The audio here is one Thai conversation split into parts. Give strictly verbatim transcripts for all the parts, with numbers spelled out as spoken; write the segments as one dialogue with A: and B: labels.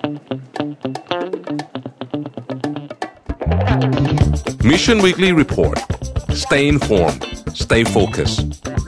A: Mission Weekly Report Stay informed Stay focused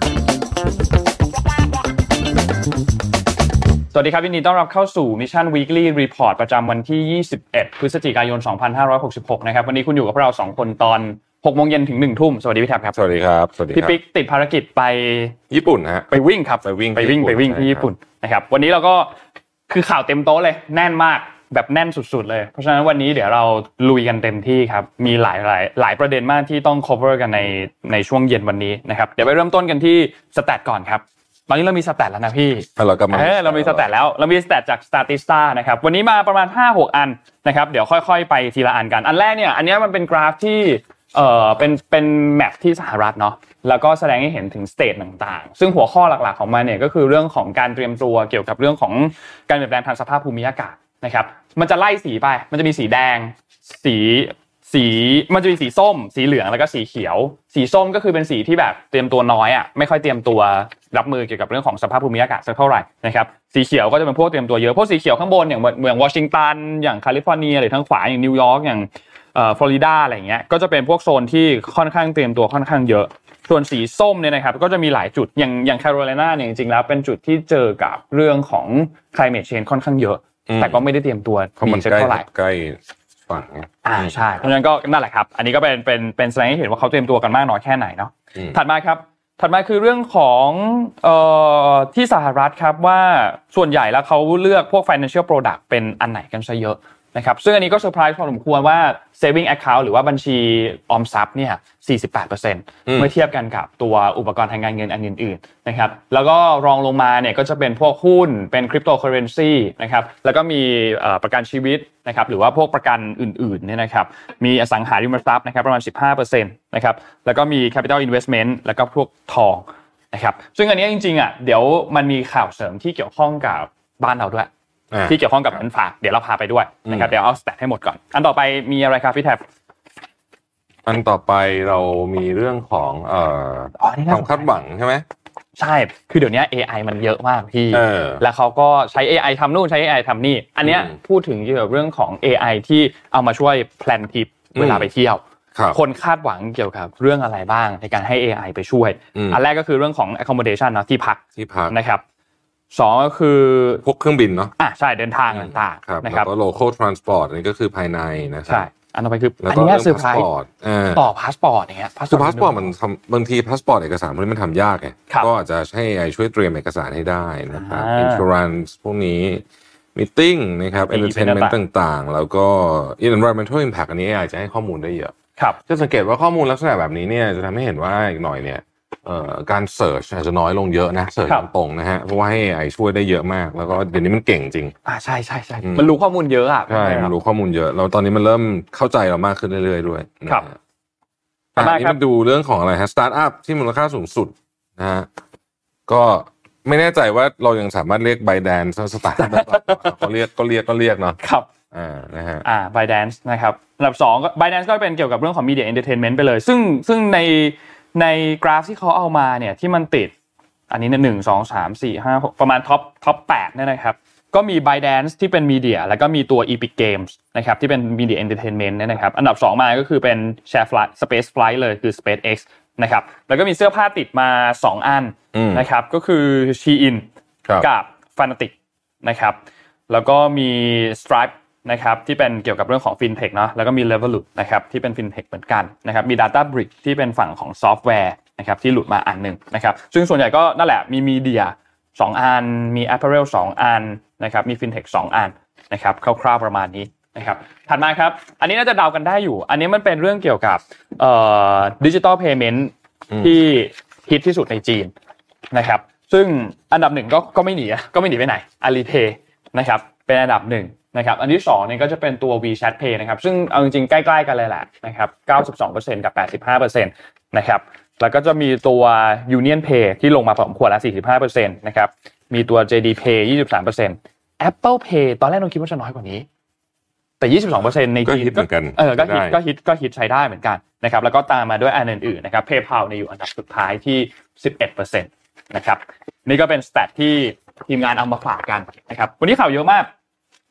B: สวัสดีครับยินดีต้อนรับเข้าสู่ Mission Weekly Report ประจำวันที่ยี่สิบเอ็ดพฤศจิกายนสองพันห้าร้อยหกสิบหกนะครับวันนี้คุณอยู่กับเราสองคนตอนหกโมงเย็นถึงหนึ่งทุ่มสวัสดีพี่แท็บครับ
A: สวัสดีครับสวัสดีครับ
B: พี่ปิ๊กติดภารกิจไป
A: ญี่ปุ่นฮะ
B: ไปวิ่งครับ
A: ไปวิ่ง
B: ไปวิ่งไปวิ่งที่ญี่ปุ่นนะครับวันนี้เราก็คือข่าวเต็มโต๊ะเลยแน่นมากแบบแน่นสุดๆเลยเพราะฉะนั้นวันนี้เดี๋ยวเราลุยกันเต็มที่ครับมีหลายหลายหลายประเด็นมากที่ต้อง cover กันในในช่วงเย็นวันนี้นะครับเดี๋ยวไปเริ่มต้นกันที่สแตทก่อนครับตอนนี้เรามีสแตทแล้วนะพี่
A: เราก็มา
B: เออเรามีสแตทแล้วเรามีสแตทจาก Statista นะครับวันนี้มาประมาณ ห้าหก อันนะครับเดี๋ยวค่อยๆไปทีละอันกันอันแรกเนี่ยอันนี้มันเป็นกราฟที่เอ่อเป็นเป็นแมปที่สหรัฐเนาะแล้วก็แสดงให้เห็นถึงสเตทต่างๆซึ่งหัวข้อหลักๆของมันเนี่ยก็คือเรื่องของการเตรียมตัวเกี่ยวกับเรื่องของการเปลี่ยนแปลงทางสภาพภูมิอากาศนะครับมันจะไล่สีไปมันจะมีสีแดงสีสีมันจะมีสีส้มสีเหลืองแล้วก็สีเขียวสีส้มก็คือเป็นสีที่แบบเตรียมตัวน้อยอ่ะไม่ค่อยเตรียมตัวรับมือเกี่ยวกับเรื่องของสภาพภูมิอากาศสักเท่าไหร่นะครับสีเขียวก็จะเป็นพวกเตรียมตัวเยอะพวกสีเขียวข้างบนอย่างเมืองวอชิงตันอย่างแคลิฟอร์เนียหรือทางขวาอย่างนิวยอร์กอย่างเอ่อฟลอริดาอะไรอย่างเงี้ยก็จะเป็นพวกโซนที่ค่อนข้างเตรียมตัวค่อนข้างเยอะส่วนสีส้มเนี่ยนะครับก็จะมีหลายจุดอย่างอย่างแคโรไลนาเนี่ยจริงๆแล้วเป็นจุดที่เจอกับเรื่องของ climate change ค่อนข้างเยอะแต่ก็ไม่ได้เตรียมตัว
A: ดีสักเท่าไหร่ใกล้ฝั่ง
B: อ่าใช่เพราะฉะนั้นก็นั่นแหละครับอันนี้ก็เป็นเป็นเป็นแสดงให้เห็นว่าเขาเตรียมตัวกันมากน้อยแค่ไหนเนาะถัดมาครับถัดมาคือเรื่องของเอ่อที่สหรัฐครับว่าส่วนใหญ่แล้วเขาเลือกพวก financial product เป็นอันไหนกันซะเยอะนะครับซึ่งอันนี้ก็เซอร์ไพรส์พอสมควรว่า saving account หรือว่าบัญชีออมทรัพย์เนี่ย สี่สิบแปดเปอร์เซ็นต์ เมื่อเทียบกันกับตัวอุปกรณ์ทางการเงินอันอื่นๆนะครับแล้วก็รองลงมาเนี่ยก็จะเป็นพวกหุ้นเป็น cryptocurrency นะครับแล้วก็มีเอ่อประกันชีวิตนะครับหรือว่าพวกประกันอื่นๆเนี่ยนะครับมีอสังหาริมทรัพย์นะครับประมาณ สิบห้าเปอร์เซ็นต์ นะครับแล้วก็มี capital investment แล้วก็พวกทองนะครับซึ่งอันนี้จริงๆอ่ะเดี๋ยวมันมีข่าวเสริมที่เกี่ยวข้องกับบ้านเราด้วยที่เกี่ยวข้องกับเงินฝากเดี๋ยวเราพาไปด้วยนะครับเดี๋ยวเอาสแตทให้หมดก่อนอันต่อไปมีอะไรครับพี่แท็บ
A: อันต่อไปเรามีเรื่องของเอ่อความคาดหวังใช่ไหม
B: ใช่คือเดี๋ยวนี้ เอ ไอ มันเยอะมากพี่แล้วเขาก็ใช้ เอ ไอ ทำนู่นใช้ เอ ไอ ทำนี่อันเนี้ยพูดถึงเกี่ยวกับเรื่องของ เอ ไอ ที่เอามาช่วยแพลนทริปเวลาไปเที่ยวคนคาดหวังเกี่ยวกับเรื่องอะไรบ้างในการให้ เอ ไอ ไปช่วยอันแรกก็คือเรื่องของ accommodation เนาะที่พัก
A: ที่พัก
B: นะครับสองก็คือ
A: พวกเครื่องบินเนาะ
B: อ่ะใช่เดินทางต่างๆนะครับ
A: แล้วก็ local transport นี่ก็คือภายในนะครับ
B: ใช่อันต่อไปคืออันนี้เซอร์ไพรส์ต่อพาสปอร์ตอย่างเงี้ย
A: คือพาสปอร์ตมันทำบางทีพาสปอร์ตเอกสารพวกนี้มันทำยากไงก็อาจจะให้ เอ ไอ ช่วยเตรียมเอกสารให้ได้นะครับ insurance พวกนี้ meeting นะครับ entertainment ต่างๆแล้วก็ environmental impact อันนี้ เอ ไอ จะให้ข้อมูลได้เยอะจะสังเกตว่าข้อมูลลักษณะแบบนี้เนี่ยจะทำให้เห็นว่าอีกหน่อยเนี่ยเอ่อการเสิร์ชอาจจะน้อยลงเยอะนะเสิร์ชตรงๆนะฮะเพราะว่าให้ เอ ไอ ช่วยได้เยอะมากแล้วก็เดี๋ยวนี้มันเก่งจริง
B: อ่าใช่ๆๆมันรู้ข้อมูลเยอะอ่ะ
A: ใช่มันรู้ข้อมูลเยอะแล้วตอนนี้มันเริ่มเข้าใจเรามากขึ้นเรื่อยๆด้วย
B: ครับ
A: อันนี้มาดูเรื่องของอะไรฮะสตาร์ทอัพที่มูลค่าสูงสุดนะฮะก็ไม่แน่ใจว่าเรายังสามารถเรียก ByteDance สตาร์ทอัพเขาเรียกก็เรียกก็เรียกเนาะ
B: ครับ
A: อ่านะฮะ
B: อ่า ByteDance นะครับอันดับสองก็ ByteDance ก็เป็นเกี่ยวกับเรื่องของ Media Entertainment ไปเลยซึ่งซึ่งในในกราฟที่เขาเอามาเนี่ยที่มันติดอันนี้เนี่ยหนึ่ง สอง สาม สี่ ห้า หกประมาณท็อปท็อปแปดเนี่ยนะครับก็มี ByteDance ที่เป็น Media แล้วก็มีตัว Epic Games นะครับที่เป็น Media Entertainment เนี่ยนะครับอันดับสองมาก็คือเป็น Share Flight Space Flight เลยคือ SpaceX นะครับแล้วก็มีเสื้อผ้าติดมาสองอันนะครับก็คือ Shein กับ Fnatic นะครับแล้วก็มี Stripeนะครับที่เป็นเกี่ยวกับเรื่องของ FinTech เนาะแล้วก็มี Revolut นะครับที่เป็น FinTech เหมือนกันนะครับมี Databricks ที่เป็นฝั่งของซอฟต์แวร์นะครับที่หลุดมาอันนึงนะครับซึ่งส่วนใหญ่ก็นั่นแหละมี Media สองอันมี Apparel สองอันนะครับมี FinTech สองอันนะครับคร่าวๆประมาณนี้นะครับถัดมาครับอันนี้น่าจะเดากันได้อยู่อันนี้มันเป็นเรื่องเกี่ยวกับเอ่อ Digital Payment ที่ฮิตที่สุดในจีนนะครับซึ่งอันดับหนึ่งก็ก็ไม่หนีก็ไม่หนีไปไหน Alipay นะครับเป็นอันดับหนึ่งนะครับอันที่สองเนี่ยก็จะเป็นตัว WeChat Pay นะครับซึ่งเอาจริงๆใกล้ๆกันเลยแหละนะครับ เก้าสิบสองเปอร์เซ็นต์ กับ แปดสิบห้าเปอร์เซ็นต์ นะครับแล้วก็จะมีตัว Union Pay ที่ลงมาพอสมควรละ สี่สิบห้าเปอร์เซ็นต์ นะครับมีตัว เจ ดี Pay ยี่สิบสามเปอร์เซ็นต์ Apple Pay ตอนแรกเราคิดว่าจะน้อยกว่านี้แต่ ยี่สิบสองเปอร์เซ็นต์ ในจีนก็เออก็ฮิตก็ฮิตก็ฮิตใช้ได้เหมือนกันนะครับแล้วก็ตามมาด้วยอันอื่นๆนะครับ PayPal เนี่ยอยู่อันดับสุดท้ายที่ สิบเอ็ดเปอร์เซ็นต์ นะครับนี่ก็เป็นสแตทที่ทีมงานเอามาฝากกันนะครับวันนี้ข่าวเยอะมาก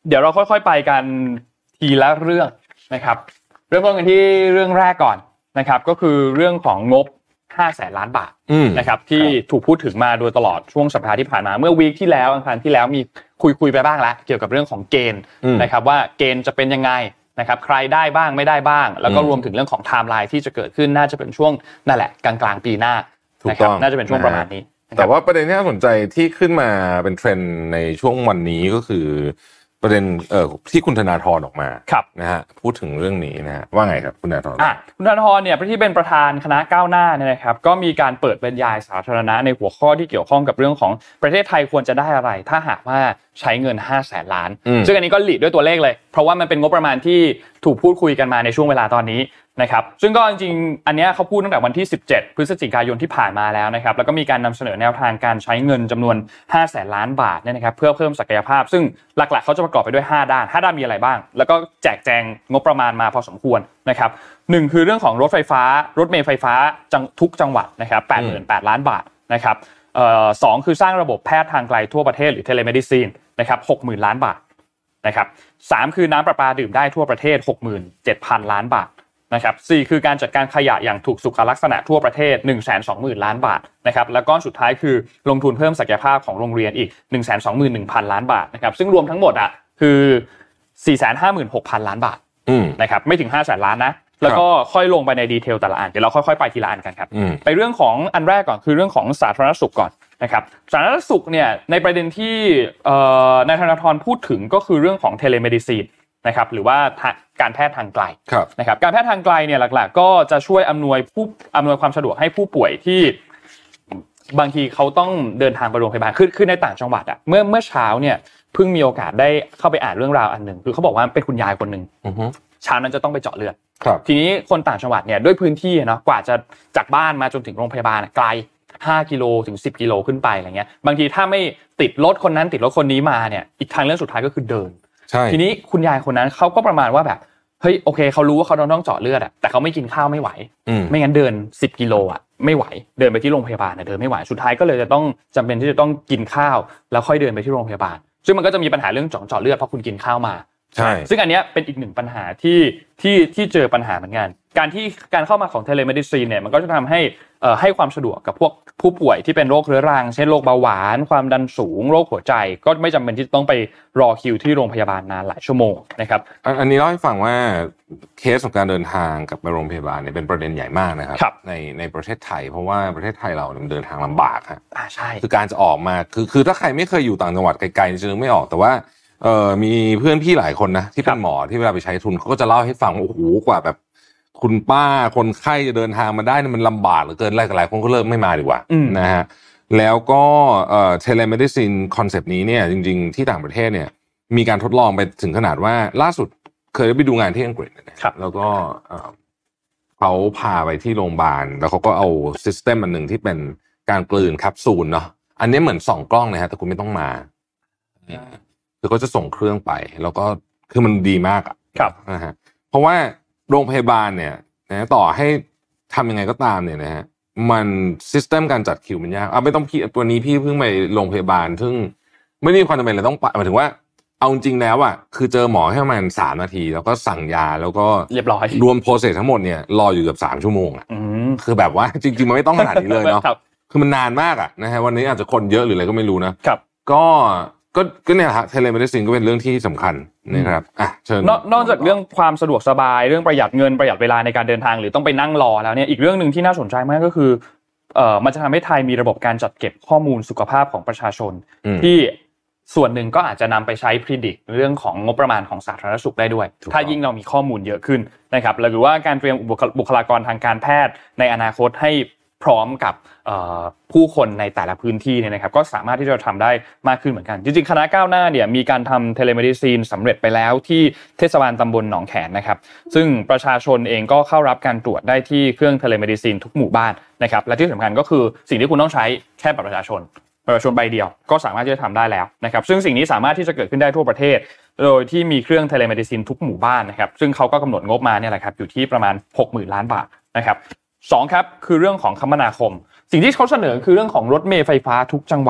B: เดี๋ยวเราค่อยๆไปกันทีละเรื่องนะครับเริ่มต้นกันที่เรื่องแรกก่อนนะครับก็คือเรื่องของงบห้าแสนล้านบาทนะครับที่ถูกพูดถึงมาโดยตลอดช่วงสัปดาห์ที่ผ่านมาเมื่อวีคที่แล้วอังคารที่แล้วมีคุยๆไปบ้างแล้วเกี่ยวกับเรื่องของเกณฑ์นะครับว่าเกณฑ์จะเป็นยังไงนะครับใครได้บ้างไม่ได้บ้างแล้วก็รวมถึงเรื่องของไทม์ไลน์ที่จะเกิดขึ้นน่าจะเป็นช่วงนั่นแหละกลางๆปีหน้านะครับน่าจะเป็นช่วงประมาณนี้
A: แต่ว่าประเด็นที่น่าสนใจที่ขึ้นมาเป็นเทรนด์ในช่วงวันนี้ก็คือประเด็นเอ่อที่คุณธนาธรออกมานะฮะพูดถึงเรื่องนี้นะฮะว่าไงครับคุณธนาธร
B: อ่ะคุณธนาธรเนี่ยที่เป็นประธานคณะก้าวหน้าเนี่ยนะครับก็มีการเปิดบรรยายสาธารณะในหัวข้อที่เกี่ยวข้องกับเรื่องของประเทศไทยควรจะได้อะไรถ้าหากว่าใช้เงินห้าแสนล้านซึ่งอันนี้ก็หลีดด้วยตัวเลขเลยเพราะว่ามันเป็นงบประมาณที่ถูกพูดคุยกันมาในช่วงเวลาตอนนี้นะครับซึ่งก็จริงๆอันนี้เขาพูดตั้งแต่วันที่สิบเจ็ดพฤศจิกายนที่ผ่านมาแล้วนะครับแล้วก็มีการนำเสนอแนวทางการใช้เงินจำนวนห้าแสนล้านบาทเนี่ยนะครับเพื่อเพิ่มศักยภาพซึ่งหลักๆเขาจะประกอบไปด้วยห้าด้านห้าด้านมีอะไรบ้างแล้วก็แจกแจงงบประมาณมาพอสมควรนะครับหนึ่งคือเรื่องของรถไฟฟ้ารถเมล์ไฟฟ้าทุกจังหวัดนะครับ แปดหมื่นแปด ล้านบาทนะครับเอ่อสองคือสร้างระบบแพทย์ทางไกลทั่วประเทศหรือเทเลเมดิซีนนะครับ หกหมื่น ล้านบาทนะครับสามคือน้ำประปาดื่มได้ทั่วประเทศ หกหมื่นเจ็ดพัน ล้านบาทนะครับสี่คือการจัดการขยะอย่างถูกสุขลักษณะทั่วประเทศ หนึ่งแสนสองหมื่น ล้านบาทนะครับแล้วก็สุดท้ายคือลงทุนเพิ่มศักยภาพของโรงเรียนอีก หนึ่งแสนสองหมื่นหนึ่งพัน ล้านบาทนะครับซึ่งรวมทั้งหมดอ่ะคือ สี่แสนห้าหมื่นหกพัน ล้านบาทนะครับไม่ถึงห้าแสนล้านนะแล้วก็ค่อยลงไปในดีเทลแต่ละอันเดี๋ยวเราค่อยๆไปทีละอันกันครับไปเรื่องของอันแรกก่อนคือเรื่องของสาธารณสุขก่อนนะครับสาธารณสุขเนี่ยในประเด็นที่เอ่อนายธนาธรพูดถึงก็คือเรื่องของเทเลเมดิซีนนะครับหรือว่าการแพทย์ทางไกลนะครับการแพทย์ทางไกลเนี่ยหลักๆก็จะช่วยอำนวยผู้อำนวยความสะดวกให้ผู้ป่วยที่บางทีเขาต้องเดินทางไปโรงพยาบาลคือคือในต่างจังหวัดอ่ะเมื่อเมื่อเช้าเนี่ยเพิ่งมีโอกาสได้เข้าไปอ่านเรื่องราวอันนึงคือเขาบอกว่าเป็นคุณยายคนนึงเช้านั้นจะต้องไปเจาะเลือดทีนี้คนต่างจังหวัดเนี่ยด้วยพื้นที่เนาะกว่าจะจากบ้านมาจนถึงโรงพยาบาลไกลห้ากิโลถึงสิบกิโลขึ้นไปอะไรเงี้ยบางทีถ้าไม่ติดรถคนนั้นติดรถคนนี้มาเนี่ยอีกทางเรื่องสุดท้ายก็คือเดินทีนี้คุณยายคนนั้นเขาก็ประมาณว่าแบบเฮ้ยโอเคเขารู้ว่าเขาต้องเจาะเลือดอ่ะแต่เขาไม่กินข้าวไม่ไหวไม่งั้นเดินสิบกิโลอ่ะไม่ไหวเดินไปที่โรงพยาบาลน่ะเดินไม่ไหวสุดท้ายก็เลยจะต้องจำเป็นที่จะต้องกินข้าวแล้วค่อยเดินไปที่โรงพยาบาลซึ่งมันก็จะมีปัญหาเรื่องเจาะเจาะเลือดเพราะคุณกินข้าวมา
A: ใช่
B: ซึ่งอันเนี้ยเป็นอีกหนึ่งปัญหาที่ที่ที่เจอปัญหาเหมือนกันการที่การเข้ามาของเทเลเมดิซีนเนี่ยมันก็จะทำให้เอ่อให้ความสะดวกกับพวกผู้ป่วยที่เป็นโรคเรื้อรังเช่นโรคเบาหวานความดันสูงโรคหัวใจก็ไม่จำเป็นที่ต้องไปรอคิวที่โรงพยาบาลนานหลายชั่วโมงนะครับ
A: อันนี้เล่าให้ฟังว่าเคสของการเดินทางกับไปโรงพยาบาลเนี่ยเป็นประเด็นใหญ่มากนะครับในในประเทศไทยเพราะว่าประเทศไทยเราเนี่ยเดินทางลำบากฮะ
B: อ่าใช่
A: คือการจะออกมาคือคือถ้าใครไม่เคยอยู่ต่างจังหวัดไกลๆจะนึกไม่ออกแต่ว่าเอ่อมีเพื่อนพี่หลายคนนะที่เป็นหมอที่เวลาไปใช้ทุนเขาก็จะเล่าให้ฟังว่าโอ้โหกว่าแบบคุณป้าคนไข้จะเดินทางมาได้นี่มันลำบากเหลือเกินหลายหลายคนก็เลิกไม่มาดีกว่านะฮะแล้วก็เอ่อเทเลเมดิซินคอนเซปต์นี้เนี่ยจริงๆที่ต่างประเทศเนี่ยมีการทดลองไปถึงขนาดว่าล่าสุดเคยไปดูงานที่อังกฤษนะครับแล้วก็เอ่อเขาพาไปที่โรงพยาบาลแล้วเขาก็เอาซิสเต็มอันหนึ่งที่เป็นการกลืนแคปซูลเนาะอันนี้เหมือนส่องกล้องเลยฮะแต่คุณไม่ต้องมาคือก็จะส่งเครื่องไปแล้วก็คือมันดีมากอ่ะนะฮะเพราะว่าโรงพยาบาลเนี่ยนะต่อให้ทำยังไงก็ตามเนี่ยนะฮะมันซิสเต็มการจัดคิวมันยากเอาไม่ต้องพี่ตัวนี้พี่เพิ่งไปโรงพยาบาลซึ่งไม่ได้มีความจำเป็นเลยต้องหมายถึงว่าเอาจริงแล้วอ่ะคือเจอหมอแค่ประมาณสามนาทีแล้วก็สั่งยาแล้วก็
B: เรียบร้อย
A: รวมโปรเซสทั้งหมดเนี่ยรออยู่เกือบสามชั่วโมงอ่ะคือแบบว่าจริงๆมันไม่ต้องขนาดนี้เลยเนาะคือมันนานมากอ่ะนะฮะวันนี้อาจจะคนเยอะหรืออะไรก็ไม่รู้นะครับก็ก็ก็เนี่ยฮะเทเลเมดิซินก็เป็นเรื่องที่สำคัญนะครับอ่ะเชิญ
B: นอกจากเรื่องความสะดวกสบายเรื่องประหยัดเงินประหยัดเวลาในการเดินทางหรือต้องไปนั่งรอแล้วเนี่ยอีกเรื่องนึงที่น่าสนใจมากก็คือเอ่อมันจะทำให้ไทยมีระบบการจัดเก็บข้อมูลสุขภาพของประชาชนที่ส่วนหนึ่งก็อาจจะนำไปใช้พิจิตรเรื่องของงบประมาณของสาธารณสุขได้ด้วยถ้ายิ่งเรามีข้อมูลเยอะขึ้นนะครับหรือว่าการเตรียมบุคลากรทางการแพทย์ในอนาคตให้พร้อมกับผู้คนในแต่ละพื้นที่เนี่ยนะครับก็สามารถที่จะทำได้มากขึ้นเหมือนกันจริงๆคณะก้าวหน้าเนี่ยมีการทำเทเลเมดิซีนสำเร็จไปแล้วที่เทศบาลตำบลหนองแขมนะครับซึ่งประชาชนเองก็เข้ารับการตรวจได้ที่เครื่องเทเลเมดิซีนทุกหมู่บ้านนะครับและที่สำคัญก็คือสิ่งที่คุณต้องใช้แค่บัตรประชาชนบัตรประชาชนใบเดียวก็สามารถที่จะทำได้แล้วนะครับซึ่งสิ่งนี้สามารถที่จะเกิดขึ้นได้ทั่วประเทศโดยที่มีเครื่องเทเลเมดิซีนทุกหมู่บ้านนะครับซึ่งเขาก็กำหนดงบมาเนี่ยแหละครับอยู่ที่ประมาณ หกหมื่น ล้านบาทนะครับสองครับคือเรื่องของคมนาคมสิ่งที่เขาเสนอคือเรื่องของรถเมล์ไฟฟ้าทุกจังหวัด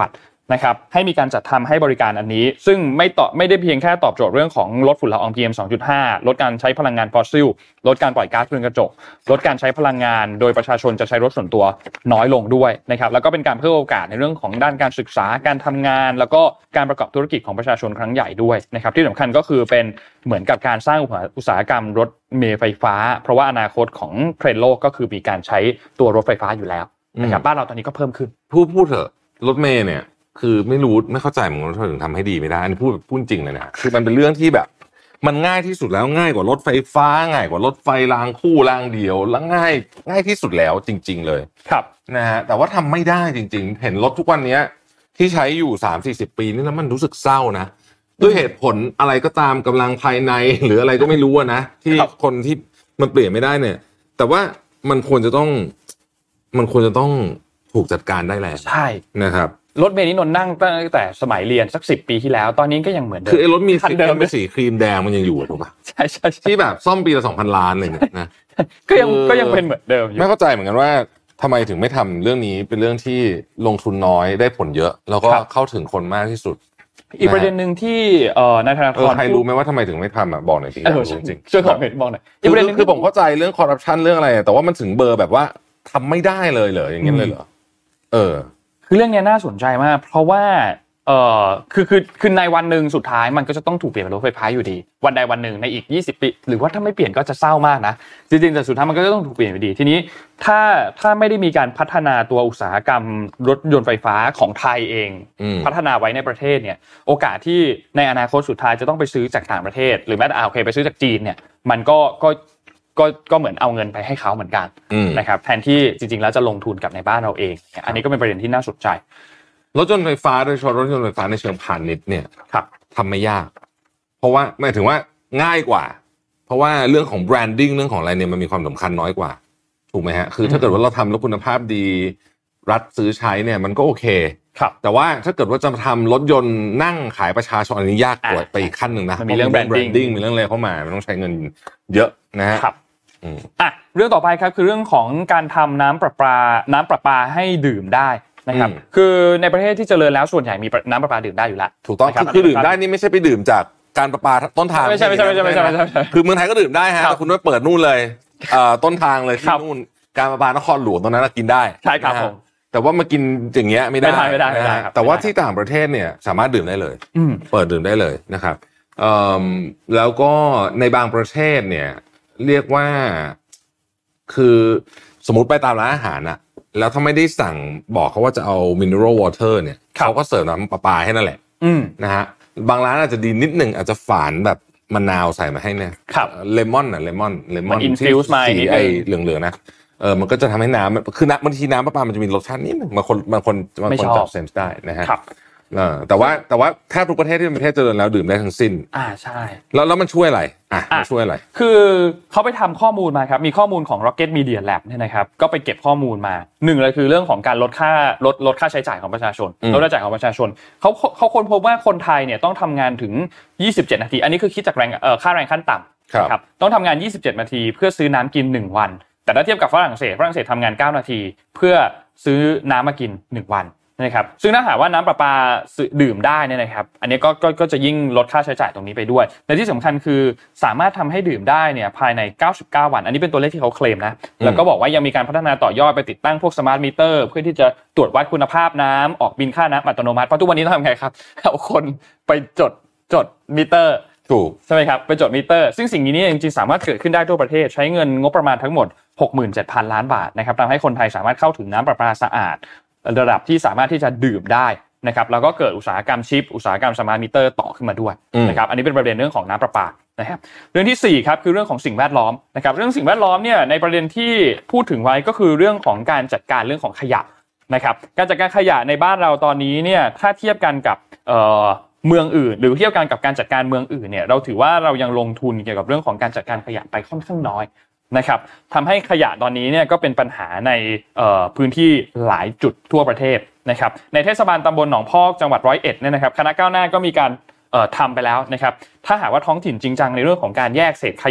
B: นะครับให้มีการจัดทำให้บริการอันนี้ซึ่งไม่ตอบไม่ได้เพียงแค่ตอบโจทย์เรื่องของลดฝุ่นละออง พี เอ็ม สองจุดห้า ลดการใช้พลังงานฟอสซิลลดการปล่อยก๊าซเรือนกระจกลดการใช้พลังงานโดยประชาชนจะใช้รถส่วนตัวน้อยลงด้วยนะครับแล้วก็เป็นการเพิ่มโอกาสในเรื่องของด้านการศึกษาการทำงานแล้วก็การประกอบธุรกิจของประชาชนครั้งใหญ่ด้วยนะครับที่สำคัญก็คือเป็นเหมือนกับการสร้างอุตสาหกรรมรถเมล์ไฟฟ้าเพราะว่าอนาคตของเทรนด์โลกก็คือมีการใช้ตัวรถไฟฟ้าอยู่แล้วนะครับบ้านเราตอนนี้ก็เพิ่มขึ้น
A: พูดพูดเถอะรถเมล์เนี่ยคือไม่รู้ไม่เข้าใจเหมือนกันว่าถึงทำให้ดีไม่ได้อันนี้พูดพูดจริงเลยนะคือมันเป็นเรื่องที่แบบมันง่ายที่สุดแล้วง่ายกว่ารถไฟฟ้าง่ายกว่ารถไฟรางคู่รางเดียวแล้วง่ายง่ายที่สุดแล้วจริงๆเลย
B: ครับ
A: นะฮะแต่ว่าทำไม่ได้จริงๆเห็นรถทุกวันนี้ที่ใช้อยู่ สามถึงสี่สิบ ปีนี่แล้วมันรู้สึกเศร้านะด้วยเหตุผลอะไรก็ตามกำลังภายในหรืออะไรก็ไม่รู้นะที่คนที่มันเปลี่ยนไม่ได้เนี่ยแต่ว่ามันควรจะต้องมันควรจะต้องถูกจัดการได้แล้ว
B: ใช่
A: นะครับ
B: รถเมล์นี้นนนั่งตั้งแต่สมัยเรียนสักสิบปีที่แล้วตอนนี้ก็ยังเหมือนเดิม
A: คือไอ้รถมีคันเดิมเป็นสีครีมแดงมันยังอยู่ถูกป่ะ
B: ใช่ๆ
A: ที่แบบซ่อมปีละ สองพัน ล้านเลยนะ
B: ก็ยังก็ยังเป็นเหมือนเดิมอยู่
A: ไม่เข้าใจเหมือนกันว่าทำไมถึงไม่ทำเรื่องนี้เป็นเรื่องที่ลงทุนน้อยได้ผลเยอะแล้วก็เข้าถึงคนมากที่สุด
B: อีกประเด็นนึงที่เอ่อนายธนาธร
A: ใครรู้ไหมว่าทำไมถึงไม่ทำอ่ะบอกหน่อยสิ
B: จริงๆช่วยบอกหน่อยบอกหน่อย
A: อีกประเด็นนึงคือผมเข้าใจเรื่องคอร์รัปชันเรื่องอะไรแต่ว่ามันถึงเบอร์แบบว่าทำไม่ได้เลยเหรออย่างเงี้ยเลยเหรอเออ
B: คือเรื่องนี้น่าสนใจมากเพราะว่าเอ่อคือคือคือในวันนึงสุดท้ายมันก็จะต้องถูกเปลี่ยนเป็นรถไฟฟ้าอยู่ดีวันใดวันหนึ่งในอีกยี่สิบปีหรือว่าถ้าไม่เปลี่ยนก็จะเศร้ามากนะจริงๆแต่สุดท้ายมันก็จะต้องถูกเปลี่ยนอยู่ดีทีนี้ถ้าถ้าไม่ได้มีการพัฒนาตัวอุตสาหกรรมรถยนต์ไฟฟ้าของไทยเองพัฒนาไว้ในประเทศเนี่ยโอกาสที่ในอนาคตสุดท้ายจะต้องไปซื้อจากต่างประเทศหรือแม้แต่โอเคไปซื้อจากจีนเนี่ยมันก็ก็ก็ก็เหมือนเอาเงินไปให้เขาเหมือนกันนะครับแทนที่จริงๆแล้วจะลงทุนกับในบ้านเราเองอันนี้ก็เป็นประเด็นที่น่าสนใจ
A: รถยนต์ไฟฟ้าโดยเฉพาะรถยนต์ไฟฟ้าในเชิงพาณิชย์เนี่ย
B: ครับ
A: ทำไม่ยากเพราะว่าหมายถึงว่าง่ายกว่าเพราะว่าเรื่องของแบรนดิ้งเรื่องของอะไรเนี่ยมันมีความสำคัญน้อยกว่าถูกไหมฮะคือถ้าเกิดว่าเราทำแล้วคุณภาพดีรัฐซื้อใช้เนี่ยมันก็โอเค
B: ครับ
A: แต่ว่าถ้าเกิดว่าจะทำรถยนต์นั่งขายประชาชนอันนี้ยากกว่าไปอีกขั้นหนึ่งนะ
B: มีเรื่องแบรนดิ้ง
A: มีเรื่องอะไรเข้ามามันต้องใช้เงินเยอะนะฮะ
B: อ่ะเรื่องต่อไปครับคือเรื่องของการทำน้ำประปาน้ำประปาให้ดื่มได้นะครับคือในประเทศที่เจริญแล้วส่วนใหญ่มีน้ำประปาดื่มได้อยู่แล้ว
A: ถูกต้องคือดื่มได้นี่ไม่ใช่ไปดื่มจากการประปาต้นทาง
B: ไม่ใช่ไม่ใช่ไม่ใช่ไม่ใช่ไม่ใช่
A: คือเมืองไทยก็ดื่มได้ฮะแต่คุณไม่เปิดนู่นเลยต้นทางเลยที่นู่นการประปานครหลวงตรงนั้นกินได้
B: ใช่ครับผม
A: แต่ว่ามากินอย่างเงี้ยไม่ได้
B: ไม่ได้ไม่ได้
A: แต่ว่าที่ต่างประเทศเนี่ยสามารถดื่มได้เลยเปิดดื่มได้เลยนะครับแล้วก็ในบางประเทศเนี่ยเรียกว่าคือสมมุติไปตามร้านอาหารอะแล้วถ้าไม่ได้สั่งบอกเขาว่าจะเอา mineral water เนี่ยเขาก็เสิร์ฟน้ำประปาให้นั่นแหละนะฮะบางร้านอาจจะดีนิดนึงอาจจะฝานแบบมะนาวใส่มาให้เนี่ยเลมอนน่ะเลมอนเลมอน
B: ที่
A: สีไอ้เหลืองๆนะเออมันก็จะทำให้น้ำคือน้ำบางทีน้ำประปามันจะมีรสชาตินิดนึงบางคนบางคนบางคนจับเซนส์ได้นะฮะเออแต่ว่าแต่ว่าแทบทุกประเทศที่เป็นประเทศเจริญแล้วดื่มได้ทั้งสิ้น
B: อ่าใช่
A: แล้วแล้วมันช่วยอะไรอ่ะมันช่วยอะไร
B: คือเขาไปทำข้อมูลมาครับมีข้อมูลของ Rocket Media Lab เนี่ยนะครับก็ไปเก็บข้อมูลมาหนึ่งเลยคือเรื่องของการลดค่าลดลดค่าใช้จ่ายของประชาชนลดรายจ่ายของประชาชนเขาเขาค้นพบว่าคนไทยเนี่ยต้องทำงานถึงยี่สิบเจ็ดนาทีอันนี้คือคิดจากแรงเอ่อค่าแรงขั้นต่ำนะครับต้องทำงานยี่สิบเจ็ดนาทีเพื่อซื้อน้ำกินหนึ่งวันแต่ถ้าเทียบกับฝรั่งเศสฝรั่งเศสทำงานเก้านาทีเพื่อซื้อน้ำมากินหนึ่งวันนะครับซึ่งถ้าหากว่าน้ำประปาดื่มได้เนี่ยนะครับอันนี้ก็ก็ก็จะยิ่งลดค่าใช้จ่ายตรงนี้ไปด้วยและที่สำคัญคือสามารถทำให้ดื่มได้เนี่ยภายในเก้าสิบเก้าวันอันนี้เป็นตัวเลขที่เขาเคลมนะแล้วก็บอกว่ายังมีการพัฒนาต่อยอดไปติดตั้งพวกสมาร์ทมิเตอร์เพื่อที่จะตรวจวัดคุณภาพน้ำออกบินค่าน้ำอัตโนมัติเพราะทุกวันนี้ต้องทำไงครับเอาคนไปจดจดมิเตอร์
A: ถูก
B: ใช่ไหมครับไปจดมิเตอร์ซึ่งสิ่งนี้จริงๆสามารถเกิดขึ้นได้ทั่วประเทศใช้เงินงบประมาณทั้งหมด หกหมื่นเจ็ดพัน ล้านบาทนะครับทำให้คนไทยสามารถเข้าถึงน้ำประปาสะอาดระดับที่สามารถที่จะดื่มได้นะครับแล้วก็เกิดอุตสาหกรรมชิปอุตสาหกรรมสมาร์ทมิเตอร์ต่อขึ้นมาด้วยนะครับอันนี้เป็นประเด็นเรื่องของน้ำประปานะครับเรื่องที่สี่ครับคือเรื่องของสิ่งแวดล้อมนะครับเรื่องสิ่งแวดล้อมเนี่ยในประเด็นที่พูดถึงไว้ก็คือเรื่องของการจัดการเรื่องของขยะนะครับการจัดการขยะในบ้านเราตอนนี้เนี่ยถ้าเทียบกันกับเอ่อเมืองอื่นหรือเทียบกันกับการจัดการเมืองอื่นเนี่ยเราถือว่าเรายังลงทุนเกี่ยวกับเรื่องของการจัดการขยะไปค่อนข้างน้อยนะครับทำให้ขยะตอนนี้เนี่ยก็เป็นปัญหาในพื้นที่หลายจุดทั่วประเทศนะครับในเทศบาลตำบลหนองพอกจังหวัดร้อยเอ็ดเนี่ยนะครับคณะก้าวหน้าก็มีการทำไปแล้วนะครับถ้าหากว่าท้องถิ่นจริงจังในเรื่องของการแยกเศษขยะ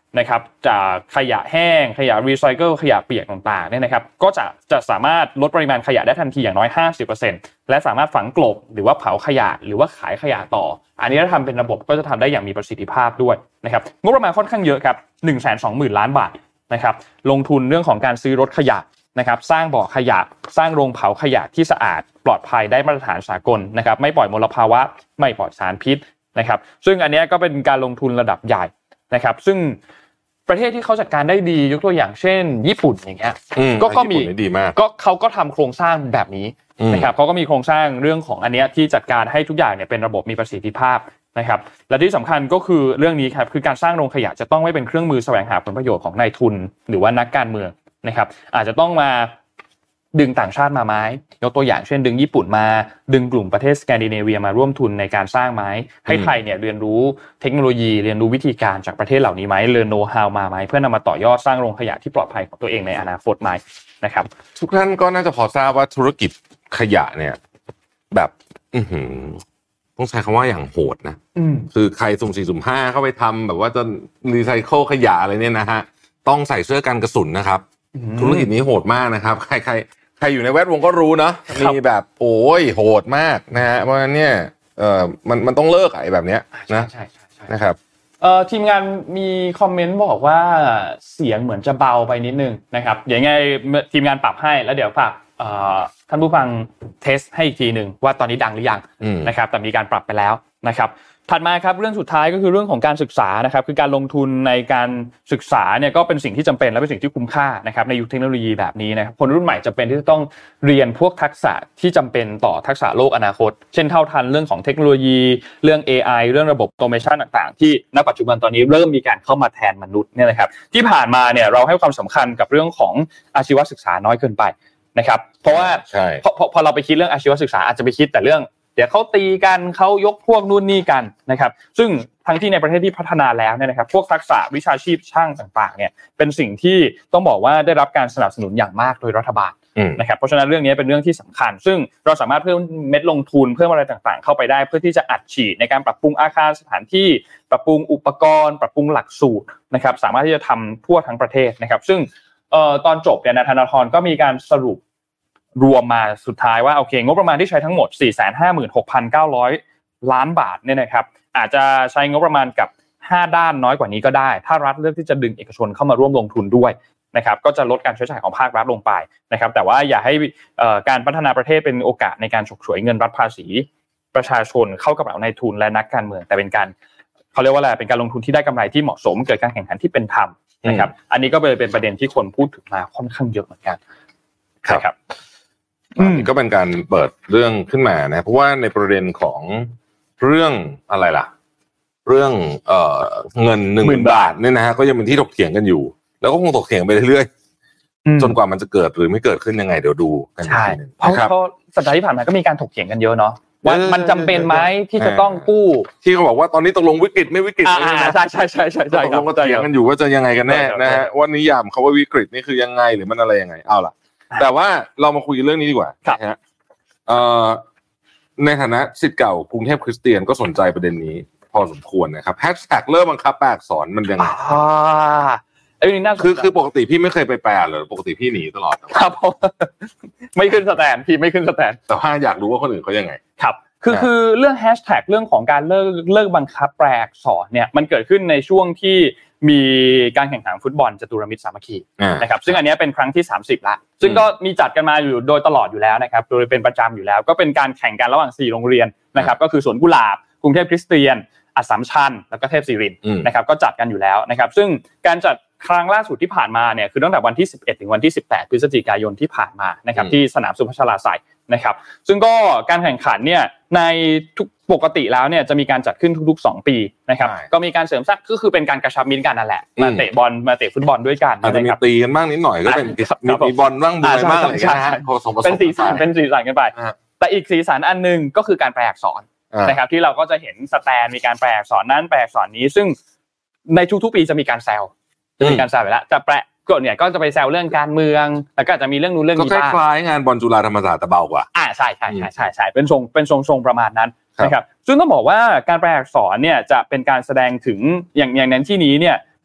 B: นะครับจากขยะแห้งขยะรีไซเคิลขยะเปียกต่างๆเนี่ยนะครับก็จะจะสามารถลดปริมาณขยะได้ทันทีอย่างน้อย ห้าสิบเปอร์เซ็นต์ และสามารถฝังกลบหรือว่าเผาขยะหรือว่าขายขยะต่ออันนี้ถ้าทำเป็นระบบก็จะทำได้อย่างมีประสิทธิภาพด้วยนะครับงบประมาณค่อนข้างเยอะครับ หนึ่งแสนสองหมื่น ล้านบาทนะครับลงทุนเรื่องของการซื้อรถขยะนะครับสร้างบ่อขยะสร้างโรงเผาขยะที่สะอาดปลอดภัยได้มาตรฐานสากลนะครับไม่ปล่อยมลภาวะไม่ปล่อยสารพิษนะครับซึ่งอันนี้ก็เป็นการลงทุนระดับใหญ่นะครับซึ่งประเทศที่เขาจัดการได้ดียกตัวอย่างเช่นญี่ปุ่นอย่างเงี้ยก็ก็มีก็เขาก็ทำโครงสร้างแบบนี้นะครับเขาก็มีโครงสร้างเรื่องของอันเนี้ยที่จัดการให้ทุกอย่างเนี่ยเป็นระบบมีประสิทธิภาพนะครับและที่สำคัญก็คือเรื่องนี้ครับคือการสร้างโรงขยะจะต้องไม่เป็นเครื่องมือแสวงหาผลประโยชน์ของนายทุนหรือว่านักการเมืองนะครับอาจจะต้องมาดึงต่างชาติมาไหมยกตัวอย่างเช่นดึงญี่ปุ่นมาดึงกลุ่มประเทศสแกนดิเนเวียมาร่วมทุนในการสร้างไหมให้ไทยเนี่ยเรียนรู้เทคโนโลยีเรียนรู้วิธีการจากประเทศเหล่านี้ไหมเรียนโน้ตฮาวมาไหมเพื่อนำมาต่อยอดสร้างโรงขยะที่ปลอดภัยของตัวเองในอนาคตไหมนะครับ
A: ทุกท่านก็น่าจะพอทราบว่าธุรกิจขยะเนี่ยแบบอื้อหือต้องใช้คำว่าอย่างโหดนะคือใครสุ่มสี่สุ่มห้าเข้าไปทำแบบว่าจะรีไซเคิลขยะอะไรเนี่ยนะฮะต้องใส่เสื้อกันกระสุนนะครับธุรกิจนี้โหดมากนะครับใครใครใครอยู่ในแวดวงก็รู้เนาะมีแบบโอ้ยโหดมากนะฮะเพราะฉะนั้นเนี่ยเออมันมันต้องเลิกไอ้แบบเนี้ยนะ
B: ใช่ใช่ใช่
A: นะครับ
B: เอ่อทีมงานมีคอมเมนต์บอกว่าเสียงเหมือนจะเบาไปนิดนึงนะครับเดี๋ยวยังไงทีมงานปรับให้แล้วเดี๋ยวฝากเอ่อท่านผู้ฟังเทสให้อีกทีนึงว่าตอนนี้ดังหรือยังนะครับแต่มีการปรับไปแล้วนะครับถัดมาครับเรื่องสุดท้ายก็คือเรื่องของการศึกษานะครับคือการลงทุนในการศึกษาเนี่ยก็เป็นสิ่งที่จำเป็นและเป็นสิ่งที่คุ้มค่านะครับในยุคเทคโนโลยีแบบนี้นะครับคนรุ่นใหม่จำเป็นที่จะต้องเรียนพวกทักษะที่จำเป็นต่อทักษะโลกอนาคตเช่นเท่าทันเรื่องของเทคโนโลยีเรื่อง เอ ไอ เรื่องระบบออโตเมชันต่างๆที่ณปัจจุบันตอนนี้เริ่มมีการเข้ามาแทนมนุษย์เนี่ยนะครับที่ผ่านมาเนี่ยเราให้ความสำคัญกับเรื่องของอาชีวศึกษาน้อยเกินไปนะครับเพราะว่าพอพอเราไปคิดเรื่องอาชีวศึกษาอาจจะไปคิดแต่เรื่องเดี๋ยวเขาตีกันเขายกพวกนู่นนี่กันนะครับซึ่งทั้งที่ในประเทศที่พัฒนาแล้วเนี่ยนะครับพวกทักษะวิชาชีพช่างต่างๆเนี่ยเป็นสิ่งที่ต้องบอกว่าได้รับการสนับสนุนอย่างมากโดยรัฐบาลนะครับเพราะฉะนั้นเรื่องนี้เป็นเรื่องที่สำคัญซึ่งเราสามารถเพิ่มเม็ดลงทุนเพิ่มอะไรต่างๆเข้าไปได้เพื่อที่จะอัดฉีดในการปรับปรุงอาคารสถานที่ปรับปรุงอุปกรณ์ปรับปรุงหลักสูตรนะครับสามารถที่จะทำทั่วทั้งประเทศนะครับซึ่งเอ่อตอนจบเนี่ยนายธนาธรก็มีการสรุปรวมมาสุดท้ายว่าโอเคงบประมาณที่ใช้ทั้งหมด สี่แสนห้าหมื่นหกพันเก้าร้อย ล้านบาทเนี่ยนะครับอาจจะใช้งบประมาณกับห้าด้านน้อยกว่านี้ก็ได้ถ้ารัฐเลือกที่จะดึงเอกชนเข้ามาร่วมลงทุนด้วยนะครับก็จะลดการใช้จ่ายของภาครัฐลงไปนะครับแต่ว่าอย่าให้การพัฒนาประเทศเป็นโอกาสในการฉกฉวยเงินรัฐภาษีประชาชนเข้ากระเป๋านายทุนและนักการเมืองแต่เป็นการเขาเรียกว่าอะไรเป็นการลงทุนที่ได้กำไรที่เหมาะสมเกิดการแข่งขันที่เป็นธรรมนะครับอันนี้ก็เลยเป็นประเด็นที่คนพูดถึงมาค่อนข้างเยอะเหมือนกันครับ
A: อันนี้ก็เป็นการเปิดเรื่องขึ้นมานะเพราะว่าในประเด็นของเรื่องอะไรล่ะเรื่องเอ่อเงิน หนึ่งหมื่น บาทเนี่ยนะฮะก็ยังเป็นที่ถกเถียงกันอยู่แล้วก็คงถกเถียงไปเรื่อยๆจนกว่ามันจะเกิดหรือไม่เกิดขึ้นยังไงเดี๋ยวดูกันอีกทีนึง
B: เพราะเพราะสัปดาห์ที่ผ่านมาก็มีการถกเถียงกันเยอะเนาะว่ามันจำเป็นไหมที่จะต้องกู้
A: ที่เขาบอกว่าตอนนี้ตกลงวิกฤตไม่วิกฤต
B: อ่าใช่ใช่ใช่ใช่ใช่
A: ครับก็เถียงกันอยู่ว่าจะยังไงกันแน่นะฮะว่านิยามเขาว่าวิกฤตนี่คือยังไงหรือมันอะไรยังไงเอาล่ะแต่ว่าเรามาคุยเรื่องนี้ดีกว่านะฮะเอ่อในฐานะศิษย์เก่ากรุงเทพคริสเตียนก็สนใจประเด็นนี้พอสมควรนะครับแฮชแท็กเริ่มบังคับแปลอักษรมันยังไง
B: อ่าไอ้นี่น่า
A: คือคือปกติพี่ไม่เคยไปแปลเลยปกติพี่หนีตลอด
B: ครับไม่ขึ้นสแตนพี่ไม่ขึ้นสแตน
A: แต่ว่าอยากรู้ว่าคนอื่นเขายังไง
B: ครับคือคือเรื่องแฮชแท็กเรื่องของการเลิกเลิกบังคับแปลอักษรเนี่ยมันเกิดขึ้นในช่วงที่มีการแข่งขันฟุตบอลจตุรมิตรสามัคคีนะครับซึ่งอันนี้เป็นครั้งที่สามสิบละซึ่งก็มีจัดกันมาอยู่โดยตลอดอยู่แล้วนะครับโดยเป็นประจำอยู่แล้วก็เป็นการแข่งกันระหว่างสี่โรงเรียนนะครับก็คือสวนกุหลาบกรุงเทพคริสเตียนอัสสัมชัญแล้วก็เทพศิรินทร์นะครับก็จัดกันอยู่แล้วนะครับซึ่งการจัดครั้งล่าสุดที่ผ่านมาเนี่ยคือตั้งแต่วันที่สิบเอ็ดถึงวันที่สิบแปดพฤศจิกายนที่ผ่านมานะครับที่สนามสุพัชราไสยนะครับซึ่งก็การแข่งขันเนี่ยในทุกปกติแล้วเนี่ยจะมีการจัดขึ้นทุกๆสองปีนะครับก็มีการเสริมสร้างก็คือเป็นการกระชับมิตรกันนั่นแหละมาเตะบอลมาเตะฟุตบอลด้วยกัน
A: อาจจะมีตีกันบ้างนิดหน่อยก็เป็นมีบอลบ้างมวยบ้างอะไรอย่างเงี้ยนะฮะ
B: เป็นสีสันเป็นสีสันกันไปแต่อีกสีสันอันนึงก็คือการแปลอักษรนะครับที่เราก็จะเห็นสแตนมีการแปลอักษรนั้นแปลอักษรนี้ซึ่งในทุกๆปีจะมีการแซวจะมีการแซวไปแล้วจะแปลก็เนี่ยก็จะไปแซวเรื่องการเมืองแล้วก็จะมีเรื่องนู้นเรื่องนี้บ้าง
A: ก็คล้ายๆงานบอลจุฬาธรรมศาสตร์แต่เบากว่า
B: อ่าใช่ใช่ใช่ใช่ใช่เป็นทรงเป็นทรงทรงประมาณนั้นนะครับซึ่งต้องบอกว่าการแปลอักษรเนี่ยจะเป็นการแสดงถึงอย่างอย่างนั้นที่นี้เนี่ย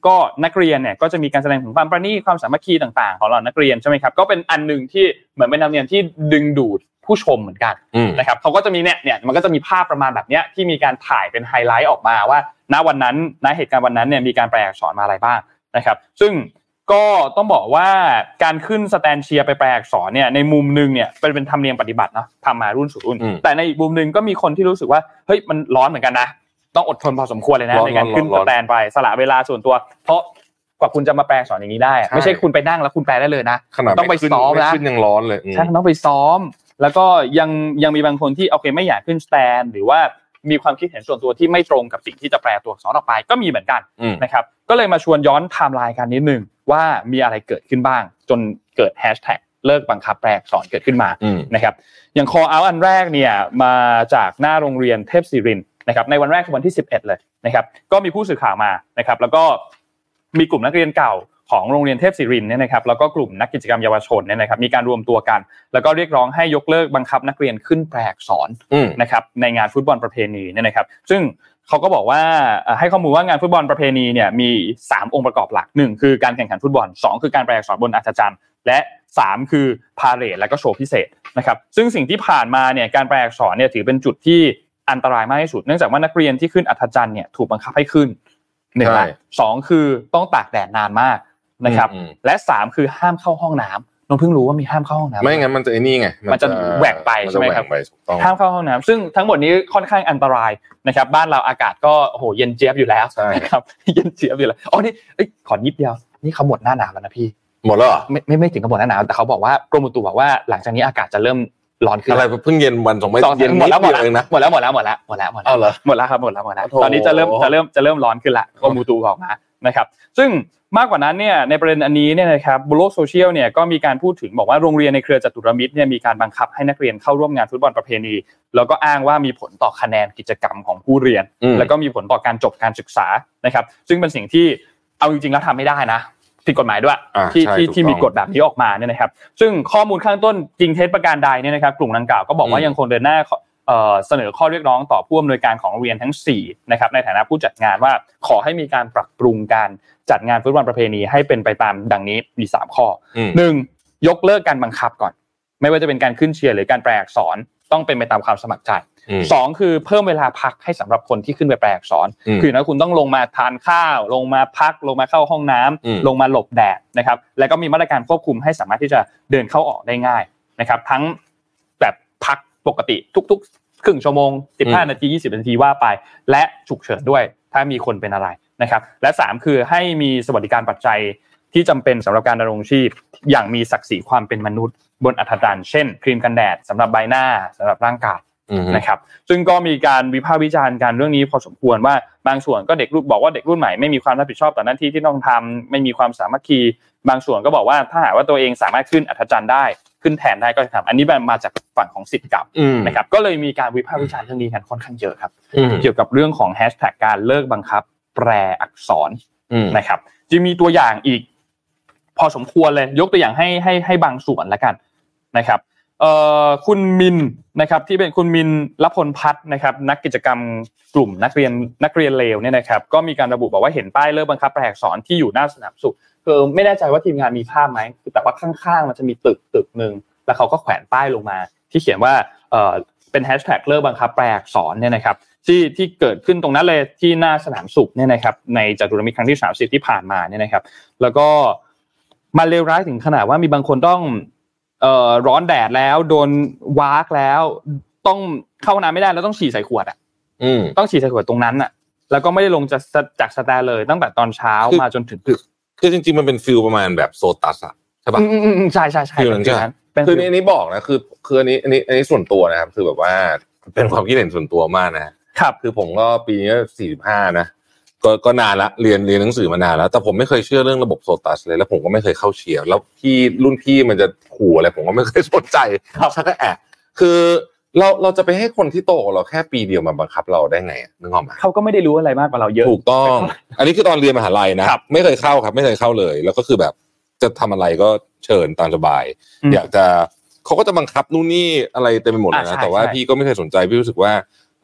B: ก็นักเรียนเนี่ยก็จะมีการแสดงถึงความประณีตความสามัคคีต่างๆของเรานักเรียนใช่ไหมครับก็เป็นอันนึงที่เหมือนเป็นธรรมเนียมที่ดึงดูดผู้ชมเหมือนกันนะครับเขาก็จะมีเนี่ยเนี่ยมันก็จะมีภาพประมาณแบบเนี้ยที่มีการถ่ายเป็นไฮไลท์ออกมาว่าณวันนั้นณเหตุการณ์วันนั้นเนี่ยมีการแปลอักษรมาอะไรบ้างนะครับซึ่งก็ต้องบอกว่าการขึ้นสแตนเชียร์ไปแปลอักษรเนี่ยในมุมนึงเนี่ยเป็นเป็นธรรมเนียมปฏิบัติเนาะทำมารุ่นสู่รุ่นแต่ในอีกมุมนึงก็มีคนที่รู้สึกว่าเฮ้ยมันร้อนเหมือนกันนะต้องอดทนพอสมควรเลยนะในการขึ้นสแตนไปสละเวลาส่วนตัวเพราะกว่าคุณจะมาแปลอักษรอย่างนี้ได้ไม่ใช่คุณไปนั่งแล้วคุณแปลได้เลยนะต้องไปซ้อมนะ
A: ขึ้นยังร้อนเลย
B: ใช่ต้องไปซ้อมแล้วก็ยังยังมีบางคนที่โอเคไม่อยากขึ้นสแตนหรือว่ามีความคิดเห็นส่วนตัวที่ไม่ตรงกับสิ่งที่จะแปลตัวอักษรออกไปก็มีเหมือนกันนะครับก็เลยมาชวนย้อนไทม์ไลน์กันนิดนึงว่ามีอะไรเกิดขึ้นบ้างจนเกิดแฮชแท็กเลิกบังคับแปลอักษรเกิดขึ้นมานะครับอย่าง call out อันแรกเนี่ยมาจากหน้าโรงเรียนเทพศิรินทร์นะครับในวันแรกวันที่สิบเอ็ดเลยนะครับก็มีผู้สื่อข่าวมานะครับแล้วก็มีกลุ่มนักเรียนเก่าของโรงเรียนเทพศิรินทร์เนี่ยนะครับแล้วก็กลุ่มนักกิจกรรมเยาวชนเนี่ยนะครับมีการรวมตัวกันแล้วก็เรียกร้องให้ยกเลิกบังคับนักเรียนขึ้นแปลอักษรนะครับในงานฟุตบอลประเพณีเนี่ยนะครับซึ่งเขาก็บอกว่าให้ข้อมูลว่างานฟุตบอลประเพณีเนี่ยมีสามองค์ประกอบหลักหนึ่งคือการแข่งขันฟุตบอลสองคือการแปลอักษรบนอัฐจันทร์และสามคือพาเหรดและก็โชว์พิเศษนะครับซึ่งสิ่งที่ผ่านมาเนี่ยการแปลอักษรเนี่ยถือเป็นจุดที่อันตรายมากที่สุดเนื่องจากว่านักเรียนที่ขึ้นอัฐจันทร์เนี่ยถูกบังคับให้ขึ้นหนึ่งละสองคือต้องตากแดดนานมากนะครับและสามคือห้ามเข้าห้องน้ำน้องเพิ่งรู้ว่ามีห้ามเข้าห้องน้ำ
A: ไม่งั้นมันจะไอ้นี่ไง
B: มันจะแหวกไปใช่ไหมครับห้ามเข้าห้องน้ำซึ่งทั้งหมดนี้ค่อนข้างอันตรายนะครับบ้านเราอากาศก็โอ้โหเย็นเจี๊ยบอยู่แล้วนะครับเย็นเจี๊ยบอยู่แล้วอ๋อนี่ขอนิดเดียวนี่เขาหมดหน้าหนาวแล้วนะพี่
A: หมดแล้วเหรอ
B: ไม่ไม่ไม่ถึงกับหมดหน้าหนาวแต่เขาบอกว่ากรมอุตุบอกว่าหลังจากนี้อากาศจะเริ่มร้อนขึ้น
A: อะไรเพิ่งเย็นวันสองวัน
B: เย็นหมดแล้วหมดแล้วนะหมดแล้วหมดแล้วหมดแล้วหมดแล้วหมดแล้วหมดแล้วครับหมดแล้วหมดแล้วตอนนี้จะเริ่มจะเริ่มจะเริ่มร้อนขึ้นละกรมอุตุบอกมานะครับซึ่งมากกว่านั้นเนี่ยในประเด็นอันนี้เนี่ยนะครับบนโลกโซเชียลเนี่ยก็มีการพูดถึงบอกว่าโรงเรียนในเครือจตุรมิตรเนี่ยมีการบังคับให้นักเรียนเข้าร่วมงานฟุตบอลประเพณีแล้วก็อ้างว่ามีผลต่อคะแนนกิจกรรมของผู้เรียนแล้วก็มีผลต่อการจบการศึกษานะครับซึ่งเป็นสิ่งที่เอาจริงๆแล้วทำไม่ได้นะผิดกฎหมายด้วยที่ที่ที่มีกฎแบบนี้ออกมาเนี่ยนะครับซึ่งข้อมูลข้างต้นจริงเท็จประการใดเนี่ยนะครับกลุ่มดังกล่าวก็บอกว่ายังคงเดินหน้าเสนอข้อเรียกร้องต่อผู้อำนวยการของโรงเรียนทั้งสี่นะครับในฐานะผู้จัดงานว่าขอให้มีการปรับปรุงการจัดงานฟุตบอลประเพณีให้เป็นไปตามดังนี้มีสามข้อหนึ่งยกเลิกการบังคับก่อนไม่ว่าจะเป็นการขึ้นเชียร์หรือการแปลอักษรต้องเป็นไปตามความสมัครใจสองคือเพิ่มเวลาพักให้สำหรับคนที่ขึ้นไปแปลอักษรคือนะคุณต้องลงมาทานข้าวลงมาพักลงมาเข้าห้องน้ำลงมาหลบแดดนะครับแล้วก็มีมาตรการควบคุมให้สามารถที่จะเดินเข้าออกได้ง่ายนะครับทั้งแบบพักปกติทุกๆครึ่งชั่วโมงสิบห้านาทียี่สิบนาทีว่าไปและฉุกเฉินด้วยถ้ามีคนเป็นอะไรนะครับและสามคือให้มีสวัสดิการปัจจัยที่จำเป็นสำหรับการดำรงชีพอย่างมีศักดิ์ศรีความเป็นมนุษย์บนอัฐจันทร์เช่นครีมกันแดดสำหรับใบหน้าสำหรับร่างกายนะครับซึ่งก็มีการวิพากษ์วิจารณ์กันเรื่องนี้พอสมควรว่าบางส่วนก็เด็กรุ่นบอกว่าเด็กรุ่นใหม่ไม่มีความรับผิดชอบต่อหน้าที่ที่ต้องทำไม่มีความสามัคคีบางส่วนก็บอกว่าถ้าหากว่าตัวเองสามารถขึ้นอัฐจันทร์ได้ขึ้นแทนได้ก็จะทำอันนี้มาจากฝั่งของศิษย์เก่านะครับก็เลยมีการวิพากษ์วิจารณ์เรื่องนี้กันค่อนข้างเยอะครับเกี่ยวกับเรื่องของแฮชแท็กการเลิกบังคับแปลอักษรนะครับจะมีตัวอย่างอีกพอสมควรเลยยกตัวอย่างให้ให้ให้บางส่วนละกันนะครับเอ่อคุณมินนะครับที่เป็นคุณมินลพลพัฒน์นะครับนักกิจกรรมกลุ่มนักเรียนนักเรียนเลวเนี่ยนะครับก็มีการระบุบอกว่าเห็นป้ายเลิกบังคับแปลอักษรที่อยู่หน้าสนามสุขคือไม่แน่ใจว่าทีมงานมีภาพไหมแต่ว่าข้างๆมันจะมีตึกตึกนึงแล้วเขาก็แขวนป้ายลงมาที่เขียนว่าเอ่อเป็นแฮชแท็กเลิกบังคับแปลอักษรเนี่ยนะครับที่ที่เกิดขึ้นตรงนั้นเลยที่หน้าสนามสุขเนี่ยนะครับในจตุรมิตรครั้งที่สามสิบที่ผ่านมาเนี่ยนะครับแล้วก็มาเลวร้ายถึงขนาดว่ามีบางคนต้องเอ่อร้อนแดดแล้วโดนวากแล้วต้องเข้าน้ำไม่ได้แล้วต้องฉี่ใส่ขวดอ่ะอืมต้องฉี่ใส่ขวดตรงนั้นอ่ะแล้วก็ไม่ได้ลงจากจากสแตนเลยตั้งแต่ตอนเช้ามาจนถึงดึก
A: คือจริงๆมันเป็นฟีลประมาณแบบโซตัสอ่ะใช่ป่ะ
B: อืมๆๆใช่ๆๆ
A: ฟีลนั้นใช่คืออันนี้บอกนะคือคืออันนี้อันนี้อันนี้ส่วนตัวนะครับคือแบบว่าเป็นความคิดเห็นส่วนตัวมากนะครับคือผมก็ปีนี้สี่สิบห้านะก็ก็นานละเรียนเรียนหนังสือมานานแล้วแต่ผมไม่เคยเชื่อเรื่องระบบโซตัสเลยแล้วผมก็ไม่เคยเข้าเชียร์แล้วพี่รุ่นพี่มันจะขู่อะไรผมก็ไม่เคยสนใจชักก็แอบคือเราเราจะไปให้คนที่โตกว่าเราแค่ปีเดียวมาบังคับเราได้ไงนึกออกไหม
B: เขาก็ไม่ได้รู้อะไรมากกว่าเราเยอะ
A: ถูกต้องอันนี้คือตอนเรียนมหาลัยนะไม่เคยเข้าครับไม่เคยเข้าเลยแล้วก็คือแบบจะทำอะไรก็เชิญตามสบายอยากจะเขาก็จะบังคับนู่นนี่อะไรเต็มไปหมดเลยนะแต่ว่าพี่ก็ไม่เคยสนใจพี่รู้สึกว่า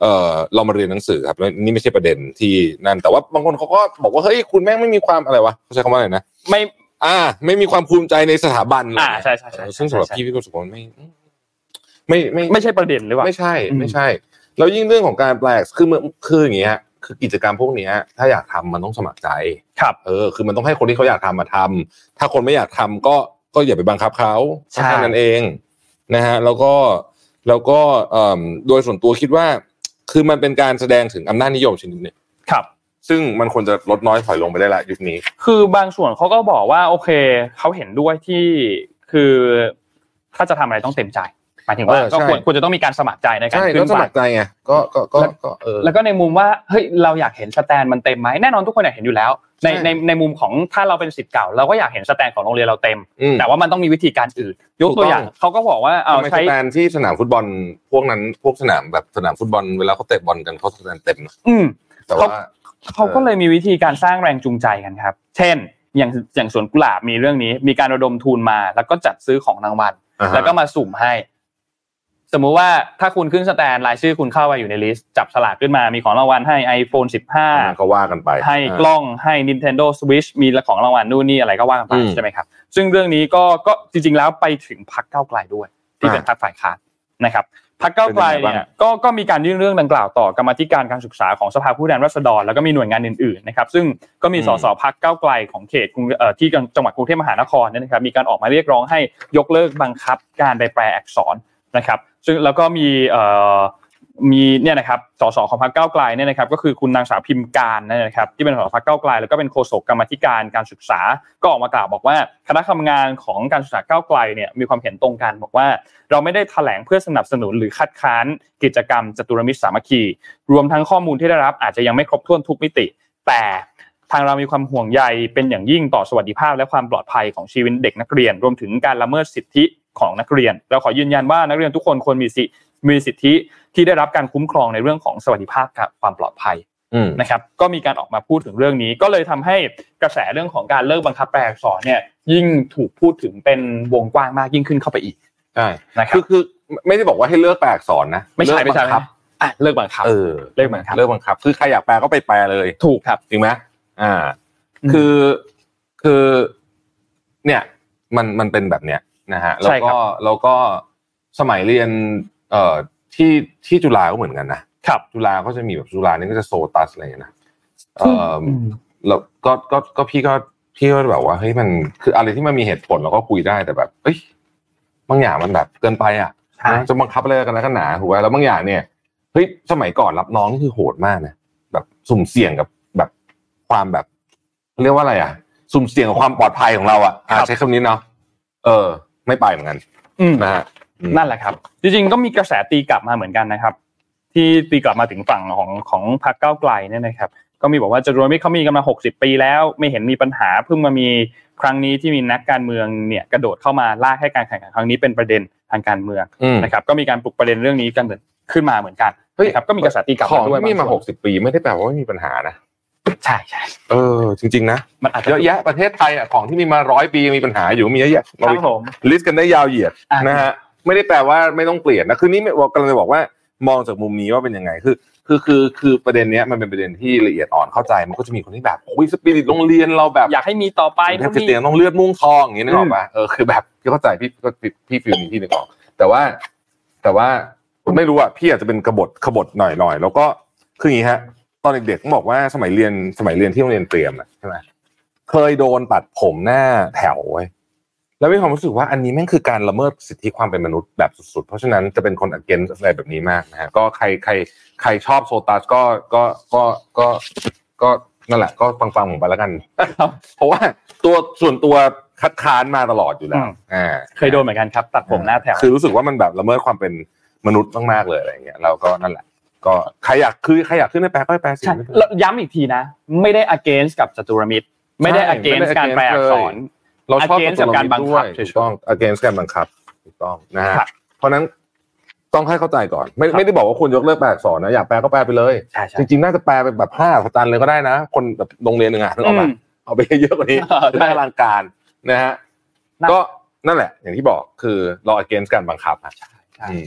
A: เออเรามาเรียนหนังสือครับนี่ไม่ใช่ประเด็นที่นั่นแต่ว่าบางคนเขาก็บอกว่าเฮ้ยคุณแม่งไม่มีความอะไรวะเขาใช้คำว่าอะไรนะ
B: ไม่
A: อ่าไม่มีความภูมิใจในสถาบัน
B: อ่าใช่ๆๆ
A: ซึ่งสำหรับพี่พี่ก็รู้สึกว่าไม่ไม่ไม่
B: ไม่ใช่ประเด็นหรือเปล่า
A: ไม่ใช่ไม่ใช่แล้วยิ่งเรื่องของการแปลคือคืออย่างเงี้ยคือกิจกรรมพวกนี้ถ้าอยากทำมันต้องสมัครใจ
B: ครับ
A: เออคือมันต้องให้คนที่เขาอยากทำมาทำถ้าคนไม่อยากทำก็ก็อย่าไปบังคับเขาแค่นั้นเองนะฮะแล้วก็แล้วก็โดยส่วนตัวคิดว่าคือมันเป็นการแสดงถึงอำนาจนิยมชนิดนึง
B: ครับ
A: ซึ่งมันควรจะลดน้อยถอยลงไปได้ละยุคนี้
B: คือบางส่วนเขาก็บอกว่าโอเคเขาเห็นด้วยที่คือถ้าจะทำอะไรต้องเต็มใจหมายถึงว่าก็ควรควรจะต้องมีการสมัครใจในการ
A: ขึ้นไปสมัครใจไงก็ก็ก็ก็เออ
B: แล้วก็ในมุมว่าเฮ้ยเราอยากเห็นสแตนมันเต็มไหมแน่นอนทุกคนอยากเห็นอยู่แล้วในในในมุมของถ้าเราเป็นศิษย์เก่าเราก็อยากเห็นสแตนของโรงเรียนเราเต็มแต่ว่ามันต้องมีวิธีการอื่นยกตัวอย่างเขาก็บอกว่าเอา
A: ใช้สแตนที่สนามฟุตบอลพวกนั้นพวกสนามแบบสนามฟุตบอลเวลาเขาเตะบอลกันเขาสแตนเต็ม
B: อืมแต่ว่าเขาก็เลยมีวิธีการสร้างแรงจูงใจกันครับเช่นอย่างอย่างสวนกุหลาบมีเรื่องนี้มีการระดมทุนมาแล้วก็จัดซื้อของรางวัลแล้วก็มาสุ่มให้สมมุติว่าถ้าคุณขึ้นสแตนรายชื่อคุณเข้าไปอยู่ในลิสต์จับฉลากขึ้นมามีของรางวัลให้ iPhone สิบห้า
A: ก็ว่ากันไป
B: ให้กล้องให้ Nintendo Switch มีของรางวัลนู่นนี่อะไรก็ว่ากันไปใช่มั้ยครับซึ่งเรื่องนี้ก็ก็จริงๆแล้วไปถึงพรรคก้าวไกลด้วยที่เป็นพรรคฝ่ายค้านนะครับพรรคก้าวไกลเนี่ยก็ก็มีการยื่นเรื่องดังกล่าวต่อกรรมาธิการการศึกษาของสภาผู้แทนราษฎรแล้วก็มีหน่วยงานอื่นๆนะครับซึ่งก็มีสสพรรคก้าวไกลของเขตเอ่อที่จังหวัดกรุงเทพมหานครเนี่ยนะครับมีการออกมาเรียกร้องให้ยกเลิกบังคับการไปแปลอักษรนะครับซึ่งแล้วก็มีเอ่อมีเนี่ยนะครับสสของพรรคก้าวไกลเนี่ยนะครับก็คือคุณนางสาวพิมพ์การนะครับที่เป็นสสพรรคก้าวไกลแล้วก็เป็นโฆษกกรรมาธิการการศึกษาก็ออกมากล่าวบอกว่าคณะทำงานของการศึกษาก้าวไกลเนี่ยมีความเห็นตรงกันบอกว่าเราไม่ได้แถลงเพื่อสนับสนุนหรือคัดค้านกิจกรรมจตุรมิตรสามัคคีรวมทั้งข้อมูลที่ได้รับอาจจะยังไม่ครบถ้วนทุกมิติแต่ทางเรามีความห่วงใยเป็นอย่างยิ่งต่อสวัสดิภาพและความปลอดภัยของชีวิตเด็กนักเรียนรวมถึงการละเมิดสิทธิของนักเรียนเราขอยืนยันว่านักเรียนทุกคนควรมีสิทธิมีสิทธิที่ได้รับการคุ้มครองในเรื่องของสวัสดิภาพกับความปลอดภัยนะครับก็มีการออกมาพูดถึงเรื่องนี้ก็เลยทำให้กระแสเรื่องของการเลิกบังคับแปลอักษรเนี่ยยิ่งถูกพูดถึงเป็นวงกว้างมากยิ่งขึ้นเข้าไปอีก
A: ใช่คือคือไม่ได้บอกว่าให้เลิกแปลอักษรนะ
B: ไม่ใช่ไม่ใช่ครับอ่ะเลิกบังคับ
A: เออ
B: เลิกบังคับ
A: เลิกบังคับคือใครอยากแปลก็ไปแปลเลย
B: ถูกครับ
A: จริงไหมอ่าคือคือเนี่ยมันมันเป็นแบบเนี้ยนะฮะแล้วก็แล้วก็สมัยเรียนเอ่อที่ที่จุฬาก็เหมือนกันนะครับจุฬาก็จะมีแบบจุฬานี่ก็จะโซตัสอะไรอย่างเงี้ยนะเอ่อแล้วก็ก็ก็พี่ก็พี่ก็แบบว่าเฮ้ยมันคืออะไรที่มันมีเหตุผลเราก็คุยได้แต่แบบเอ้ยบางอย่างมันแบบเกินไปอ่ะนะจะบังคับอะไรกันนักหนาถูกไหมแล้วบางอย่างเนี่ยเฮ้ยสมัยก่อนรับน้องนี่คือโหดมากนะแบบสุ่มเสี่ยงกับแบบความแบบเรียกว่าอะไรอ่ะสุ่มเสี่ยงกับความปลอดภัยของเราอ่ะใช้คำนี้เนาะเออไม่ไปเหมือนกันนะฮะ
B: นั่นแหละครับจริงๆก็มีกระแสตีกลับมาเหมือนกันนะครับที่ตีกลับมาถึงฝั่งของของพรรคก้าวไกลเนี่ยนะครับก็มีบอกว่าจตุรมิตรเขามีกันมาหกสิบปีแล้วไม่เห็นมีปัญหาเพิ่งมามีครั้งนี้ที่มีนักการเมืองเนี่ยกระโดดเข้ามาลากให้การแข่งขันครั้งนี้เป็นประเด็นทางการเมืองนะครับก็มีการปลุกประเด็นเรื่องนี้กันขึ้นมาเหมือนกันครับก็มีกระแสตีกลับมาด้วย
A: ของที่มีมาหกสิบปีไม่ได้แปลว่าไม่มีปัญหานะ
B: ใช่ใช่
A: เออจริงๆนะมันเยอะแยะประเทศไทยอ่ะของที่มีมาร้อยปีมีปัญหาอยู่มีเยอะแยะ
B: เรา
A: ลิสต์กันได้ยาวเหยียดนะฮะไม่ได้แปลว่าไม่ต้องเปลี่ยนนะคือนี่กำลังจะบอกว่ามองจากมุมนี้ว่าเป็นยังไงคือคือคือคือประเด็นเนี้ยมันเป็นประเด็นที่ละเอียดอ่อนเข้าใจมันก็จะมีคนที่แบบโอ้ยสปิริตโรงเรียนเราแบบ
B: อยากให้มีต่อไป
A: ถ้าเตียงต้องเลือดมุ่งทองอย่างนี้นึกออกป่ะเออคือแบบพี่เข้าใจพี่ก็พี่ฟีลนี้พี่นึกออกแต่ว่าแต่ว่าไม่รู้อ่ะพี่อาจจะเป็นกบฏขบฏหน่อยๆแล้วก็คืออย่างนี้ฮะตอนเด็กๆต้องบอกว่าสมัยเรียนสมัยเรียนที่โรงเรียนเตรียมอ่ะใช่ไหมเคยโดนตัดผมหน้าแถวไว้แล้วมีความรู้สึกว่าอันนี้แม่งคือการละเมิดสิทธิความเป็นมนุษย์แบบสุดๆเพราะฉะนั้นจะเป็นคน against อะไรแบบนี้มากนะฮะก็ใครใครใครชอบโซตัสก็ก็ก็ก็ก็นั่นแหละก็ฟังๆผมไปแล้วกันเพราะว่าตัวส่วนตัวคัดค้านมาตลอดอยู่แล้วอ่า
B: เคยโดนเหมือนกันครับตัดผมหน้าแถว
A: คือรู้สึกว่ามันแบบละเมิดความเป็นมนุษย์มากๆเลยอะไรอย่างเงี้ยเราก็นั่นแหละก็ใครอยากคือใครอยากขึ้นในแปลก็แปลสิ
B: แล้วย้ำอีกทีนะไม่ได้ against กับจตุรมิตรไม่ได้ against การแปลอักษร
A: เราชอบการบังคับถูกต้อง against การบังคับถูกต้องนะฮะเพราะนั้นต้องให้เข้าใจก่อนไม่ไม่ได้บอกว่าคุณยกเลิกแปลอักษรนะอยากแปลก็แปลไปเลยจริงๆน่าจะแปลเป็นแบบห้าสตันเลยก็ได้นะคนแบบโรงเรียนนึงอ่ะนึกออกมั้ยเอาไปเยอะกว่านี้ได้อลังการนะฮะก็นั่นแหละอย่างที่บอกคือเรา against การบังคับอ่ะใช่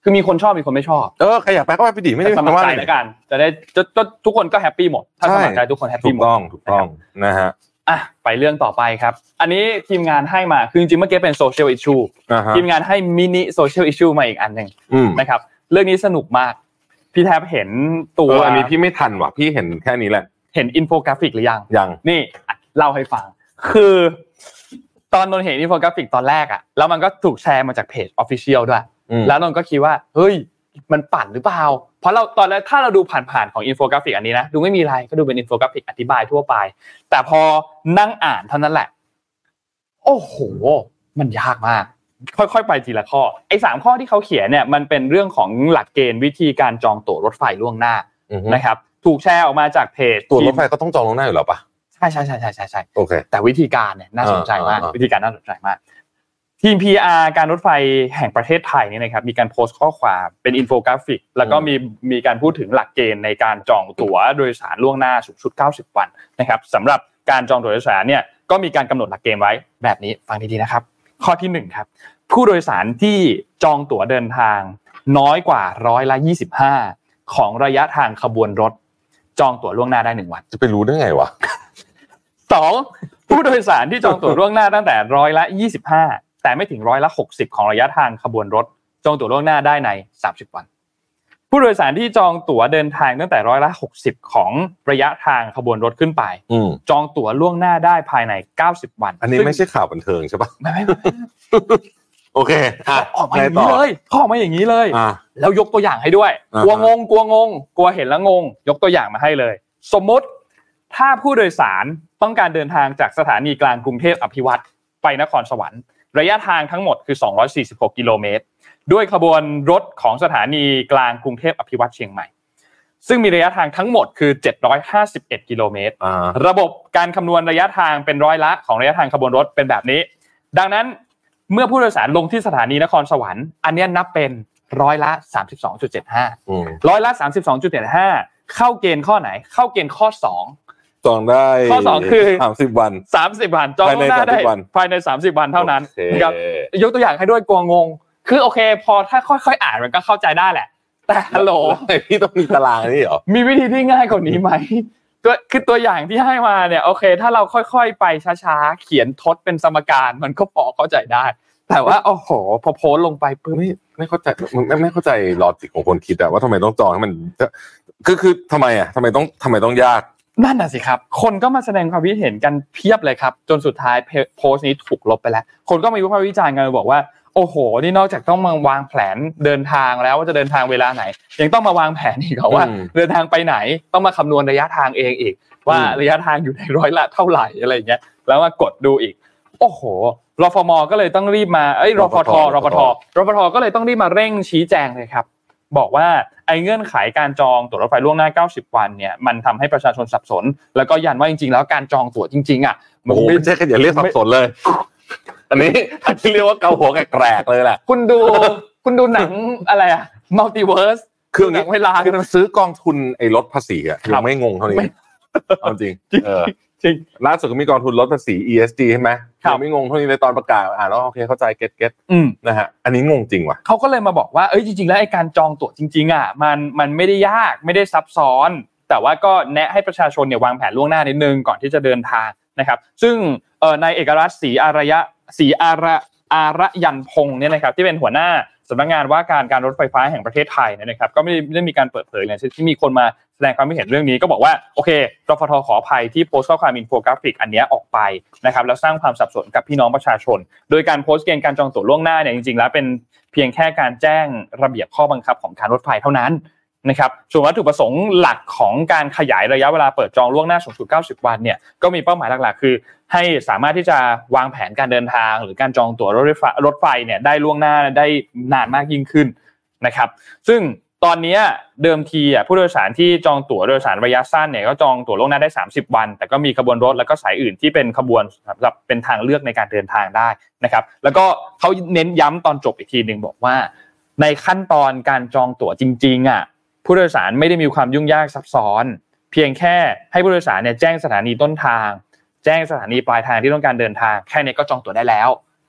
B: คือมีคนชอบมีคนไม่ชอบ
A: เออใครอยากไปก็ไปดิไม่ได้
B: สมัครใจแล้วกันจะได้ทุกคนก็แฮปปี้หมดถ้าสมัครใจทุกคนแฮปปี้หมด
A: ถูกต้องถูกต้องนะฮะ
B: อ่ะไปเรื่องต่อไปครับอันนี้ทีมงานให้มาคือจริงๆเมื่อกี้เป็นโซเชียลอิชชูทีมงานให้มินิโซเชียลอิชชูมาอีกอันนึงนะครับเรื่องนี้สนุกมากพี่แทบเห็นตัว
A: อันนี้พี่ไม่ทันว่ะพี่เห็นแค่นี้แหละ
B: เห็นอินโฟกราฟิกหรือยัง
A: ยัง
B: นี่เล่าให้ฟังคือตอนนนเห็นอินโฟกราฟิกตอนแรกอ่ะแล้วมันก็ถูกแชร์มาจากเพจ Official ด้วยแล้วนนก็คิดว่าเฮ้ยมันปั่นหรือเปล่าเพราะเราตอนแรกถ้าเราดูผ่านๆของอินโฟกราฟิกอันนี้นะดูไม่มีอะไรก็ดูเป็นอินโฟกราฟิกอธิบายทั่วไปแต่พอนั่งอ่านเท่านั้นแหละโอ้โหมันยากมากค่อยๆไปทีละข้อไอ้สามข้อที่เขาเขียนเนี่ยมันเป็นเรื่องของหลักเกณฑ์วิธีการจองตั๋วรถไฟล่วงหน้านะครับถูกแชร์ออกมาจากเพจ
A: ตั๋วรถไฟก็ต้องจองล่วงหน้าอยู่แล้วป่ะ
B: ใช่ๆๆๆๆ
A: โอเค
B: แต่วิธีการเนี่ยน่าสนใจมากวิธีการน่าสนใจมากทีม พี อาร์ การรถไฟแห่งประเทศไทยนี่นะครับมีการโพสต์ข้อความเป็นอินโฟกราฟิกแล้วก็มีมีการพูดถึงหลักเกณฑ์ในการจองตั๋วโดยสารล่วงหน้าสูงสุดเก้าสิบวันนะครับสำหรับการจองตั๋วโดยสารเนี่ยก็มีการกำหนดหลักเกณฑ์ไว้แบบนี้ฟังดีๆนะครับข้อที่หนึ่งครับผู้โดยสารที่จองตั๋วเดินทางน้อยกว่าร้อยละยี่สิบห้าของระยะทางขบวนรถจองตั๋วล่วงหน้าได้หนึ่งวัน
A: จะไปรู้ได้ไงวะ
B: สองผู้โดยสารที่จองตั๋วล่วงหน้าตั้งแต่ร้อยละยี่สิบห้าแต่ไม่ถึงร้อยละหกสิบของระยะทางขบวนรถจองตั๋วล่วงหน้าได้ในสามสิบวันผู้โดยสารที่จองตั๋วเดินทางตั้งแต่ร้อยละหกสิบของระยะทางขบวนรถขึ้นไปจองตั๋วล่วงหน้าได้ภายในเก้าสิบวัน
A: อันนี้ไม่ใช่ข่าวบันเทิงใช่ป่ะ
B: ไม่ไม่
A: โอเคอ่ะ
B: ออกมาอย่างนี้เลยออกมาอย่างนี้เลยแล้วยกตัวอย่างให้ด้วยกลัวงงกลัวงงกลัวเห็นแล้วงงยกตัวอย่างมาให้เลยสมมติถ้าผู้โดยสารต้องการเดินทางจากสถานีกลางกรุงเทพอภิวัตรไปนครสวรรค์ระยะทางทั้งหมดคือสองร้อยสี่สิบหกกิโลเมตรด้วยขบวนรถของสถานีกลางกรุงเทพอภิวัตรเชียงใหม่ซึ่งมีระยะทางทั้งหมดคือเจ็ดร้อยห้าสิบเอ็ดกิโลเมตรระบบการคำนวณระยะทางเป็นร้อยละของระยะทางขบวนรถเป็นแบบนี้ดังนั้นเมื่อผู้โดยสารลงที่สถานีนครสวรรค์อันนี้นับเป็นร้อยละ สามสิบสองจุดเจ็ดห้า ร้อยละ สามสิบสองจุดเจ็ดห้า เข้าเกณฑ์ข้อไหนเข้าเกณฑ์ข้อสอง
A: จองได้
B: ข้อสองคือ
A: สามสิบวัน
B: สามสิบวันจองได้ภายในสามสิบวันเท่านั้นนะครับยกตัวอย่างให้ด้วยกลัวงงคือโอเคพอถ้าค่อยๆอ่านมันก็เข้าใจได้แหละแต่ฮัลโหล
A: พี่ต้องมีตารางนี่เหรอ
B: มีวิธีที่ง่ายกว่านี้มั้ยตัวคือตัวอย่างที่ให้มาเนี่ยโอเคถ้าเราค่อยๆไปช้าๆเขียนทดเป็นสมการมันก็พอเข้าใจได้แต่ว่าโอ้โหพอโพสต์ลงไปปึ๊บ
A: ไม่ไม่เข้าใจไม่ไม่เข้าใจลอจิกของคนคิดอะว่าทำไมต้องจองให้มันคือคือทำไมอะทำไมต้องทำไมต้องยาก
B: นั่นน่ะสิครับคนก็มาแสดงความคิดเห็นกันเพียบเลยครับจนสุดท้ายโพสต์นี้ถูกลบไปแล้วคนก็มาวิพากษ์วิจารณ์กันบอกว่าโอ้โหนี่นอกจากต้องมาวางแผนเดินทางแล้วว่าจะเดินทางเวลาไหนยังต้องมาวางแผนอีกเหรอว่าเดินทางไปไหนต้องมาคำนวณระยะทางเองอีกว่าระยะทางอยู่ในร้อยละเท่าไหร่อะไรอย่างเงี้ยแล้วมากดดูอีกโอ้โหรฟม.ก็เลยต้องรีบมาเอ้ยรฟท.รฟท.รฟท.ก็เลยต้องรีบมาเร่งชี้แจงเลยครับบอกว่าไอ้เงื่อนไขการจองตั๋วรถไฟล่วงหน้าเก้าสิบวันเนี่ยมันทำให้ประชาชนสับสนแล้วก็ยันว่าจริงๆแล้วการจองตั๋วจริงๆอ่ะ
A: มันไม่ใช่แค่อย่าเรียกสับสนเลยอันนี้อันที่เรียกว่าเกาหัวแกรกเลยแหละ
B: คุณดูคุณดูหนังอะไรอ่ะมัลติเวิร์ส
A: คือหนังเวลาคือซื้อกองทุนไอ้ลดภาษีอ่ะยังไม่งงเท่านี้เอาจริงเออจริงล่าสุดก็มีกองทุนลดภาษี อี เอส จี ใช่มั้ยยังไม่งงเท่านี้ในตอนประกาศอ่านแล้วโอเคเข้าใจเก็ทเก็ทนะฮะอันนี้งงจริงว่ะ
B: เขาก็เลยมาบอกว่าเอ้ยจริงๆแล้วไอ้การจองตั๋วจริงๆอ่ะมันมันไม่ได้ยากไม่ได้ซับซ้อนแต่ว่าก็แนะให้ประชาชนเนี่ยวางแผนล่วงหน้านิดนึงก่อนที่จะเดินทางนะครับซึ่งเอ่อนายเอกรัตน์ศรีอารยะศรีอาระอารยันพงษ์เนี่ยนะครับที่เป็นหัวหน้าสำนักงานว่าการการรถไฟฟ้าแห่งประเทศไทยเนี่ยนะครับก็ไม่ได้มีการเปิดเผยเลยที่มีคนมาแสดงความคิดเห็นเรื่องนี้ก็บอกว่าโอเครฟท.ขออภัยที่โพสต์ข้อความอินโฟกราฟิกอันนี้ออกไปนะครับแล้วสร้างความสับสนกับพี่น้องประชาชนโดยการโพสต์เกณฑ์การจองตั๋วล่วงหน้าเนี่ยจริงๆแล้วเป็นเพียงแค่การแจ้งระเบียบข้อบังคับของการรถไฟเท่านั้นนะครับส่วนวัตถุประสงค์หลักของการขยายระยะเวลาเปิดจองล่วงหน้าสูงสุดเก้าสิบวันเนี่ยก็มีเป้าหมายหลักๆคือให้สามารถที่จะวางแผนการเดินทางหรือการจองตั๋วรถไฟฟ้ารถไฟเนี่ยได้ล่วงหน้าได้นานมากยิ่งขึ้นนะครับซึ่งตอนนี้เดิมทีอ่ะผู้โดยสารที่จองตั๋วโดยสารระยะสั้นเนี่ยก็จองตั๋วล่วงหน้าได้สามสิบวันแต่ก็มีขบวนรถแล้วก็สายอื่นที่เป็นขบวนสำหรับเป็นทางเลือกในการเดินทางได้นะครับแล้วก็เขาเน้นย้ำตอนจบอีกทีนึงบอกว่าในขั้นตอนการจองตั๋วจริงๆอ่ะผู้โดยสารไม่ได้มีความยุ่งยากซับซ้อนเพียงแค่ให้ผู้โดยสารเนี่ยแจ้งสถานีต้นทางแจ้งสถานีปลายทางที่ต้องการเดินทางแค่นี้ก็จองตั๋วได้แล้ว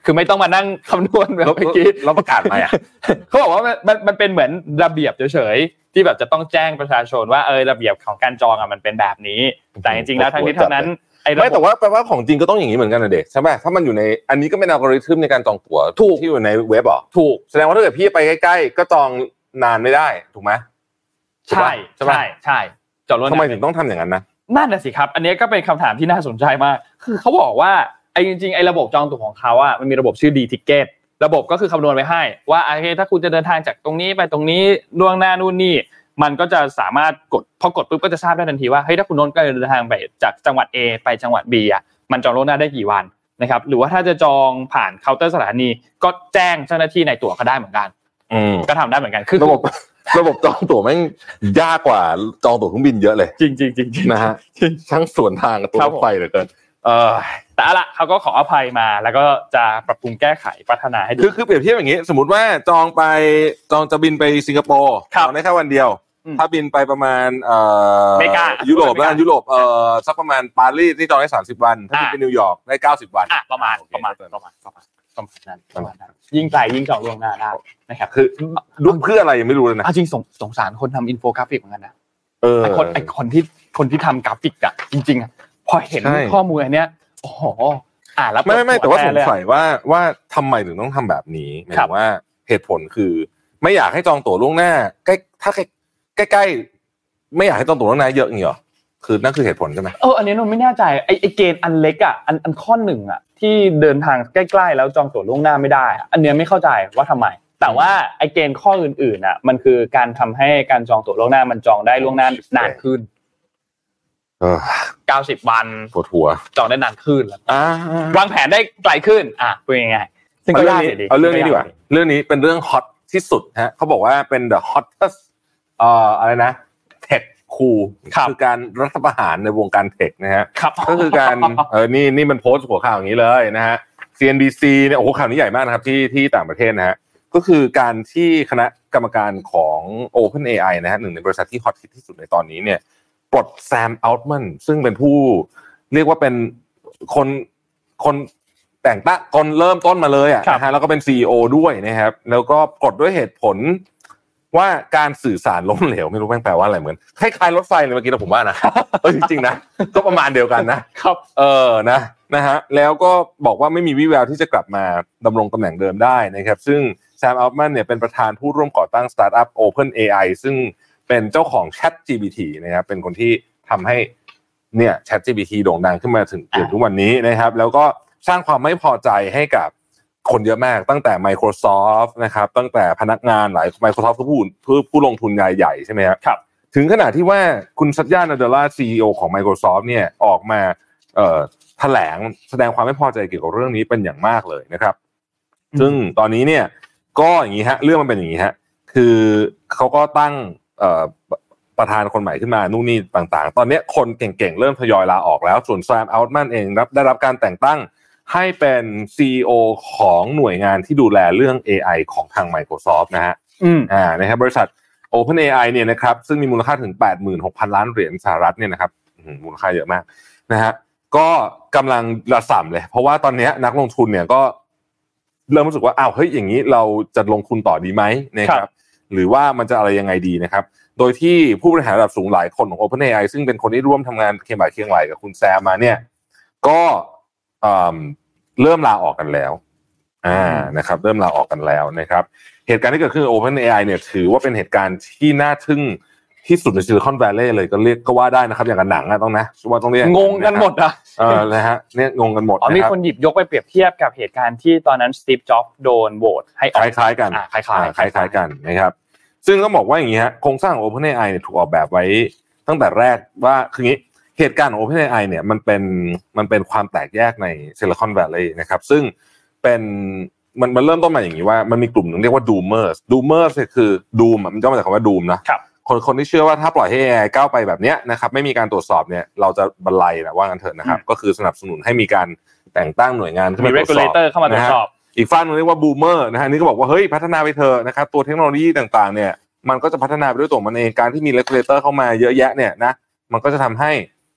B: คือไม่ต้องมานั่งคำนวณแบบเมื่อกี้
A: เราประกาศมาอ่ะ
B: เขาบอกว่ามันมันเป็นเหมือนระเบียบเฉยๆที่แบบจะต้องแจ้งประชาชนว่าเออระเบียบของการจองอ่ะมันเป็นแบบนี้แต่จริงๆแล้วทั้งนี้ทั้งนั้น
A: ไอ้ไม่แต่ว่าแปลว่าของจริงก็ต้องอย่างนี้เหมือนกันนะเด็กใช่ไหมถ้ามันอยู่ในอันนี้ก็เป็นอัลกอริทึมในการจองตั๋วที่อยู่ในเว็บอ่ะ
B: ถูก
A: แสดงว่าถ้าเกิดพี่ไปใกล้ๆก็จองนานไม่ได้ถูกไหม
B: ใช่ใช่ใช่จองล่วงหน้า
A: ทำไมถึงต้องทำอย่างนั้นนะ
B: นั่นน่ะสิครับอันนี้ก็เป็นคำถามที่น่าสนใจมากคือเขาบอกว่าไอ้จริงๆไอ้ระบบจองตั๋วของเขาอ่ะมันมีระบบชื่อ D-Ticket ระบบก็คือคำนวณไว้ให้ว่าโอเคถ้าคุณจะเดินทางจากตรงนี้ไปตรงนี้ล่วงหน้านู่นนี่มันก็จะสามารถกดพอกดปุ๊บก็จะทราบได้ทันทีว่าเฮ้ยถ้าคุณโน้นก็เดินทางไปจากจังหวัด A ไปจังหวัด B อ่ะมันจองล่วงหน้าได้กี่วันนะครับหรือว่าถ้าจะจองผ่านเคาน์เตอร์สถานีก็แจ้งเจ้าหน้าที่ในตั๋วก็ได้เหมือนกัน
A: อืม
B: ก็ทำได้เหมือนกันคือ
A: ระบบระบบจองตั๋วแม่งยากกว่าจองตั๋วเครื่องบินเยอะเลย
B: จริงๆๆ
A: นะฮะทั้งสวนทางกับตัวรถไฟเหลือเกิน
B: เออแต่เอาละเขาก็ขออภัยมาแล้วก็จะปรับปรุงแก้ไขพัฒนาให้ดี
A: คือคือเปรียบเทียบอย่างนี้สมมุติว่าจองไปจองจะบินไปสิงคโปร์จองได้แค่วันเดียวถ้าบินไปประมาณเอ่อ
B: อเมริกา
A: ยุโรปบ้านยุโรปเอ่อสักประมาณปารีสที่จองได้สามสิบวันถ้าบินไปนิวยอร์กได้เก้าสิบวัน
B: อ่ะประมาณประมาณประมาณประมาณประมาณนั้นประมาณนั้นยิ่งไกลยิ่งจองล่วงหน้าได้นะครับ
A: คือดูเพื่ออะไรยังไม่รู้เลยนะ
B: จริงสงสงสารคนทำอินโฟกราฟิกเหมือนกันนะ
A: เออ
B: ไอคนไอคนที่คนที่ทำกราฟิกอ่ะจริงๆอ่ะพอเห็นข้อมูลอันเนี้ยโอ้โหอ่านแล้ว
A: ไม่ไม่แต่ว่าสงสัยว่าว่าทำไมถึงต้องทำแบบนี้หมายถึงว่าเหตุผลคือไม่อยากให้จองตั๋วล่วงหน้าใกล้ถ้าใกล้ๆไม่อยากให้จองตั๋วล่วงหน้าเยอะอย่างนี้หรอคือนั่นคือเหตุผลใช่ไหม
B: เอออันนี้เราไม่แน่ใจไอไอเกณฑ์อันเล็กอ่ะอันอันข้อหนึ่งอ่ะที่เดินทางใกล้ๆแล้วจองตั๋วล่วงหน้าไม่ได้อันเนี้ยไม่เข้าใจว่าทำไมแต่ว่าไอเกณฑ์ข้ออื่นๆอ่ะมันคือการทำให้การจองตั๋วล่วงหน้ามันจองได้ล่วงหน้านานขึ้น
A: เออ
B: เก้าสิบวัน
A: ปวดหัว
B: จองได้นานขึ้นอ่าวางแผนได้ไกลขึ้นอ่ะเป็นยังไง
A: ซึ่งก็ยากดีเอาเรื่องนี้ดีกว่าเรื่องนี้เป็นเรื่องฮอตที่สุดฮะเขาบอกว่าเป็น the hottest เอ่ออะไรนะ tech coup คือการรัฐประหารในวงการเทคนะฮะก็คือการเออนี่นี่มันโพสต์หัวข่าวอย่างนี้เลยนะฮะ ซี เอ็น บี ซี เนี่ยโอ้โหข่าวนี้ใหญ่มากนะครับที่ที่ต่างประเทศนะฮะก็คือการที่คณะกรรมการของ OpenAI นะฮะหนึ่งในบริษัทที่ฮอตฮิตที่สุดในตอนนี้เนี่ยปลดแซม อัลต์แมนซึ่งเป็นผู้เรียกว่าเป็นคนคนแต่งตั้งคนเริ่มต้นมาเลยอ่ะนะฮะแล้วก็เป็น ซี อี โอ ด้วยนะครับแล้วก็ปลดด้วยเหตุผลว่าการสื่อสารล้มเหลวไม่รู้แม่งแปลว่าอะไรเหมือนคล้ายๆรถไฟเลยเมื่อกี้นะผมว่านะเออจริงๆนะก็ประมาณเดียวกันนะครับเออนะนะฮะแล้วก็บอกว่าไม่มีวิแววที่จะกลับมาดำรงตำแหน่งเดิมได้นะครับซึ่งแซม อัลต์แมนเนี่ยเป็นประธานผู้ร่วมก่อตั้งสตาร์ทอัพ OpenAI ซึ่งเป็นเจ้าของ ChatGPT นะครับเป็นคนที่ทำให้เนี่ย ChatGPT โด่งดังขึ้นมาถึงทุกวันนี้นะครับแล้วก็สร้างความไม่พอใจให้กับคนเยอะมากตั้งแต่ Microsoft นะครับตั้งแต่พนักงานหลาย Microsoft ก็ผู้ผู้ผู้ลงทุนรายใหญ่ใช่ไหมครับถึงขนาดที่ว่าคุณซัตยา นาเดลลา ซี อี โอ ของ Microsoft เนี่ยออกมาเอ่อแถลงแสดงความไม่พอใจเกี่ยวกับเรื่องนี้เป็นอย่างมากเลยนะครับซึ่งตอนนี้เนี่ยก็อย่างนี้ฮะเรื่องมันเป็นอย่างนี้ฮะคือเขาก็ตั้งเอ่อประธานคนใหม่ขึ้นมานู่นนี่ต่างๆตอนนี้คนเก่งๆเริ่มทยอยลาออกแล้วส่วนแซม อัลต์แมนเองรับได้รับการแต่งตั้งให้เป็น ซี อี โอ ของหน่วยงานที่ดูแลเรื่อง เอ ไอ ของทาง Microsoft นะฮะ
B: อืม
A: อ่านะครับบริษัท OpenAI เนี่ยนะครับซึ่งมีมูลค่าถึง แปดหมื่นหกพัน ล้านเหรียญสหรัฐเนี่ยนะครับมูลค่าเยอะมากนะฮะก็กำลังระส่ำเลยเพราะว่าตอนนี้นักลงทุนเนี่ยก็เริ่มรู้สึกว่าอ้าวเฮ้ยอย่างนี้เราจะลงทุนต่อดีไหมนะครับหรือว่ามันจะอะไรยังไงดีนะครับโดยที่ผู้บริหารระดับสูงหลายคนของ OpenAI ซึ่งเป็นคนที่ร่วมทำงานเคียงบ่าเคียงไหลกับคุณแซมมาเนี่ยก็เริ่มลาออกกันแล้วอ่านะครับเริ่มลาออกกันแล้วนะครับเหตุการณ์ที่เกิดขึ้น OpenAI เนี่ยถือว่าเป็นเหตุการณ์ที่น่าทึ่งที่สุดในซิลิคอนแวลลีย์เลยก็เรียกก็ว่าได้นะครับอย่างกับหนังอะต้องนะว่าต้องเรียก
B: งงกันหมดอ่ะ
A: เออนะฮะเนี่ยงงกันหมด
B: อ๋อมีคนหยิบยกไปเปรียบเทียบกับเหตุการณ์ที่ตอนนั้นสตีฟจ็อบส์โดนโหวตให้ออก
A: คล้ายๆกัน
B: คล้ายๆ
A: คล้ายๆกันนะครับซึ่งต้องบอกว่าอย่างนี้ฮะโครงสร้างของ OpenAI เนี่ยถูกออกแบบไว้ตั้งแต่แรกว่าคืองี้เหตุการณ์ของ OpenAI เนี่ยมันเป็นมันเป็นความแตกแยกในซิลิคอนแวลลีย์นะครับซึ่งเป็นมันมันเริ่มต้นมาอย่างนี้ว่ามันมีกลุ่มนึงเรียกว่า Doomers Doomers คือ Doom มันจะมาจากคำว่า Doom นะครับคนคนที่เชื่อว่าถ้าปล่อยให้ เอ ไอ ก้าวไปแบบเนี้ยนะครับไม่มีการตรวจสอบเนี่ยเราจะบรรลัยนะว่างั้นเถอะนะครับก็คือสนับสนุนให้มีการแต่งตั้งหน่วยงานขึ้นมาตรวจสอบ
B: regulator เข้ามาตรวจสอบ
A: อีกฝั่งนึงเรียกว่า Boomer นะฮะนี่ก็บอกว่าเฮ้ยพัฒนาไปเถอะนะครับตัวเทคโนโลยีต่างๆเนี่ยมันก็จะพัฒนาไปด้วยตัวมันเองการที่มี regulator เข้ามาเยอะแยะเนี่ยนะมันก็จะทำให้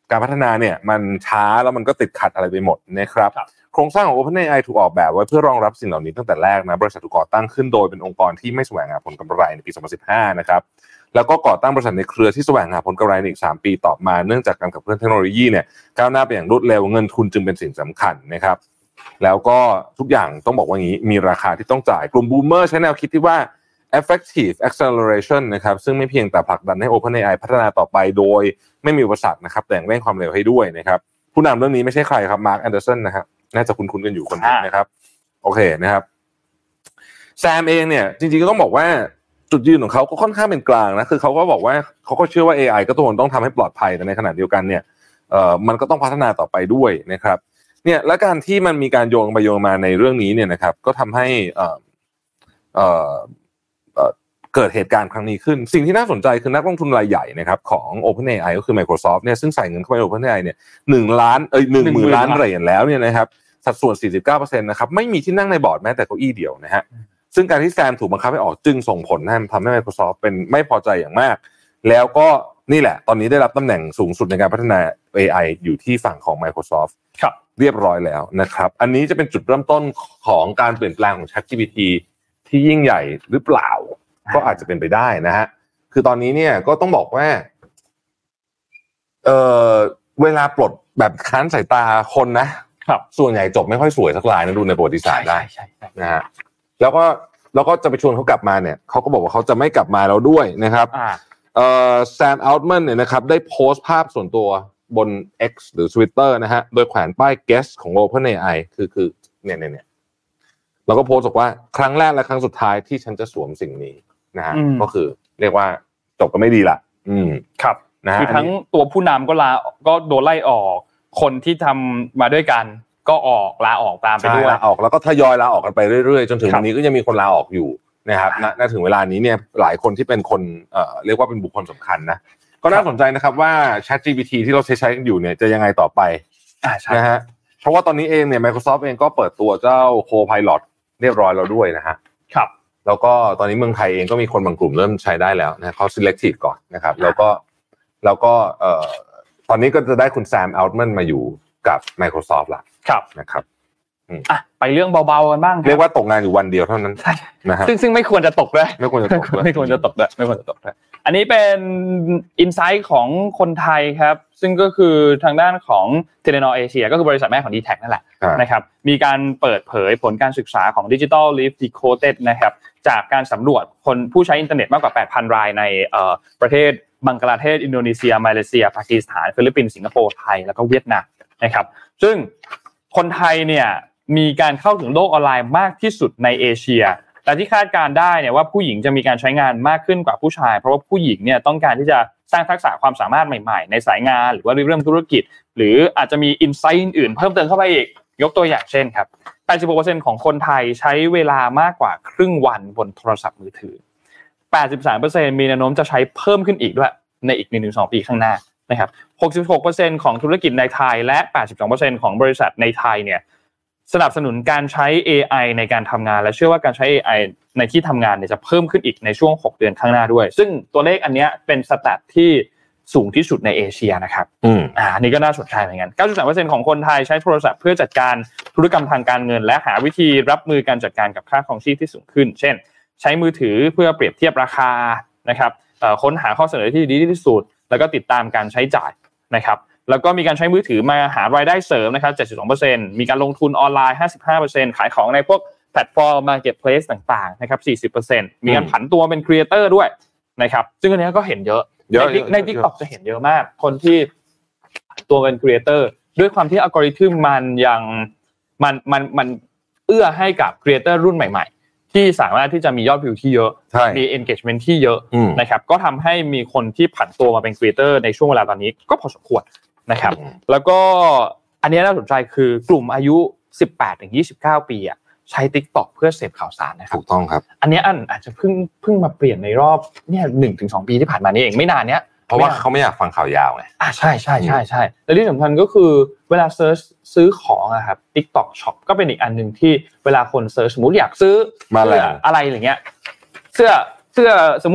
A: การพัฒนาเนี่ยมันช้าแล้วมันก็ติดขัดอะไรไปหมดนะครับโครงสร้างของ OpenAI ถูกออกแบบไว้เพื่อรองรับสิ่งเหล่านี้ตั้งแต่แรกนะบริษัทถูกก่อตั้งขึ้นโดยเป็นองค์กรที่ไม่แสวงหาผลกำไรในปีสองพันสิบห้านะครับแล้วก็ก่อตั้งบริษัทในเครือที่แสวงหาผลกำไรในอีกสามปีต่อมาเนื่องจากการขับเคลื่อนเทคโนโลยีเนี่ยก้าวหน้าไปอย่างรวดเร็วเงินทุนจึงเป็นสิ่งสำคัญนะครับแล้วก็ทุกอย่างต้องบอกว่างี้มีราคาที่ต้องจ่ายกลุ่มบูมเมอร์ใช้แนวคิดที่ว่า effective acceleration นะครับซึ่งไม่เพียงแต่ผลักดันให้ OpenAI พัฒนาต่อไปโดยไม่มีอุปสรรคนะครับแต่ยังเร่งความเร็วให้ด้วยนะครับผู้นำเรื่องนี้ไม่ใช่ใครครับมาร์คแอนเดอร์สันนะครับน่าจะคุ้นๆกันอยู่คนนึงนะครับโอเคนะครับแซมเองเนี่ยจริงๆก็ต้องบอกว่าจุดยืนของเขาก็ค่อนข้างเป็นกลางนะคือเขาก็บอกว่าเขาก็เชื่อว่า เอ ไอ ก็ตัวมันต้องทำให้ปลอดภัยแต่ในขณะเดียวกันเนี่ยเอ่อมันก็ต้องพัฒนาต่อไปด้วยนะครับเนี่ยและการที่มันมีการโยงไปโยงมาในเรื่องนี้เนี่ยนะครับก็ทำให้เอ่อเอ่อเอ่อเกิดเหตุการณ์ครั้งนี้ขึ้นสิ่งที่น่าสนใจคือนักลงทุนรายใหญ่นะครับของ OpenAI ก็คือ Microsoft เนี่ยซึ่งใส่เงินเข้าไปใน OpenAI เนี่ยหนึ่งล้านเอ้ย หนึ่งหมื่น ล้านเหรียญแล้วเนี่ยนะครับสัดส่วน สี่สิบเก้าเปอร์เซ็นต์ นะครับไม่มีที่นั่งในบอร์ดแม้แต่เก้าอี้เดียวนะฮะซึ่งการที่แซมถูกบังคับให้ออกจึงส่งผลให้ทำให้ Microsoft เป็นไม่พอใจอย่างมากแล้วก็นี่แหละตอนนี้ได้รับตำแหน่งสูงสุดในการพัฒนา เอ ไอ อยู่ที่ฝั่งของ Microsoft
B: ครับ
A: เรียบร้อยแล้วนะครับอันนี้จะเป็นจุดเริ่มต้นของการเปลี่ยนแปลงของ ChatGPT ที่ยิ่งใหญ่หรือเปล่าก็อาจจะเป็นไปได้นะฮะคือตอนนี้เนี่ยก็ต้องบอกว่าเอ่อเวลาปลดแบบค้านสายตาคนนะครับส่วนใหญ่จบไม่ค่อยสวยสักรายนะดูในประวัติศาสตร์ได้นะฮะแล้วก็แล้วก็จะไปชวนเขากลับมาเนี่ยเขาก็บอกว่าเขาจะไม่กลับมาแล้วด้วยนะครับเอ่อแซมอัลต์แมนเนี่ยนะครับได้โพสต์ภาพส่วนตัวบน X หรือ Twitter นะฮะโดยแขวนป้าย guest ของ OpenAI คือคือเนี่ยเนี่ยเนี่ยแล้วก็โพสต์บอกว่าครั้งแรกและครั้งสุดท้ายที่ฉันจะสวมสิ่งนี้นะฮะก็คือเรียกว่าจบก็ไม่ดีละอืม
B: ครับนะฮะคือทั้งตัวผู้นำก็ลาก็โดนไล่ออกคนที่ทำมาด้วยกันก็ออกลาออกตามไปด้วย
A: ลาออกแล้วก็ทยอยลาออกกันไปเรื่อยๆจนถึงวันนี้ก็ยังมีคนลาออกอยู่นะครับณถึงเวลานี้เนี่ยหลายคนที่เป็นคนเอ่อเรียกว่าเป็นบุคคลสำคัญนะก็น่าสนใจนะครับว่า ChatGPT ที่เราใช้ใช้กันอยู่เนี่ยจะยังไงต่อไปนะฮะเพราะว่าตอนนี้เองเนี่ย Microsoft เองก็เปิดตัวเจ้า Copilot เรียบร้อยแล้วด้วยนะฮะ
B: ครับ
A: แล้วก็ตอนนี้เมืองไทยเองก็มีคนบางกลุ่มเริ่มใช้ได้แล้วนะเขา selective ก่อนนะครับแล้วก็แล้วก็เอ่อตอนนี้ก็จะได้คุณแซมอัลต์แมนมาอยู่กับ Microsoft ละ
B: ครับ
A: นะครับ
B: อ่ะไปเรื่องเบาๆกันบ้าง
A: เรียกว่าตกงานอยู่วันเดียวเท่านั้นนะฮะ
B: ซึ่งซึ่งไม่ควรจะตกด้วย
A: ไม่ควรจะตกด้วย
B: ไม่ควรจะตกด้วยไม่ควรจะตกด้วยอันนี้เป็นอินไซต์ของคนไทยครับซึ่งก็คือทางด้านของ Telenor Asia ก็คือบริษัทแม่ของ ดี แท็ก นั่นแหละนะครับมีการเปิดเผยผลการศึกษาของ Digital Life Decoded นะครับจากการสำรวจคนผู้ใช้อินเทอร์เน็ตมากกว่า แปดพัน รายในเอ่อประเทศบังกลาเทศอินโดนีเซียมาเลเซียปากีสถานฟิลิปปินส์สิงคโปร์ไทยแล้วก็เวียดนามนะครับซึ่งคนไทยเนี่ยมีการเข้าถึงโลกออนไลน์มากที่สุดในเอเชียแต่ที่คาดการได้เนี่ยว่าผู้หญิงจะมีการใช้งานมากขึ้นกว่าผู้ชายเพราะว่าผู้หญิงเนี่ยต้องการที่จะสร้างทักษะความสามารถใหม่ๆในสายงานหรือว่าเรื่องธุรกิจหรืออาจจะมีอินไซต์อื่นเพิ่มเติมเข้าไปอีกยกตัวอย่างเช่นครับ แปดสิบหกเปอร์เซ็นต์ ของคนไทยใช้เวลามากกว่าครึ่งวันบนโทรศัพท์มือถือ แปดสิบสามเปอร์เซ็นต์ มีแนวโน้มจะใช้เพิ่มขึ้นอีกด้วยในอีก หนึ่งถึงสอง ปีข้างหน้านะครับ หกสิบหกเปอร์เซ็นต์ ของธุรกิจในไทยและ แปดสิบสองเปอร์เซ็นต์ ของบริษัทในไทยเนี่ยสนับสนุนการใช้ เอ ไอ ในการทำงานและเชื่อว่าการใช้ เอ ไอ ในที่ทำงานเนี่ยจะเพิ่มขึ้นอีกในช่วงหกเดือนข้างหน้าด้วยซึ่งตัวเลขอันนี้เป็นสแตทที่สูงที่สุดในเอเชียนะครับอืมอ่านี่ก็น่าสนใจเหมือนกัน เก้าสิบสามเปอร์เซ็นต์ ของคนไทยใช้โทรศัพท์เพื่อจัดการธุรกรรมทางการเงินและหาวิธีรับมือการจัดการกับค่าครองชีพที่สูงขึ้นเช่นใช้มือถือเพื่อเปรียบเทียบราคานะครับเอ่อค้นหาข้อเสนอที่ดีที่สุดแล้วก็ติดตามการใช้จ่ายนะครับแล้วก็มีการใช้มือถือมาหารายได้เสริมนะครับ เจ็ดสิบสองเปอร์เซ็นต์ มีการลงทุนออนไลน์ ห้าสิบห้าเปอร์เซ็นต์ ขายของในพวกแพลตฟอร์ม Marketplace ต่างๆนะครับ สี่สิบเปอร์เซ็นต์ มีการผันตัวเป็นครีเอเตอร์ด้วยนะครับซึ่งอันนี้ก็เห็นเยอะในใน TikTok จะเห็นเยอะมากคนที่ตัวเป็นครีเอเตอร์ด้วยความที่อัลกอริทึมมันยังมันมันมันเอื้อให้กับครีเอเตอร์รุ่นใหม่ๆที่สามารถที่จะมียอดวิวที่เยอะมี engagement ที่เยอะนะครับก็ทำให้มีคนที่ผันตัวมาเป็นครีเอเตอร์ในช่วงเวลาตอนนี้ก็พอสมควรนะครับแล้วก็อันนี้น่าสนใจคือกลุ่มอายุ สิบแปดถึงยี่สิบเก้า ปีอ่ะใช้ TikTok เพื่อเสพข่าวสารนะครับ
A: ถูกต้องครับ
B: อันนี้อันอาจจะเพิ่งเพิ่งมาเปลี่ยนในรอบเนี่ย หนึ่งถึงสอง ปีที่ผ่านมานี่เองไม่นานเนี้ย
A: เพราะว่าเขาไม่อยากฟังข่าวยาวไง
B: อ่ะใช่ๆๆๆและที่สำคัญก็คือเวลาเซิร์ชซื้อของอ่ะครับ TikTok Shop ก็เป็นอีกอันนึงที่เวลาคนเซิร์ชสมมุติอยากซื้อเสื้ออะไรอย่างเงี้ยเสื้อเสื้อสมมุติ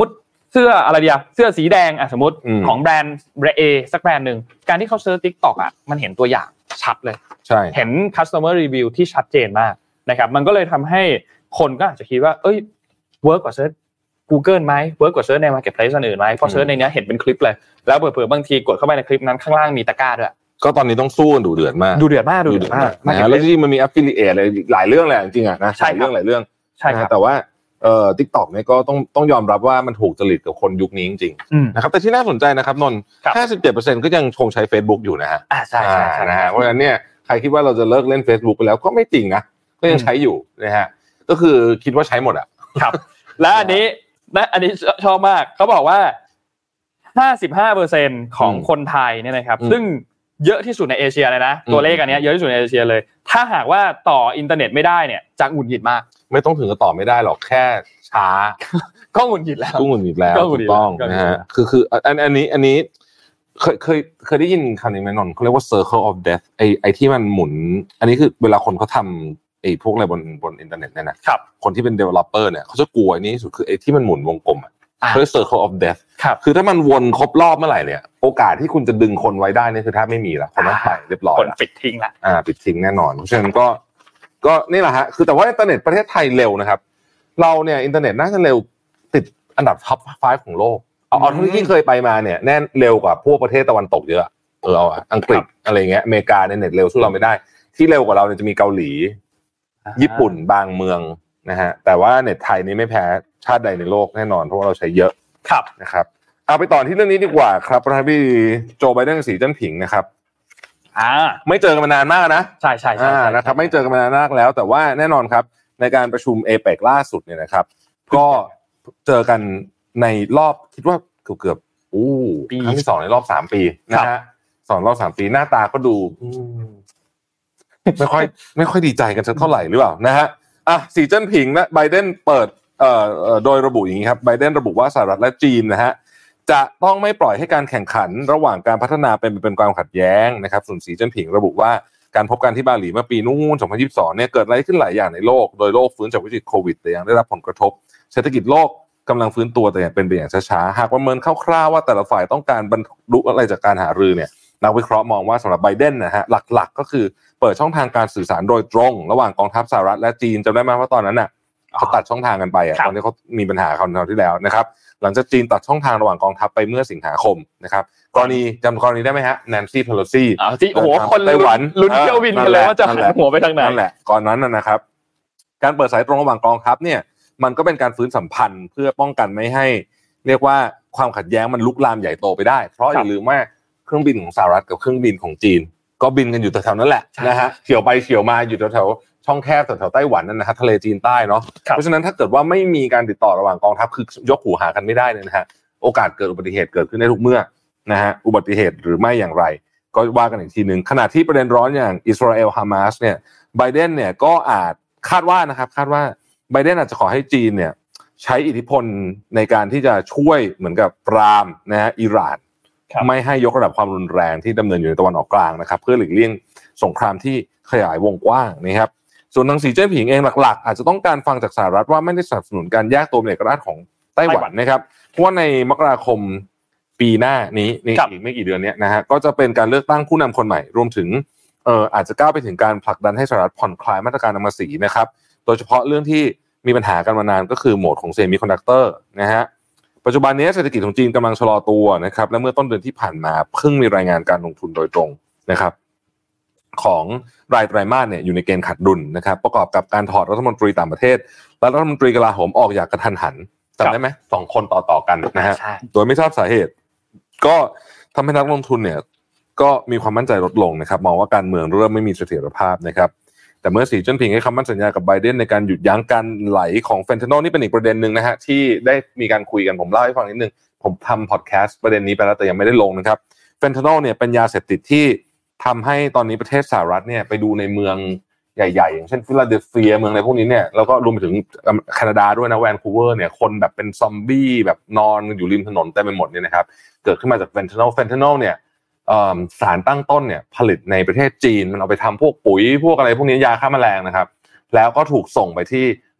B: เสื้ออะไรดีอ่ะเสื้อสีแดงอ่ะสมมุติของแบรนด์แบรนด์ A สักแบรนด์นึงการที่เขาเซิร์ช TikTok อ่ะมันเห็นตัวอย่างชัดเลย
A: ใช่
B: เห็น customer review ที่ชัดเจนมากนะครับมันก็เลยทำให้คนก็อาจจะคิดว่าเอ้ยเวิร์กกว่าเซิร์ช Google มั้ยเวิร์กกว่าเซิร์ชใน Marketplace อื่นมั้ยเพราะเซิร์ชในเนี้ยเห็นเป็นคลิปเลยแล้วเผื่อๆบางทีกดเข้าไปในคลิปนั้นข้างล่างมีตะกร้าด้วย
A: ก็ตอนนี้ต้องสู้กันดูเดือดมาก
B: ดูเดือดมากดูเดือดมาก
A: นะแล้วที่มันมี affiliate อะไรหลายเรื่องแหละจริงๆอ่ะนะหลายเรื่องหลายเรื่อง
B: ใช่ครับ
A: แต่ว่าเอ่อ TikTok เนี่ยก็ต้องต้องยอมรับว่ามันถูกจริตกับคนยุคนี้จริงๆนะครับแต่ที่น่าสนใจนะครับนนท์ ห้าสิบเจ็ดเปอร์เซ็นต์ ก็ยังคงใช้ Facebook อยู่นะฮะ
B: อ่าใช่ๆ
A: นะฮะเพราะฉะนั้นเนี่ยใครคิดว่าเราจะเลิกเล่น Facebook ไปแล้วก็ไม่จริงนะก็ยังใช้อยู่นะฮะก็คือคิดว่าใช้หมดอ่ะ
B: ครับและอันนี้นะอันนี้ชอบมากเขาบอกว่า ห้าสิบห้าเปอร์เซ็นต์ ของคนไทยเนี่ยนะครับซึ่งเยอะที่สุดในเอเชียเลยนะตัวเลขอันนี้เยอะที่สุดในเอเชียเลยถ้าหากว่าต่ออินเทอร์เน็ตไม่ได้เนี่ยจะหงุดหงิดมาก
A: ไม่ต้องถึงกับต่อไม่ได้หรอกแค่ช้า
B: ก็หงุดหงิดแล้ว
A: ก็หงุดหงิดแล้วถูกต้องนะฮะคือคืออันอันนี้อันนี้เคยเคยเคยได้ยินคำนี้ไหมนนท์เขาเรียกว่า circle of death ไอไอที่มันหมุนอันนี้คือเวลาคนเขาทำไอพวกอะไรบนบนอินเทอร์เน็ตเนี่ยนะครับคนที่เป็น developer เนี่ยเขาจะกลัวอันนี้สุดคือไอที่มันหมุนวงกลมอ่ะเขาเรียก circle of death คือถ้ามันวนครบรอบเมื่อไหร่เนี่ยโอกาสที่คุณจะดึงคนไว้ได้นี่คือแทบไม่มีละคนต้องไปเรียบร้อย
B: คนปิดทิ้งละ
A: อ่าปิดทิ้งแน่นอนเพราะฉะนั้นก็ก็นี่แหละฮะคือแต่ว่าอินเทอร์เน็ตประเทศไทยเร็วนะครับเราเนี่ยอินเทอร์เน็ตน่าจะเร็วติดอันดับท็อปห้าของโลกเอาเอาที่เคยไปมาเนี่ยแน่นเร็วกว่าพวกประเทศตะวันตกเยอะเออเอาอังกฤษอะไรเงี้ยอเมริกาเนี่ยเน็ตเร็วสู้เราไม่ได้ที่เร็วกว่าเราเนี่ยจะมีเกาหลีญี่ปุ่นบางเมืองนะฮะแต่ว่าเน็ตไทยนี่ไม่แพ้ชาติใดในโลกแน่นอนเพราะว่าเราใช้เยอะ
B: ครับ
A: นะครับเอาไปต่อที่เรื่องนี้ดีกว่าครับประธานาธิบดีโจไบเดนกับสีจิ้นผิงนะครับ
B: อ่า
A: ไม่เจอกันมานานมากนะ
B: ใช่ๆๆอ่า
A: นะครับไม่เจอกันมานานมากแล้วแต่ว่าแน่นอนครับในการประชุม เอ เปค ล่าสุดเนี่ยนะครับก็เจอกันในรอบคิดว่าเกือบๆอู้ครั้งที่สองในรอบสามปีนะฮะสองรอบสามปีหน้าตาก็ดูไม่ค่อยไม่ค่อยดีใจกันสักเท่าไหร่หรือเปล่านะฮะอ่ะสีจิ้นผิงและไบเดนเปิดเอ่อโดยระบุอย่างนี้ครับไบเดนระบุว่าสหรัฐและจีนนะฮะจะต้องไม่ปล่อยให้การแข่งขันระหว่างการพัฒนาเป็นเป็นความขัดแย้งนะครับส่วนสีจิ้นผิงระบุว่าการพบกันที่บาหลีเมื่อปีนู้นสองพันยี่สิบสองเนี่ยเกิดอะไรขึ้นหลายอย่างในโลกโดยโลกฟื้นจากวิกฤตโควิดแต่ยังได้รับผลกระทบเศรษฐกิจโลกกำลังฟื้นตัวแต่ยังเป็นไปอย่างช้าๆหากประเมินคร่าวๆว่าแต่ละฝ่ายต้องการบรรลุอะไรจากการหารือเนี่ยนักวิเคราะห์มองว่าสำหรับไบเดนนะฮะหลักๆก็คือเปิดช่องทางการสื่อสารโดยตรงระหว่างกองทัพสหรัฐและจีนจำได้ไหมว่าตอนนั้นน่ะเขาตัดช่องทางกันไปอ่ะตอนนี้เขามีปัญหาคราวที่แล้วนะครับหลังจากจีนตัดช่องทางระหว่างกองทัพไปเมื่อสิงหาคมนะครับกรณีจำกรณีได้ไหมฮะแนนซี่เพโลซี่
B: อ๋อที่โอ้โหคนไต้หวันลุ้นเที่ยวบินกันเลยว่าจะหันหัวไปทางไหน
A: นั่นแหละก่อนนั้นนะครับการเปิดสายตรงระหว่างกองทัพเนี่ยมันก็เป็นการฟื้นสัมพันธ์เพื่อป้องกันไม่ให้เรียกว่าความขัดแย้งมันลุกลามใหญ่โตไปได้เพราะอย่าลืมว่าเครื่องบินของสหรัฐกับเครื่องบินของจีนก็บินกันอยู่แถวๆนั้นแหละนะฮะเฉียวไปเฉียวมาอยู่แถวๆช่องแคบแถวๆไต้หวันนั่นนะฮะทะเลจีนใต้เนาะเพราะฉะนั้นถ้าเกิดว่าไม่มีการติดต่อระหว่างกองทัพคือยกหูหากันไม่ได้เนี่ยนะฮะโอกาสเกิดอุบัติเหตุเกิดขึ้นได้ทุกเมื่อนะฮะอุบัติเหตุหรือไม่อย่างไรก็ว่ากันอีกทีนึงขณะที่ประเด็นร้อนอย่างอิสราเอลฮามาสเนี่ยไบเดนเนี่ยก็อาจคาดว่านะครับคาดว่าไบเดนอาจจะขอให้จีนเนี่ยใช้อิทธิพลในการที่จะช่วยเหมือนกับปรามนะฮะอิหร่านไม่ให้ยกระดับความรุนแรงที่ดำเนินอยู่ในตะวันออกกลางนะครับเพื่อหลีกเลี่ยงสงครามที่ขยายวงกว้างนะครับส่วนทางสีจิ้นผิงเองหลักๆอาจจะต้องการฟังจากสหรัฐว่าไม่ได้สนับสนุนการแยกตัวเป็นเอกราชของไต้หวันนะครับเพราะว่าในมกราคมปีหน้านี้นี่อีกไม่กี่เดือนนี้นะฮะก็จะเป็นการเลือกตั้งผู้นำคนใหม่รวมถึงเอ่ออาจจะก้าวไปถึงการผลักดันให้สหรัฐผ่อนคลายมาตรการนำภาษีนะครับโดยเฉพาะเรื่องที่มีปัญหากันมานานก็คือโหมดของเซมิคอนดักเตอร์นะฮะปัจจุบันนี้เศรษฐกิจของจีนกำลังชะลอตัวนะครับและเมื่อต้นเดือนที่ผ่านมาเพิ่งมีรายงานการลงทุนโดยตรงนะครับของรายไตรมาสเนี่ยอยู่ในเกณฑ์ขาดดุลนะครับประกอบกับการถอดรัฐมนตรีต่างประเทศและรัฐมนตรีกลาโหมออกอย่างกระทันหันจำได้ไหมสองคนต่อๆกันนะฮะโดยไม่ทราบสาเหตุก็ทำให้นักลงทุนเนี่ยก็มีความมั่นใจลดลงนะครับมองว่าการเมืองเริ่มไม่มีเสถียรภาพนะครับแต่เมื่อสีจิ้นผิงให้คำมั่นสัญญากับไบเดนในการหยุดยั้งการไหลของเฟนทานอลนี่เป็นอีกประเด็นนึงนะฮะที่ได้มีการคุยกันผมเล่าให้ฟังนิดนึงผมทำพอดแคสต์ประเด็นนี้ไปแล้วแต่ยังไม่ได้ลงนะครับเฟนทานอลเนี่ยเป็นยาเสพติดที่ทำให้ตอนนี้ประเทศสหรัฐเนี่ยไปดูในเมืองใหญ่ๆอย่างเช่นฟิลาเดลเฟียเมืองอะไรพวกนี้เนี่ยแล้วก็รวมไปถึงแคนาดาด้วยนะแวนคูเวอร์เนี่ยคนแบบเป็นซอมบี้แบบนอนอยู่ริมถนนเต็มไปหมดเนี่ยนะครับเกิดขึ้นมาจากเฟนทานอลเฟนทานอลเนี่ยสารตั้งต้นเนี่ยผลิตในประเทศจีนมันเอาไปทำพวกปุ๋ยพวกอะไรพวกนี้ยาฆ่าแมลงนะครับแล้วก็ถูกส่งไปที่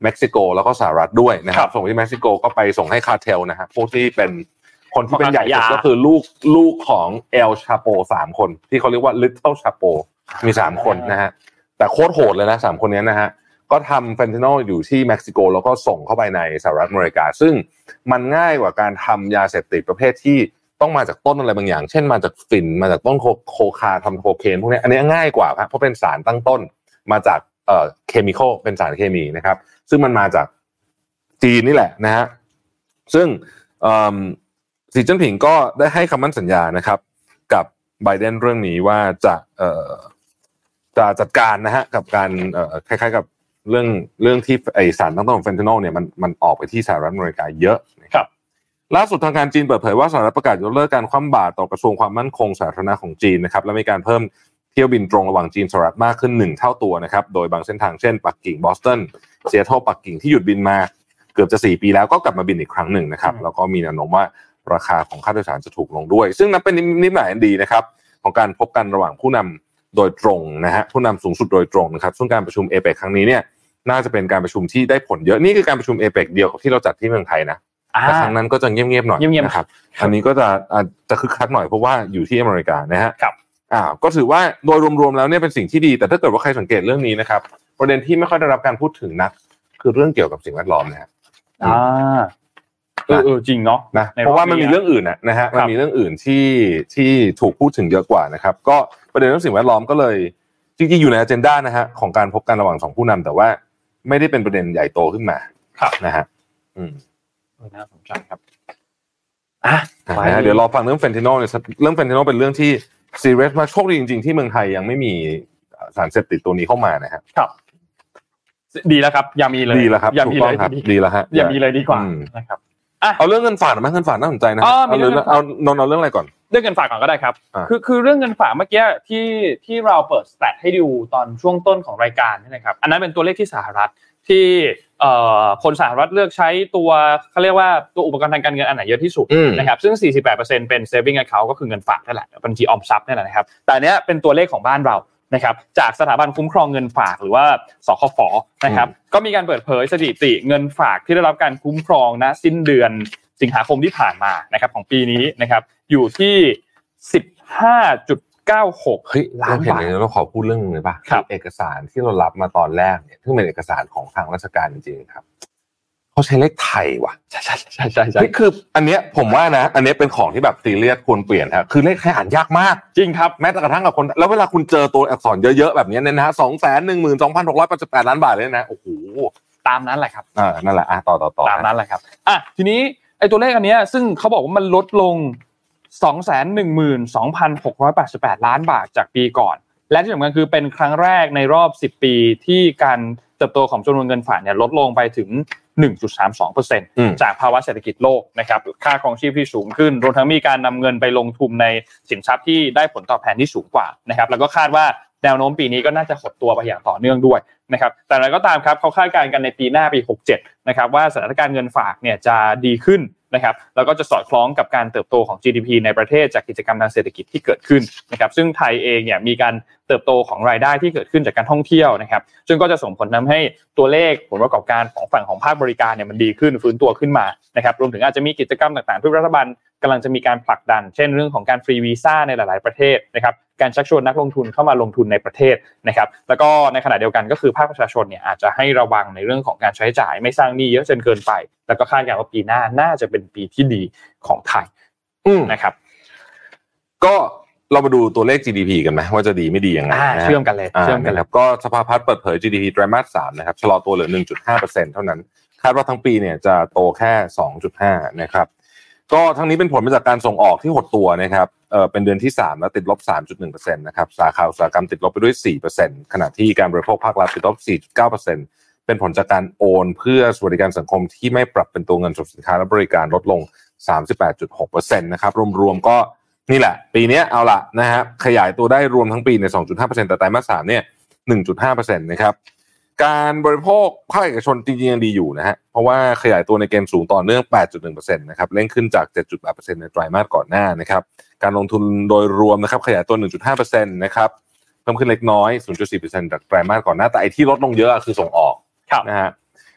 A: เม็กซิโกแล้วก็สหรัฐด้วยนะครับส่งที่เม็กซิโกก็ไปส่งให้คาร์เทลนะฮะพวกที่เป็นคนที่เป็นใหญ่สุดก็คือลูกลูกของเอลชาโปสามคนที่เขาเรียกว่า Little Chapo มีสามคนนะฮะแต่โคตรโหดเลยนะสามคนนี้นะฮะก็ทำเฟนทานอลอยู่ที่เม็กซิโกแล้วก็ส่งเข้าไปในสหรัฐอเมริกาซึ่งมันง่ายกว่าการทำยาเสพติดประเภทที่ต้องมาจากต้นอะไรบางอย่างเช่นมาจากฝิ่นมาจากต้นโคคาทำโคเคนพวกนี้อันนี้ง่ายกว่าครับเพราะเป็นสารตั้งต้นมาจากเอ่อเคมีคอลเป็นสารเคมีนะครับซึ่งมันมาจากจีนนี่แหละนะฮะซึ่งสีจิ้นผิงก็ได้ให้คำมั่นสัญญานะครับกับไบเดนเรื่องนี้ว่าจะเอ่อจะจัดการนะฮะกับการเอ่อคล้ายๆกับเรื่องเรื่องที่ไอสารตั้งต้นของเฟนทานอลเนี่ยมันมันออกไปที่สหรัฐอเมริกาเยอะนะครับล่าสุดทางการจีนเปิดเผยว่าสหรัฐประกาศยกเลิกการคว่ำบาตรต่อกระทรวงความมั่นคงสาธารณะของจีนนะครับและมีการเพิ่มเที่ยวบินตรงระหว่างจีนสหรัฐมากขึ้นหนึ่งเท่าตัวนะครับโดยบางเส้นทางเช่นปักกิ่งบอสตันซีแอตเทิลปักกิ่งที่หยุดบินมาเกือบจะสี่ปีแล้วก็กลับมาบินอีกครั้งหนึ่งนะครับแล้วก็มีแนวโน้มว่าราคาของค่าโดยสารจะถูกลงด้วยซึ่งนับเป็นนิมิตหมายอันดีนะครับของการพบกันระหว่างผู้นำโดยตรงนะฮะผู้นำสูงสุดโดยตรงนะครับซึ่งการประชุม เอ เปค ครั้งนี้เนี่ยน่าจะเป็นการประชุมที่ได้ผลเยอะนี่คือการประชุม เอ เปค เดียวกับที่เราจัดที่เมืองไทยนะแต่ครั้งนั้นก็จะเงียบๆหน่อยนะครับอันนี้ก็จะจะคึกคักหน่อยเพราะว่าอยู่ที่อเมริกานะฮะอ่าก็ถือว่าโดยรวมๆแล้วเนี่ยเป็นสิ่งที่ดีแต่ถ้าเกิดว่าใครสังเกตเรื่องนี้นะครับประเด็นที่ไม่ค่อยได้รับการพูดถึงนักคือเรื่องเกี่ยวกับสิ่งแวดล้อมนะฮะ
B: อ่าเออจริงเนาะ
A: นะเพราะว่ามันมีเรื่องอื่นนะนะฮะมันมีเรื่องอื่นที่ที่ถูกพูดถึงเยอะกว่านะครับก็ประเด็นเรื่องสิ่งแวดล้อมก็เลยจริงๆอยู่ในอเจนดานะฮะของการพบกันระหว่างสองผู้นำแต่ว่าไม่ได้เป็นประเด็นใหญ่โตขึ้นมานะฮะอืม
B: น่าสนใจครับอ่ะ
A: เดี๋ยวรอฟังเรื่องเฟนทานอลเนี่ยเรื่องเฟนทานอลเป็นเรื่องที่ซีเรียสมากโชคดีจริงๆที่เมืองไทยยังไม่มีสารเสพติดตัวนี้เข้ามานะฮะ
B: ครับดีแล้วครับอย่ามีเลย
A: ดีแล้วครับ
B: อย่ามีเลย
A: ดีแล้วฮะ
B: อย่ามีเลยดีกว่านะครับอ่ะ
A: เอาเรื่องเงินฝากมั้ยเงินฝากน่าสนใจนะเอาเรื่องเอานนเอาเรื่องอะไรก่อน
B: เรื่องเงินฝากก่อนก็ได้ครับคือคือเรื่องเงินฝากเมื่อกี้ที่ที่เราเปิดสแตทให้ดูตอนช่วงต้นของรายการนี่นะครับอันนั้นเป็นตัวเลขที่สหรัฐที่เอ่อคนสหรัฐเลือกใช้ตัวเค้าเรียกว่าตัวอุปกรณ์ทางการเงินอันไหนเยอะที่สุดนะครับซึ่ง สี่สิบแปดเปอร์เซ็นต์ เป็น saving account ก็คือเงินฝากนั่นแหละบัญชีออมทรัพย์นั่นแหละนะครับแต่เนี้ยเป็นตัวเลขของบ้านเรานะครับจากสถาบันคุ้มครองเงินฝากหรือว่าสคฝนะครับก็มีการเปิดเผยสถิติเงินฝากที่ได้รับการคุ้มครองณสิ้นเดือนสิงหาคมที่ผ่านมานะครับของปีนี้นะครับอยู่ที่ สิบห้าจุดเก้าหก ล้านบาท
A: เราขอพูดเรื่องนึงเลยป่ะเอกสารที่เรารับมาตอนแรกเนี่ยซึ่งเป็นเอกสารของทางราชการจริงๆครับเขาใช้เลขไทยว่ะ
B: ใช่ๆๆๆ
A: นี่คืออันเนี้ยผมว่านะอันนี้เป็นของที่แบบซีเรียสควรเปลี่ยนครับคือเลขไทยอ่านยากมาก
B: จริงครับ
A: แม้แต่กระทั่งกับคนแล้วเวลาคุณเจอตัวอักษรเยอะๆแบบนี้เนี่ยนะฮะ สองแสนหนึ่งหมื่นสองพันหกร้อยแปดสิบแปด ล้านบาทเลยนะโอ้โห
B: ตามนั้นแหละครับ
A: อ่านั่นแหละอ่ะต่อๆๆ
B: ตามนั้นแหละครับอ่ะทีนี้ไอ้ตัวเลขอันเนี้ยซึ่งเขาบอกว่ามันลดลง สองแสนหนึ่งหมื่นสองพันหกร้อยแปดสิบแปด ล้านบาทจากปีก่อนและที่สำคัญคือเป็นครั้งแรกในรอบสิบปีที่การเติบโตของจำนวนเงินฝากเนี่ยลดลงไปถึง หนึ่งจุดสามสองเปอร์เซ็นต์ จากภาวะเศรษฐกิจโลกนะครับค่าครองชีพที่สูงขึ้นรวมทั้งมีการนำเงินไปลงทุนในสินทรัพย์ที่ได้ผลตอบแทนที่สูงกว่านะครับแล้วก็คาดว่าแนวโน้มปีนี้ก็น่าจะหดตัวไปอย่างต่อเนื่องด้วยนะครับแต่อะไรก็ตามครับเขาคาดการณ์กันในปีหน้าปีหกสิบเจ็ดนะครับว่าสถานการณ์เงินฝากเนี่ยจะดีขึ้นนะครับแล้วก็จะสอดคล้องกับการเติบโตของ จี ดี พี ในประเทศจากกิจกรรมทางเศรษฐกิจที่เกิดขึ้นนะครับซึ่งไทยเองเนี่ยมีการเติบโตของรายได้ที่เกิดขึ้นจากการท่องเที่ยวนะครับซึ่งก็จะส่งผลทำให้ตัวเลขผลประกอบการของฝั่งของภาคบริการเนี่ยมันดีขึ้นฟื้นตัวขึ้นมานะครับรวมถึงอาจจะมีกิจกรรมต่างๆที่รัฐบาลกำลังจะมีการผลักดันเช่นเรื่องของการฟรีวีซ่าในหลายๆประเทศนะครับการชักชวนนักลงทุนเข้ามาลงทุนในประเทศนะครับแล้วก็ในขณะเดียวกันก็คือภาคประชาชนเนี่ยอาจจะให้ระวังในเรื่องของการใช้จ่ายไม่สร้างหนี้เยอะจนเกินไปแล้วก็คาดการณ์ว่าปีหน้าน่าจะเป็นปีที่ดีของไทยนะครับ
A: ก็เรามาดูตัวเลข จี ดี พี กันไหมว่าจะดีไม่ดียังไง
B: เชื่อมกันเลยเชื่อมกัน
A: ครับก็สภาพัฒน์เปิดเผย จี ดี พี ไตรมาสสามนะครับชะลอตัวเหลือ หนึ่งจุดห้าเปอร์เซ็นต์ เท่านั้นคาดว่าทั้งปีเนี่ยจะโตแค่ สองจุดห้า นะครับก็ทั้งนี้เป็นผลมาจากการส่งออกที่หดตัวนะครับเอ่อเป็นเดือนที่สามแล้วติดลบ สามจุดหนึ่งเปอร์เซ็นต์ นะครับสาขาอุตสาหกรรมติดลบไปด้วย สี่เปอร์เซ็นต์ ขณะที่การบริโภคภาครัฐติดลบ สี่จุดเก้าเปอร์เซ็นต์ เป็นผลจากการโอนเพื่อสวัสดิการสังคมที่ไม่ปรับเป็นตัวเงินสดสินค้าและบริการลดลง สามสิบแปดจุดหกเปอร์เซ็นต์ นะครับรวมๆก็นี่แหละปีนี้เอาล่ะนะฮะขยายตัวได้รวมทั้งปีใน สองจุดห้าเปอร์เซ็นต์ แต่ไตรมาสสามเนี่ย หนึ่งจุดห้าเปอร์เซ็นต์ นะครับการบริโภคภาคเอกชนจริงๆยังดีอยู่นะฮะเพราะว่าขยายตัวในเกณฑ์สูงต่อเนื่อง แปดจุดหนึ่งเปอร์เซ็นต์ นะครับเร่งขึ้นจาก เจ็ดจุดแปดเปอร์เซ็นต์ ในไตรมาสก่อนหน้านะครับการลงทุนโดยรวมนะครับขยายตัว หนึ่งจุดห้าเปอร์เซ็นต์ นะครับเพิ่มขึ้นเล็กน้อย ศูนย์จุดสี่เปอร์เซ็นต์ จากไตรมาสก่อนหน้าแต่ไอ้ที่ลดลงเยอะคือส่งออกนะฮะ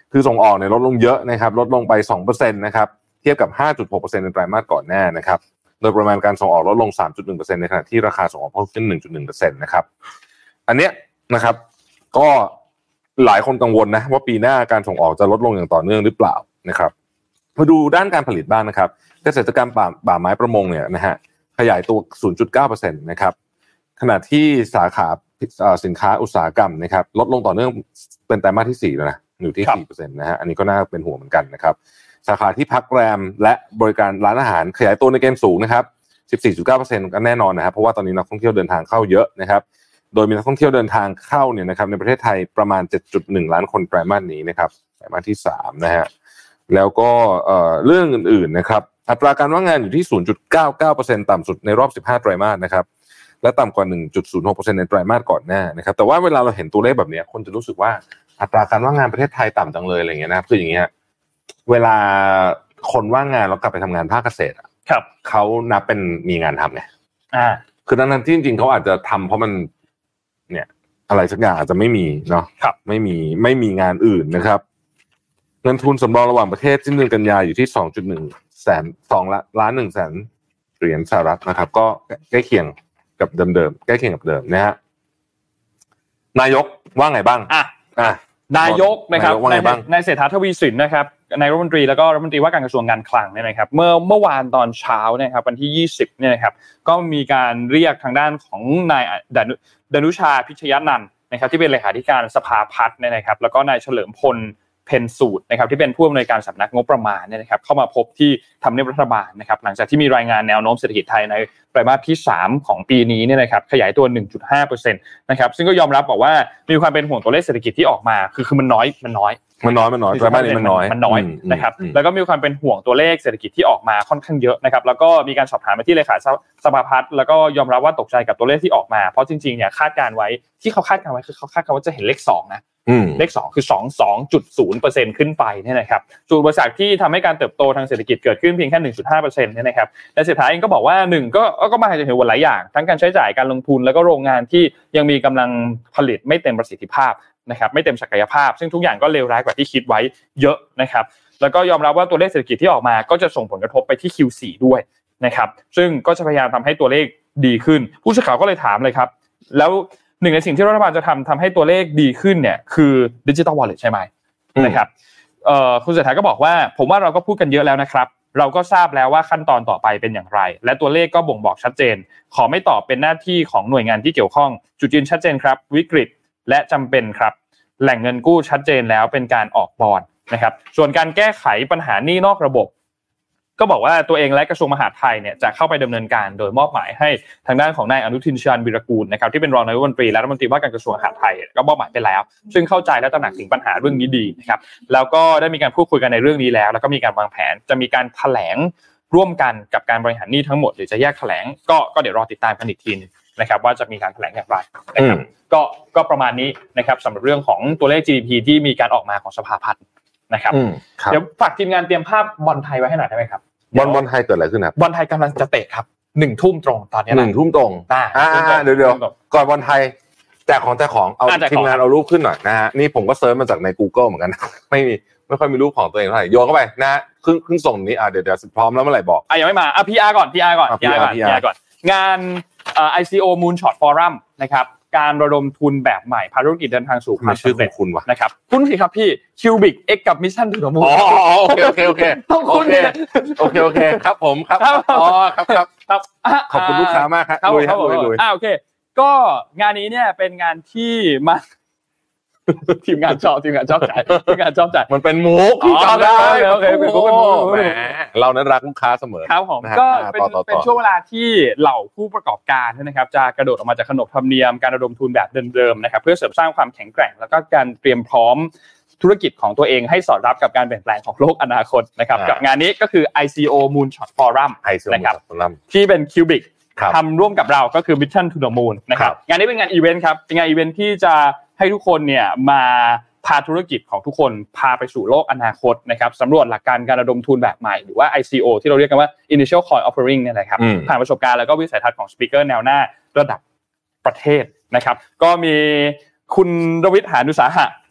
A: คือส่งออกเนี่ยลดลงเยอะนะครับลดลงไป สองเปอร์เซ็นต์ นะครับเทียบกับ ห้าจุดหกเปอร์เซ็นต์ ในไตรมาสก่อนหน้านะครับโดยประมาณการส่งออกลดลง สามจุดหนึ่งเปอร์เซ็นต์ ในขณะที่ราคาส่งออกเพิ่มขึ้น หนึ่งจุดหนึ่งเปอร์เซ็นต์ นะครับอันเนี้ยนะครับก็หลายคนกังวลนะว่าปีหน้าการส่งออกจะลดลงอย่างต่อเนื่องหรือเปล่านะครับมาดูด้านการผลิตบ้างนะครับเกษตรกรรมป่าป่าไม้ประมงเนี่ยนะฮะขยายตัว ศูนย์จุดเก้าเปอร์เซ็นต์ นะครับขณะที่สาขาสินค้าอุตสาหกรรมนะครับลดลงต่อเนื่องเป็นไตรมาสที่สี่แล้วนะอยู่ที่ สี่เปอร์เซ็นต์ นะฮะอันนี้ก็น่าเป็นห่วงเหมือนกันนะครับสาขาที่พักแรมและบริการร้านอาหารขยายตัวในเกณฑ์สูงนะครับ สิบสี่จุดเก้าเปอร์เซ็นต์ ก็แน่นอนนะครับเพราะว่าตอนนี้นักท่องเที่ยวเดินทางเข้าเยอะนะครับโดยมีนักท่องเที่ยวเดินทางเข้าเนี่ยนะครับในประเทศไทยประมาณ เจ็ดจุดหนึ่ง ล้านคนไตรมาสนี้นะครับไตรมาสที่สามนะฮะแล้วก็เอ่อเรื่องอื่นๆนะครับอัตราการว่างงานอยู่ที่ ศูนย์จุดเก้าเก้าเปอร์เซ็นต์ ต่ำสุดในรอบสิบห้าไตรมาสนะครับและต่ำกว่า หนึ่งจุดศูนย์หกเปอร์เซ็นต์ ในไตรมาสก่อนหน้านะครับแต่ว่าเวลาเราเห็นตัวเลขแบบนี้คนจะรู้สึกว่าอัตราการว่างงานประเทศไทยต่ำจังเลยอะไรอย่างเงี้ยนะครับคืออย่างเงี้ยเวลาคนว่างงานแล้วกลับไปทำงานภาคเกษตรครับเขานับเป็นมีงานทำไงอ่าคือดังนั้นที่จริงๆเขาอาจจะทำเพราะมันเนี่ยอะไรสักอย่างอาจจะไม่มีเนาะไม่มีไม่มีงานอื่นนะครับเงินทุนสำรองระหว่างประเทศสิ้นเดือนกันยายนอยู่ที่ สองจุดหนึ่ง แสนสองล้านหนึ่งแสนเหรียญสหรัฐนะครับก็ใกล้เคียงกับเดิมๆใกล้เคียงกับเดิมนะฮะนายกว่าไงบ้างอ่ะอ่ะ
B: นายกนะครับนายเศรษฐาทวีสินนะครับนายรัฐมนตรีแล้วก็รัฐมนตรีว่าการกระทรวงการคลังเนี่ยนะครับเมื่อเมื่อวานตอนเช้านะครับวันที่ยี่สิบเนี่ยนะครับก็มีการเรียกทางด้านของนายดนุชาพิชยนันท์นะครับที่เป็นเลขาธิการสภาพัฒน์เนี่ยนะครับแล้วก็นายเฉลิมพลเพ็ญสูตรนะครับที่เป็นผู้อำนวยการสำนักงบประมาณเนี่ยนะครับเข้ามาพบที่ทำเนียบรัฐบาลนะครับหลังจากที่มีรายงานแนวโน้มเศรษฐกิจไทยในไตรมาสที่สามของปีนี้เนี่ยนะครับขยายตัว หนึ่งจุดห้าเปอร์เซ็นต์ นะครับซึ่งก็ยอมรับบอกว่ามีความเป็นห่วงตัวเลขเศรษฐกิจที่ออกมาคือคือมันน้อยมันน้อย
A: มันน้อยมันน้อยไตรมาสนี้มันน้อย
B: มันน้อยนะครับแล้วก็มีความเป็นห่วงตัวเลขเศรษฐกิจที่ออกมาค่อนข้างเยอะนะครับแล้วก็มีการสอบถามไปที่เลขาสภาพัฒน์แล้วก็ยอมรับว่าตกใจกับตัวเลขที่ออกมาเพราะจริงๆเนี่ยคาดการไว้ที่เขาคาดการไว้คือเขาคาดการว่าจะเห็นเลขสองนะเลขสองคือ สองสิบสองจุดศูนย์เปอร์เซ็นต์ ขึ้นไปเนี่ยนะครับส่วนอุปสรรคที่ทำให้การเติบโตทางเศรษฐกิจเกิดขึ้นเพียงแค่ หนึ่งจุดห้าเปอร์เซ็นต์ เนี่ยนะครับและเศรษฐาเองก็บอกว่าหนึ่งก็ก็มาจากเหตุผลหลายอย่างทั้งการใช้จ่ายการลงทุนแล้วก็โรงงานที่ยังมีกำลังผลิตไม่เต็มประสิทธิภาพนะครับไม่เต็มศักยภาพซึ่งทุกอย่างก็เลวร้ายกว่าที่คิดไว้เยอะนะครับแล้วก็ยอมรับว่าตัวเลขเศรษฐกิจที่ออกมาก็จะส่งผลกระทบไปที่ คิว โฟร์ ด้วยนะครับซึ่งก็จะพยายามทำให้ตัวเลขดีขึ้นผู้สื่อข่าวก็เลยถามเลยครับแล้วหนึ่งในสิ่งที่รัฐบาลจะทำทำให้ตัวเลขดีขึ้นเนี่ยคือ Digital Wallet ใช่ไหมนะครับเอ่อคุณเศรษฐาก็บอกว่าผมว่าเราก็พูดกันเยอะแล้วนะครับเราก็ทราบแล้วว่าขั้นตอนต่อไปเป็นอย่างไรและตัวเลขก็บ่งบอกชัดเจนขอไม่ตอบเป็นหน้าที่ของหน่วยงานที่เกี่ยวข้องจุดยืนชัดเจนครับวิกฤตและจำเป็นครับแหล่งเงินกู้ชัดเจนแล้วเป็นการออกบอนด์นะครับส่วนการแก้ไขปัญหาหนี้นอกระบบก็บอกว่าตัวเองและกระทรวงมหาดไทยเนี่ยจะเข้าไปดำเนินการโดยมอบหมายให้ทางด้านของนายอนุทินชาญวีรกูลนะครับที่เป็นรองนายกรัฐมนตรีและรัฐมนตรีว่าการกระทรวงมหาดไทยก็มอบหมายไปแล้วซึ่งเข้าใจและตระหนักถึงปัญหาเรื่องนี้ดีนะครับแล้วก็ได้มีการพูดคุยกันในเรื่องนี้แล้วแล้วก็มีการวางแผนจะมีการแถลงร่วมกันกับการบริหารหนี้ทั้งหมดหรือจะแยกแถลงก็ก็เดี๋ยวรอติดตามกันอีกทีนึงนะครับว่าจะมีการแถลงอย่างไรนะครับก็ก็ประมาณนี้นะครับสำหรับเรื่องของตัวเลข จี ดี พี ที่มีการออกมาของสภาพัฒน์นะครับเดี๋ยวฝากทีมงานเตรียมภาพบอลไทยไว้ให้หน่อยได้ไหมครับ
A: บอลบอลไทยเกิดอะไรขึ้นครับ
B: บอลไทยกำลังจะเตะครับหนึ่งทุ่มตรงตอนนี้
A: หนึ่งทุ่มตรงอ่าเดี๋ยวเดี๋ยวก่อนบอลไทยแจกของแจกของเอาทีมงานเอารูปขึ้นหน่อยนะฮะนี่ผมก็เซิร์ชมาจากใน Google เหมือนกันไม่มีไม่ค่อยมีรูปของตัวเองเท่าไหร่โยนเข้าไปนะฮะครึ่งครึ่งส่งนี้อ่ะเดี๋ยวเดี๋ยวพร้อมแล้วเมื่อไหร่บอก
B: อ่ะยังไม่มาอ่ะ พี อาร์ ก่อน พี อาร์ ก่อน พี อาร์ ก่อน พี อาร์ ก่อนงานเอ่อ ไอ ซี โอ Moonshot Forum นะครับการระดมทุนแบบใหม่พาธุรกิจเดินทางสู่ความสำเร็จ
A: คุณวะ
B: นะครับคุณสิครับพี่ Cubic X กับ Mission to the Moon
A: อ๋อโอเคโอเคโอเคต้องคุณโอเคโอเคครับผมครับอ๋อครับครับครับขอบคุณลูกค้ามากครับลุยครับลุย
B: อ่าโอเคก็งานนี้เนี่ยเป็นงานที่มาทีมงานชอบทีมงานชอบใจทีมงานชอบใจ
A: มันเป็นมุก
B: ชอบได้โอเคเป็นมุกเป็นมุก
A: แหมเรานั้นรักลูกค้าเสมอ
B: ครับผมก็เป็นเป็นช่วงเวลาที่เหล่าผู้ประกอบการนะครับจะกระโดดออกมาจากขนบธรรมเนียมการระดมทุนแบบเดิมๆนะครับเพื่อเสริมสร้างความแข็งแกร่งแล้วก็การเตรียมพร้อมธุรกิจของตัวเองให้สอดรับกับการเปลี่ยนแปลงของโลกอนาคตนะครับกับงานนี้ก็คือ ไอ ซี โอ Moonshot Forum นะครับที่เป็น Cubic ทำร่วมกับเราก็คือ Mission to the Moon นะครับงานนี้เป็นงานอีเวนต์ครับเป็นงานอีเวนต์ที่จะให้ทุกคนเนี่ยมาพาธุรกิจของทุกคนพาไปสู่โลกอนาคตนะครับสำรวจหลักการการระดมทุนแบบใหม่หรือว่า ไอ ซี โอ ที่เราเรียกกันว่า Initial Coin Offering เนี่ยนะครับผ่านประสบการณ์แล้วก็วิสัยทัศน์ของสปีกเกอร์แนวหน้าระดับประเทศนะครับก็มีคุณรวิทย์หาญอุตสาหะ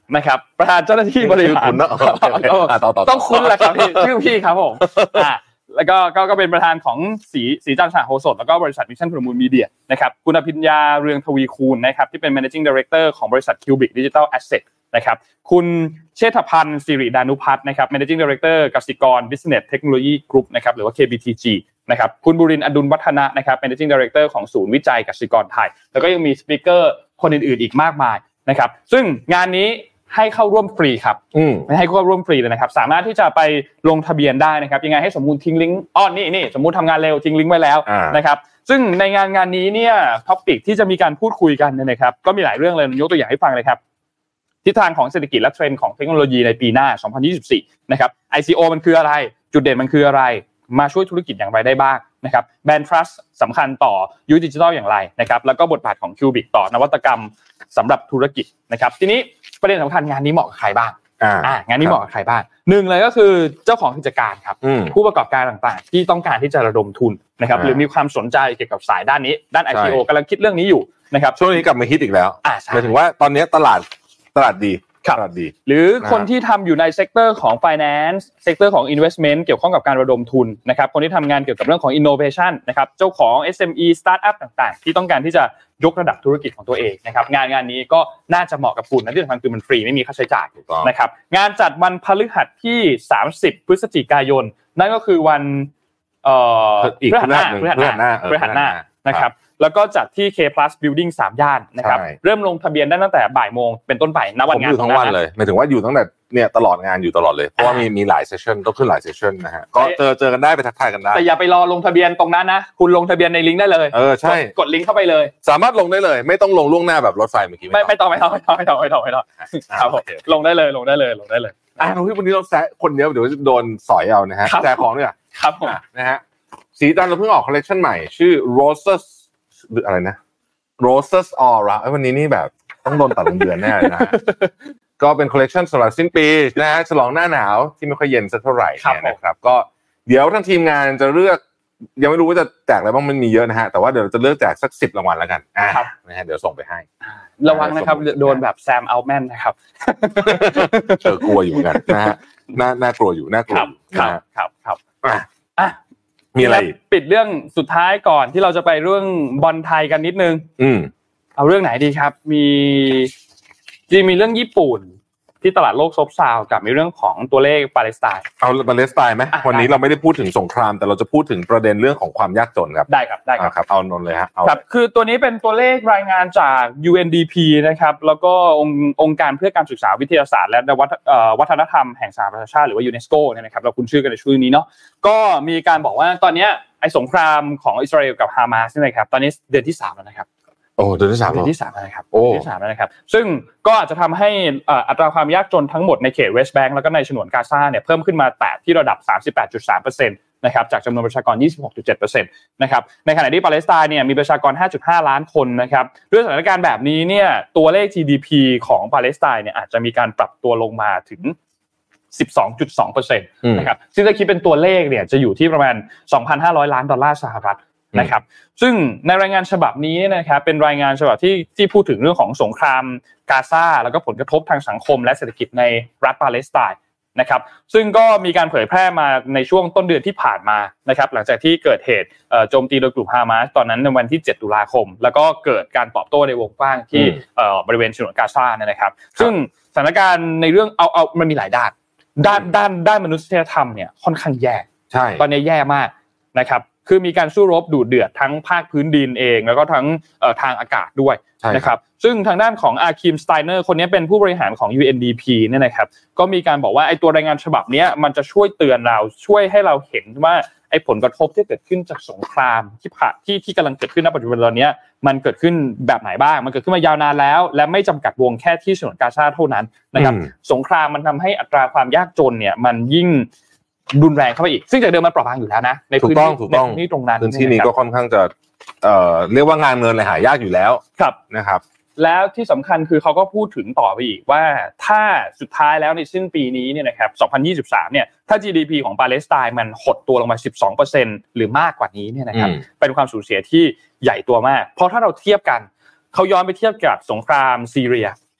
B: นะครับประธานเจ้าหน้าที่บริหารต้องคุ้นแหละครับพี่ชื่อพี่ครับผมอ่าแล้วก็ก็เป็นประธานของสีสีจันทร์สหโอสถแล้วก็บริษัทมิชชั่นพลเมืองมีเดียนะครับคุณอภิญญาเรืองทวีคูณนะครับที่เป็น managing director ของบริษัท Cubic Digital Asset นะครับคุณเชษฐพันธ์สิริดานุพัฒน์นะครับ managing director กสิกร Business Technology Group นะครับหรือว่า เค บี ที จี นะครับคุณบุรินทร์อดุลวัฒนะนะครับ managing director ของศูนย์วิจัยกสิกรไทยแล้วก็ยังมีสปีกเกอร์คนอื่นๆอีกมากมายนะครับซึ่งงานนี้ให้เข้าร่วมฟรีครับไม่ให้เข้าร่วมฟรีเลยนะครับสามารถที่จะไปลงทะเบียนได้นะครับยังไงให้สมมุติทิ้งลิงก์อ้อนี่นี่สมมุติทำงานเร็วทิ้งลิงก์ไว้แล้วนะครับซึ่งในงานงานนี้เนี่ยท็อปิกที่จะมีการพูดคุยกันนะครับก็มีหลายเรื่องเลยยกตัวอย่างให้ฟังเลยครับทิศทางของเศรษฐกิจและเทรนด์ของเทคโนโลยีในปีหน้าสองพันยี่สิบสี่นะครับ ไอ ซี โอ มันคืออะไรจุดเด่นมันคืออะไรมาช่วยธุรกิจอย่างไรได้บ้างนะครับแบรนด์ Trust สำคัญต่อยุคดิจิทัลอย่างไรนะครับแล้วก็บทบาทของ Cubic ต่อนวัตกรรมสำหรับธุรกิจนะครับทีนี้ประเด็นสำคัญงานนี้เหมาะกับใครบ้างอ่างานนี้เหมาะกับใครบ้างหนึ่งเลยก็คือเจ้าของกิจการครับผู้ประกอบการต่างๆที่ต้องการที่จะระดมทุนนะครับหรือมีความสนใจเกี่ยวกับสายด้านนี้ด้าน ไอ ซี โอ กำลังคิดเรื่องนี้อยู่นะครับ
A: ช่วงนี้กลับมาฮิตอีกแล้วหมายถึงว่าตอนนี้ตลาดตลาดดีตลาดดี
B: หรือคนที่ทำอยู่ในเซกเตอร์ของ finance เซกเตอร์ของ investment เกี่ยวข้องกับการระดมทุนนะครับคนที่ทำงานเกี่ยวกับเรื่องของ innovation นะครับเจ้าของ เอส เอ็ม อี startup ต่างๆที่ต้องการที่จะยกระดับธุรกิจของตัวเองนะครับงานงานนี้ก็น่าจะเหมาะกับคุณนะที่สำคัญคือมันฟรีไม่มีค่าใช้จ่ายนะครับงานจัดวันพฤหัสที่สามสิบพฤศจิกายนนั่นก็คือวันเอ่อพฤหัสหน้าพฤหัสหน้าพฤหัสหน้านะครับแล้วก็จัดที่ K Plus Building สามย่านนะครับเริ่มลงทะเบียนได้ตั้งแต่บ่ายโมงเป็นต้นไปณวันงาน
A: ผมอยู่ทั้งวันเลยหมายถึงว่าอยู่ตั้งแต่เนี่ยตลอดงานอยู่ตลอดเลยเพราะว่ามีมีหลายเซสชั่นต้องขึ้นหลายเซสชั่นนะฮะก็เจอเจอกันได้ไปทักทายกันได้
B: แต่อย่าไปรอลงทะเบียนตรงนั้นนะคุณลงทะเบียนในลิงก์ได้เลย
A: เออใช่
B: กดลิงก์เข้าไปเลย
A: สามารถลงได้เลยไม่ต้องลงล่วงหน้าแบบรถไฟเมื่อกี้
B: ไม่ไม่ต้องไม่ต้องไม่ต้องไม่ต้องไม่ต้องไม่ต้องครับผมลงได้เลยลงได้เลยลงได้เลย
A: อ่ะวันนี้เราแซะคนเดียวเดี๋ยวโดนสอยเอานะฮะแจกของด้วย
B: ครับผม
A: นะฮะสีจันทร์เราเพิ่งออกคอลเลคชั่นใหม่ชื่อ Roses อะไรนะ Roses Aura วันนี้นี่แบบต้องโดนตัดเดือนแน่เลยนะก็เป็นคอลเลคชันสำหรับสิ้นปีนะฮะฉลองหน้าหนาวที่ไม่ค่อยเย็นสักเท่าไหร่เนี่ยนะครับก็เดี๋ยวทางทีมงานจะเลือกยังไม่รู้ว่าจะแจกอะไรบ้างมันมีเยอะนะฮะแต่ว่าเดี๋ยวจะเลือกแจกสักสิบรางวัลแล้วกันนะฮะเดี๋ยวส่งไปให้
B: ระวังนะครับโดนแบบแซมเอาแมนนะครับ
A: เออกลัวอยู่เหมือนกันนะฮะน่าน่ากลัวอยู่น่ากลัว
B: ครับครับครับอ่ะ
A: มีอะไร
B: ปิดเรื่องสุดท้ายก่อนที่เราจะไปเรื่องบอลไทยกันนิดนึง
A: อืม
B: เอาเรื่องไหนดีครับมีจริงมีเรื่องญี่ปุ่นที่ตลาดโลกซบเซากับมีเรื่องของตัวเลขปาเลสไตน์
A: เอาปาเลสไตน์ไหมวันนี้เราไม่ได้พูดถึงสงครามแต่เราจะพูดถึงประเด็นเรื่องของความยากจนครับ
B: ได้ครับได้ครับ
A: ครับเอานนเลยฮะ
B: ครับคือตัวนี้เป็นตัวเลขรายงานจาก ยู เอ็น ดี พี นะครับแล้วก็องค์องค์การเพื่อการศึกษาวิทยาศาสตร์และวัฒนธรรมแห่งสหประชาชาติหรือว่ายูเนสโกเนี่ยนะครับเราคุ้นชื่อกันในชื่อนี้เนาะก็มีการบอกว่าตอนนี้ไอ้สงครามของอิสราเอลกับฮามาสนี่นะครับตอนนี้เดือนที่สามแล้วนะครับ
A: โอ้เดือนที่สาม
B: เดือนที่สามแล้วนะครับเดือนที่สามแล้วนะครับซึ่งก็อาจจะทำให้อัตราความยากจนทั้งหมดในเขตเวสต์แบงก์แล้วก็ในฉนวนกาซาเนี่ยเพิ่มขึ้นมาแตะที่ระดับ สามสิบแปดจุดสามเปอร์เซ็นต์ นะครับจากจำนวนประชากร ยี่สิบหกจุดเจ็ดเปอร์เซ็นต์ นะครับในขณะที่ปาเลสไตน์เนี่ยมีประชากร ห้าจุดห้า ล้านคนนะครับด้วยสถานการณ์แบบนี้เนี่ยตัวเลข จี ดี พี ของปาเลสไตน์เนี่ยอาจจะมีการปรับตัวลงมาถึง สิบสองจุดสองเปอร์เซ็นต์ นะครับซึ่งถ้าคิดเป็นตัวเลขเนี่ยจะอยู่ที่ประมาณ สองพันห้าร้อย ล้านดอลลาร์สหรัฐนะครับซึ่งในรายงานฉบับนี้นะครับเป็นรายงานฉบับที่ที่พูดถึงเรื่องของสงครามกาซาแล้วก็ผลกระทบทางสังคมและเศรษฐกิจในรัฐปาเลสไตน์นะครับซึ่งก็มีการเผยแพร่มาในช่วงต้นเดือนที่ผ่านมานะครับหลังจากที่เกิดเหตุโจมตีโดยกลุ่มฮามาสตอนนั้นในวันที่เจ็ดตุลาคมแล้วก็เกิดการตอบโต้ในวงกว้างที่บริเวณฉนวนกาซาเนี่ยนะครับซึ่งสถานการณ์ในเรื่องเอาเอามันมีหลายด้านด้านด้านด้านมนุษยธรรมเนี่ยค่อนข้างแย่
A: ใช่
B: ตอนนี้แย่มากนะครับคือมีการสู้รบดุเดือดทั้งภาคพื้นดินเองแล้วก็ทั้งทางอากาศด้วยนะครับซึ่งทางด้านของอาคิมสไตเนอร์คนนี้เป็นผู้บริหารของ ยู เอ็น ดี พี เนี่ยนะครับก็มีการบอกว่าไอ้ตัวรายงานฉบับนี้มันจะช่วยเตือนเราช่วยให้เราเห็นว่าไอ้ผลกระทบที่เกิดขึ้นจากสงครามที่ผ่านที่ที่กำลังเกิดขึ้นณปัจจุบันตอนนี้มันเกิดขึ้นแบบไหนบ้างมันเกิดขึ้นมายาวนานแล้วและไม่จำกัดวงแค่ที่ฉนวนกาซาเท่านั้นนะครับสงครามมันทำให้อัตราความยากจนเนี่ยมันยิ่งรุนแรงเข้าไปอีกซึ่งจากเดิมมันเปราะบางอยู่แล้วนะในพื้นที่ในพื้นที่ตรงนั้น
A: พื้นที่นี้ก็ค่อนข้างจะเอ่อเรียกว่างานเงินเลยหายากอยู่แล้ว
B: ครับ
A: นะครับ
B: แล้วที่สำคัญคือเขาก็พูดถึงต่อไปอีกว่าถ้าสุดท้ายแล้วในสิ้นปีนี้เนี่ยนะครับสองพันยี่สิบสามเนี่ยถ้า จี ดี พี ของปาเลสไตน์มันหดตัวลงมา สิบสองเปอร์เซ็นต์ หรือมากกว่านี้เนี่ยนะครับเป็นความสูญเสียที่ใหญ่ตัวมากเพราะถ้าเราเทียบกันเขาย้อนไปเทียบกับสงครามซีเรีย